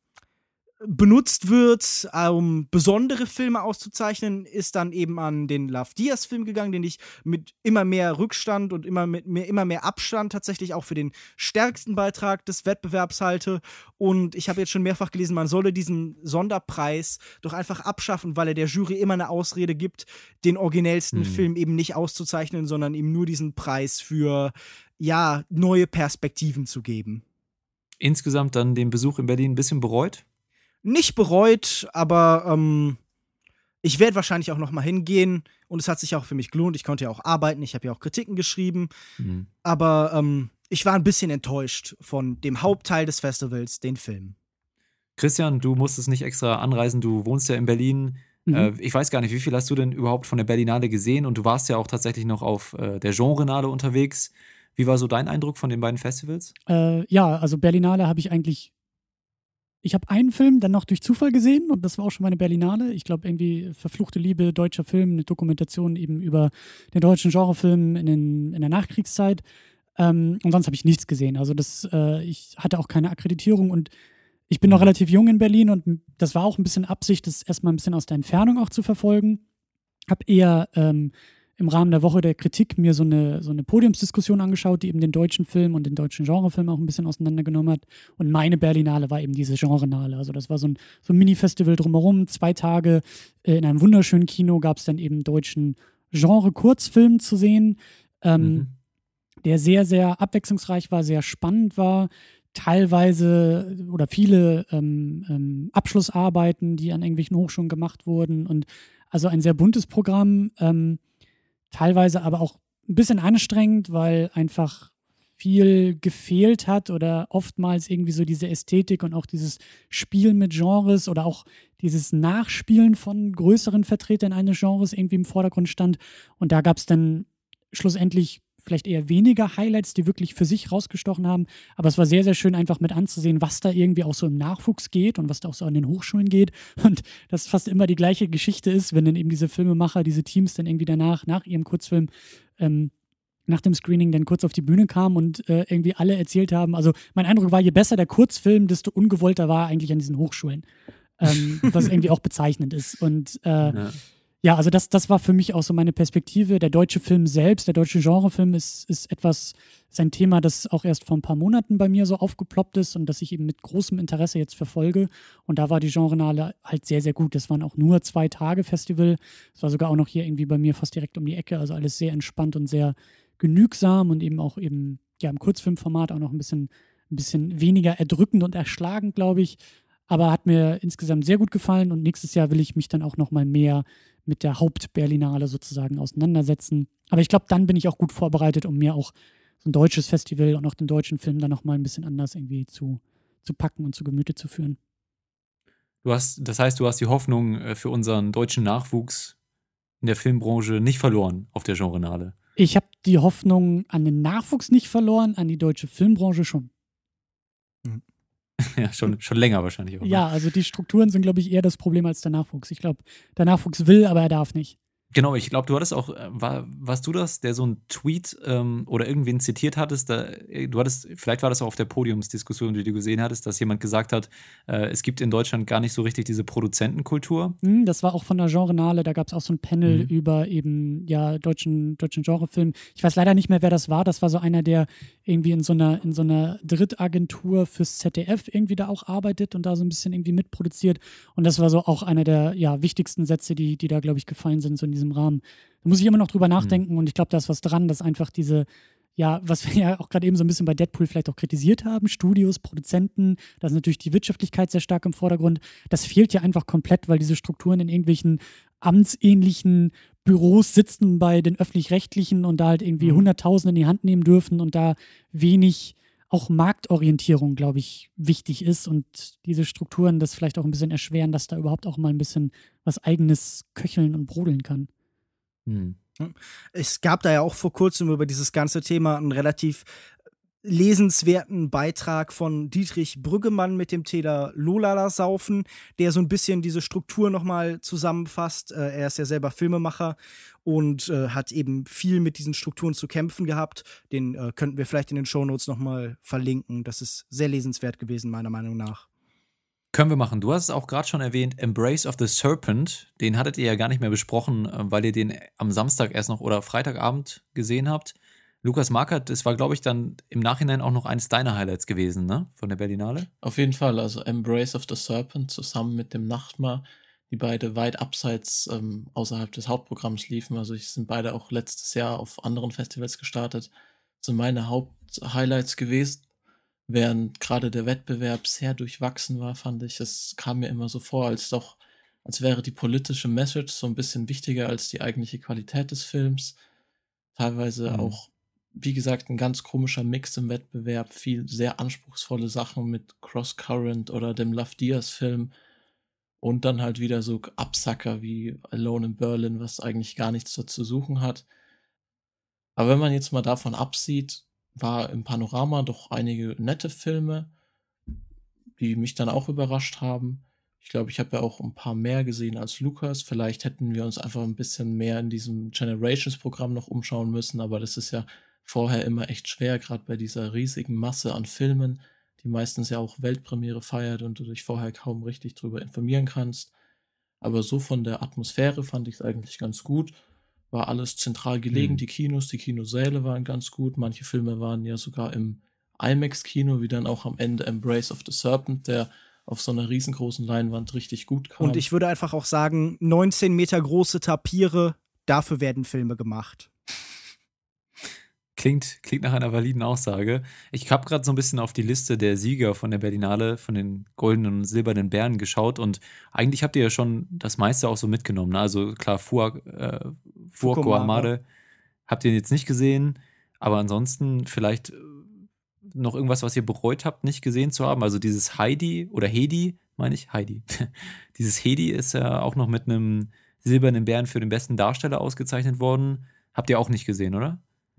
benutzt wird, um besondere Filme auszuzeichnen, ist dann eben an den Love Diaz-Film gegangen, den ich mit immer mehr Rückstand und immer mehr Abstand tatsächlich auch für den stärksten Beitrag des Wettbewerbs halte. Und ich habe jetzt schon mehrfach gelesen, man solle diesen Sonderpreis doch einfach abschaffen, weil er der Jury immer eine Ausrede gibt, den originellsten Film eben nicht auszuzeichnen, sondern ihm nur diesen Preis für neue Perspektiven zu geben. Insgesamt dann den Besuch in Berlin ein bisschen bereut? Nicht bereut, aber ich werde wahrscheinlich auch noch mal hingehen und es hat sich auch für mich gelohnt. Ich konnte ja auch arbeiten, ich habe ja auch Kritiken geschrieben, aber ich war ein bisschen enttäuscht von dem Hauptteil des Festivals, den Filmen. Christian, du musstest nicht extra anreisen, du wohnst ja in Berlin. Ich weiß gar nicht, wie viel hast du denn überhaupt von der Berlinale gesehen und du warst ja auch tatsächlich noch auf der Genrenale unterwegs. Wie war so dein Eindruck von den beiden Festivals? Also Berlinale habe ich habe einen Film dann noch durch Zufall gesehen und das war auch schon meine Berlinale. Ich glaube, irgendwie Verfluchte Liebe, deutscher Film, eine Dokumentation eben über den deutschen Genrefilm in der Nachkriegszeit. Und sonst habe ich nichts gesehen. Also ich hatte auch keine Akkreditierung und ich bin noch relativ jung in Berlin und das war auch ein bisschen Absicht, das erstmal ein bisschen aus der Entfernung auch zu verfolgen. Habe eher im Rahmen der Woche der Kritik mir so eine Podiumsdiskussion angeschaut, die eben den deutschen Film und den deutschen Genrefilm auch ein bisschen auseinandergenommen hat. Und meine Berlinale war eben diese Genrenale. Also das war so ein Mini-Festival drumherum. 2 Tage in einem wunderschönen Kino gab es dann eben deutschen Genre-Kurzfilm zu sehen, der sehr, sehr abwechslungsreich war, sehr spannend war. Teilweise oder viele Abschlussarbeiten, die an irgendwelchen Hochschulen gemacht wurden. Und also ein sehr buntes Programm, teilweise aber auch ein bisschen anstrengend, weil einfach viel gefehlt hat oder oftmals irgendwie so diese Ästhetik und auch dieses Spiel mit Genres oder auch dieses Nachspielen von größeren Vertretern eines Genres irgendwie im Vordergrund stand. Und da gab es dann schlussendlich vielleicht eher weniger Highlights, die wirklich für sich rausgestochen haben. Aber es war sehr, sehr schön einfach mit anzusehen, was da irgendwie auch so im Nachwuchs geht und was da auch so an den Hochschulen geht. Und dass fast immer die gleiche Geschichte ist, wenn dann eben diese Filmemacher, diese Teams dann irgendwie danach, nach ihrem Kurzfilm, nach dem Screening dann kurz auf die Bühne kamen und irgendwie alle erzählt haben. Also mein Eindruck war, je besser der Kurzfilm, desto ungewollter war er eigentlich an diesen Hochschulen. Was irgendwie auch bezeichnend ist. Und ja, also das war für mich auch so meine Perspektive. Der deutsche Film selbst, der deutsche Genrefilm ist ein Thema, das auch erst vor ein paar Monaten bei mir so aufgeploppt ist und das ich eben mit großem Interesse jetzt verfolge. Und da war die Genrenale halt sehr, sehr gut. Das waren auch nur 2 Tage Festival. Es war sogar auch noch hier irgendwie bei mir fast direkt um die Ecke. Also alles sehr entspannt und sehr genügsam und eben auch eben ja im Kurzfilmformat auch noch ein bisschen weniger erdrückend und erschlagend, glaube ich. Aber hat mir insgesamt sehr gut gefallen und nächstes Jahr will ich mich dann auch noch mal mehr mit der Hauptberlinale sozusagen auseinandersetzen. Aber ich glaube, dann bin ich auch gut vorbereitet, um mir auch so ein deutsches Festival und auch den deutschen Film dann noch mal ein bisschen anders irgendwie zu packen und zu Gemüte zu führen. Das heißt, du hast die Hoffnung für unseren deutschen Nachwuchs in der Filmbranche nicht verloren auf der Genrenale. Ich habe die Hoffnung an den Nachwuchs nicht verloren, an die deutsche Filmbranche schon. Ja, schon länger wahrscheinlich auch. Ne? Ja, also die Strukturen sind, glaube ich, eher das Problem als der Nachwuchs. Ich glaube, der Nachwuchs will, aber er darf nicht. Genau, ich glaube, du hattest auch, warst du das, der so einen Tweet oder irgendwen zitiert hattest, vielleicht war das auch auf der Podiumsdiskussion, die du gesehen hattest, dass jemand gesagt hat, es gibt in Deutschland gar nicht so richtig diese Produzentenkultur. Das war auch von der Genrenale, da gab es auch so ein Panel über eben, ja, deutschen Genrefilm. Ich weiß leider nicht mehr, wer das war. Das war so einer, der irgendwie in so einer Drittagentur fürs ZDF irgendwie da auch arbeitet und da so ein bisschen irgendwie mitproduziert. Und das war so auch einer der, ja, wichtigsten Sätze, die da, glaube ich, gefallen sind, so in diesem Rahmen. Da muss ich immer noch drüber nachdenken und ich glaube, da ist was dran, dass einfach diese, ja, was wir ja auch gerade eben so ein bisschen bei Deadpool vielleicht auch kritisiert haben, Studios, Produzenten, da ist natürlich die Wirtschaftlichkeit sehr stark im Vordergrund. Das fehlt ja einfach komplett, weil diese Strukturen in irgendwelchen amtsähnlichen Büros sitzen bei den Öffentlich-Rechtlichen und da halt irgendwie Hunderttausende in die Hand nehmen dürfen und da wenig auch Marktorientierung, glaube ich, wichtig ist und diese Strukturen das vielleicht auch ein bisschen erschweren, dass da überhaupt auch mal ein bisschen was Eigenes köcheln und brodeln kann. Es gab da ja auch vor kurzem über dieses ganze Thema einen relativ lesenswerten Beitrag von Dietrich Brüggemann mit dem Thema Lolala saufen, der so ein bisschen diese Struktur nochmal zusammenfasst. Er ist ja selber Filmemacher und hat eben viel mit diesen Strukturen zu kämpfen gehabt. Den könnten wir vielleicht in den Shownotes nochmal verlinken. Das ist sehr lesenswert gewesen, meiner Meinung nach. Können wir machen. Du hast es auch gerade schon erwähnt, Embrace of the Serpent. Den hattet ihr ja gar nicht mehr besprochen, weil ihr den am Samstag erst noch oder Freitagabend gesehen habt. Lukas Markert, das war, glaube ich, dann im Nachhinein auch noch eines deiner Highlights gewesen, ne? Von der Berlinale. Auf jeden Fall, also Embrace of the Serpent zusammen mit dem Nachtmar, die beide weit abseits außerhalb des Hauptprogramms liefen. Also ich sind beide auch letztes Jahr auf anderen Festivals gestartet. Sind meine Haupthighlights gewesen. Während gerade der Wettbewerb sehr durchwachsen war, fand ich, es kam mir immer so vor, als wäre die politische Message so ein bisschen wichtiger als die eigentliche Qualität des Films. Teilweise auch, wie gesagt, ein ganz komischer Mix im Wettbewerb, viel sehr anspruchsvolle Sachen mit Cross Current oder dem Love Diaz-Film und dann halt wieder so Absacker wie Alone in Berlin, was eigentlich gar nichts dort zu suchen hat. Aber wenn man jetzt mal davon absieht, war im Panorama doch einige nette Filme, die mich dann auch überrascht haben. Ich glaube, ich habe ja auch ein paar mehr gesehen als Lukas. Vielleicht hätten wir uns einfach ein bisschen mehr in diesem Generations-Programm noch umschauen müssen, aber das ist ja vorher immer echt schwer, gerade bei dieser riesigen Masse an Filmen, die meistens ja auch Weltpremiere feiert und du dich vorher kaum richtig drüber informieren kannst. Aber so von der Atmosphäre fand ich es eigentlich ganz gut. War alles zentral gelegen, die Kinosäle waren ganz gut. Manche Filme waren ja sogar im IMAX-Kino, wie dann auch am Ende Embrace of the Serpent, der auf so einer riesengroßen Leinwand richtig gut kam. Und ich würde einfach auch sagen, 19 Meter große Tapiere, dafür werden Filme gemacht. Klingt nach einer validen Aussage. Ich habe gerade so ein bisschen auf die Liste der Sieger von der Berlinale, von den goldenen und silbernen Bären geschaut und eigentlich habt ihr ja schon das meiste auch so mitgenommen. Ne? Also klar, Fuoco Amade habt ihr jetzt nicht gesehen, aber ansonsten vielleicht noch irgendwas, was ihr bereut habt, nicht gesehen zu haben. Also dieses Heidi, meine ich, Heidi. Dieses Hedi ist ja auch noch mit einem silbernen Bären für den besten Darsteller ausgezeichnet worden. Habt ihr auch nicht gesehen, oder?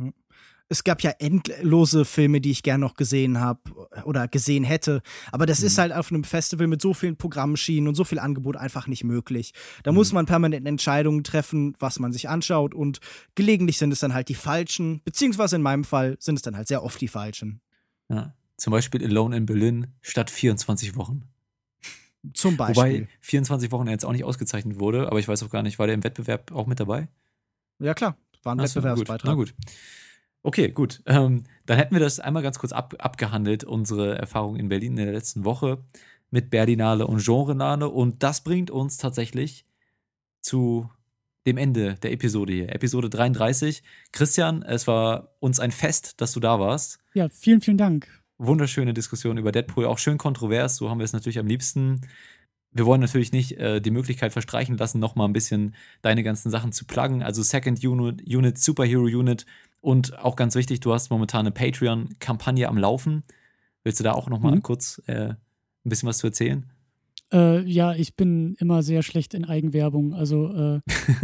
Es gab ja endlose Filme, die ich gern noch gesehen habe oder gesehen hätte. Aber das ist halt auf einem Festival mit so vielen Programmschienen und so viel Angebot einfach nicht möglich. Da muss man permanent Entscheidungen treffen, was man sich anschaut. Und gelegentlich sind es dann halt die falschen, beziehungsweise in meinem Fall sind es dann halt sehr oft die falschen. Ja. Zum Beispiel Alone in Berlin statt 24 Wochen. Zum Beispiel. Wobei 24 Wochen jetzt auch nicht ausgezeichnet wurde, aber ich weiß auch gar nicht, war der im Wettbewerb auch mit dabei? Ja klar, war ein Wettbewerbsbeitrag. Na gut. Okay, gut. Dann hätten wir das einmal ganz kurz abgehandelt, unsere Erfahrung in Berlin in der letzten Woche mit Berlinale und Genrenale. Und das bringt uns tatsächlich zu dem Ende der Episode hier. Episode 33. Christian, es war uns ein Fest, dass du da warst. Ja, vielen, vielen Dank. Wunderschöne Diskussion über Deadpool, auch schön kontrovers, so haben wir es natürlich am liebsten. Wir wollen natürlich nicht die Möglichkeit verstreichen lassen, nochmal ein bisschen deine ganzen Sachen zu pluggen. Also Second Unit, Superhero Unit und auch ganz wichtig, du hast momentan eine Patreon-Kampagne am Laufen. Willst du da auch nochmal kurz ein bisschen was zu erzählen? Ja, ich bin immer sehr schlecht in Eigenwerbung. Also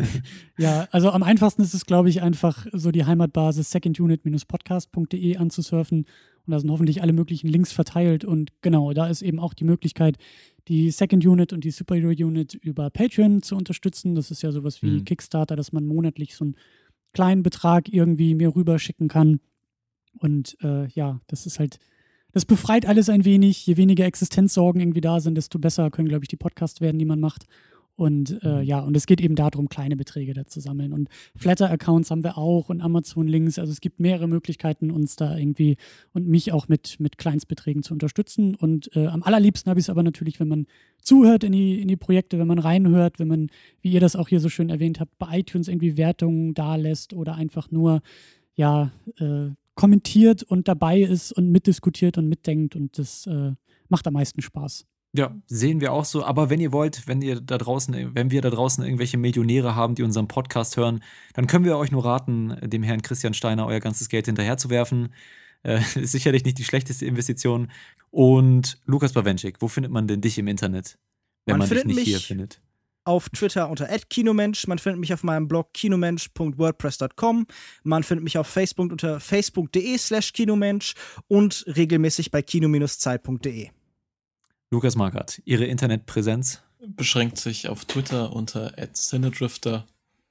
ja, also am einfachsten ist es, glaube ich, einfach so die Heimatbasis secondunit-podcast.de anzusurfen. Und da sind hoffentlich alle möglichen Links verteilt. Und genau, da ist eben auch die Möglichkeit, die Second Unit und die Superhero Unit über Patreon zu unterstützen. Das ist ja sowas wie Kickstarter, dass man monatlich so einen kleinen Betrag irgendwie mir rüberschicken kann. Und ja, das ist halt, das befreit alles ein wenig. Je weniger Existenzsorgen irgendwie da sind, desto besser können, glaube ich, die Podcasts werden, die man macht. Und ja, und es geht eben darum, kleine Beträge da zu sammeln. Und Flatter-Accounts haben wir auch und Amazon-Links. Also es gibt mehrere Möglichkeiten, uns da irgendwie und mich auch mit Kleinstbeträgen zu unterstützen. Und am allerliebsten habe ich es aber natürlich, wenn man zuhört in die Projekte, wenn man reinhört, wenn man, wie ihr das auch hier so schön erwähnt habt, bei iTunes irgendwie Wertungen dalässt oder einfach nur, ja, kommentiert und dabei ist und mitdiskutiert und mitdenkt. Und das macht am meisten Spaß. Ja, sehen wir auch so. Aber wenn ihr wollt, wenn wir da draußen irgendwelche Millionäre haben, die unseren Podcast hören, dann können wir euch nur raten, dem Herrn Christian Steiner euer ganzes Geld hinterherzuwerfen. Ist sicherlich nicht die schlechteste Investition. Und Lukas Bawenschik, wo findet man denn dich im Internet, wenn man dich nicht hier findet? Auf Twitter unter @kinomensch, man findet mich auf meinem Blog kinomensch.wordpress.com, man findet mich auf Facebook unter facebook.de/kinomensch und regelmäßig bei kino-zeit.de. Lukas Markert, Ihre Internetpräsenz? Beschränkt sich auf Twitter unter @cinedrifter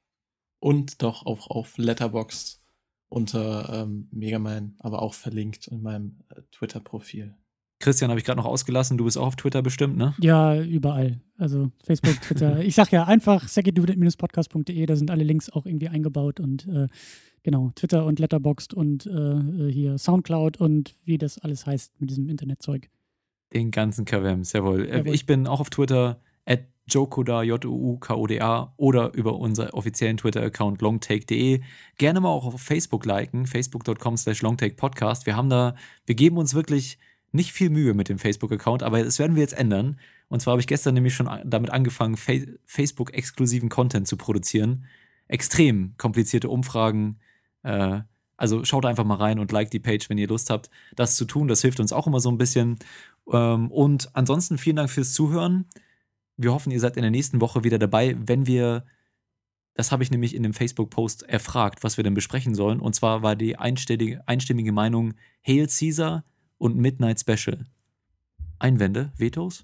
und doch auch auf Letterboxd unter Megaman, aber auch verlinkt in meinem Twitter-Profil. Christian habe ich gerade noch ausgelassen, du bist auch auf Twitter bestimmt, ne? Ja, überall. Also Facebook, Twitter. Ich sag ja einfach secondunit-podcast.de, da sind alle Links auch irgendwie eingebaut und genau, Twitter und Letterboxd und hier Soundcloud und wie das alles heißt mit diesem Internetzeug. Den ganzen Kawems, jawohl. Ich bin auch auf Twitter @jokoda, JOUKODA oder über unseren offiziellen Twitter-Account longtake.de. Gerne mal auch auf Facebook liken, facebook.com/longtakepodcast. Wir geben uns wirklich nicht viel Mühe mit dem Facebook-Account, aber das werden wir jetzt ändern. Und zwar habe ich gestern nämlich schon damit angefangen, Facebook-exklusiven Content zu produzieren. Extrem komplizierte Umfragen. Also schaut einfach mal rein und liked die Page, wenn ihr Lust habt, das zu tun. Das hilft uns auch immer so ein bisschen. Und ansonsten vielen Dank fürs Zuhören. Wir hoffen, ihr seid in der nächsten Woche wieder dabei, wenn wir, das habe ich nämlich in dem Facebook-Post erfragt, was wir denn besprechen sollen. Und zwar war die einstimmige Meinung Hail Caesar und Midnight Special. Einwände? Vetos?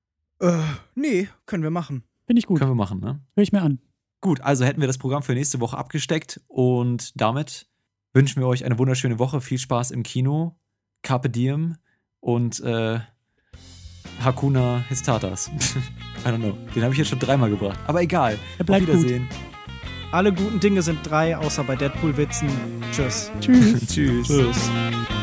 Nee, können wir machen. Finde ich gut. Können wir machen, ne? Hör ich mir an. Gut, also hätten wir das Programm für nächste Woche abgesteckt und damit wünschen wir euch eine wunderschöne Woche. Viel Spaß im Kino. Carpe Diem und Hakuna Histatas. I don't know. Den habe ich jetzt schon 3-mal gebracht. Aber egal. Auf Wiedersehen. Gut. Alle guten Dinge sind 3, außer bei Deadpool-Witzen. Tschüss. Tschüss. Tschüss.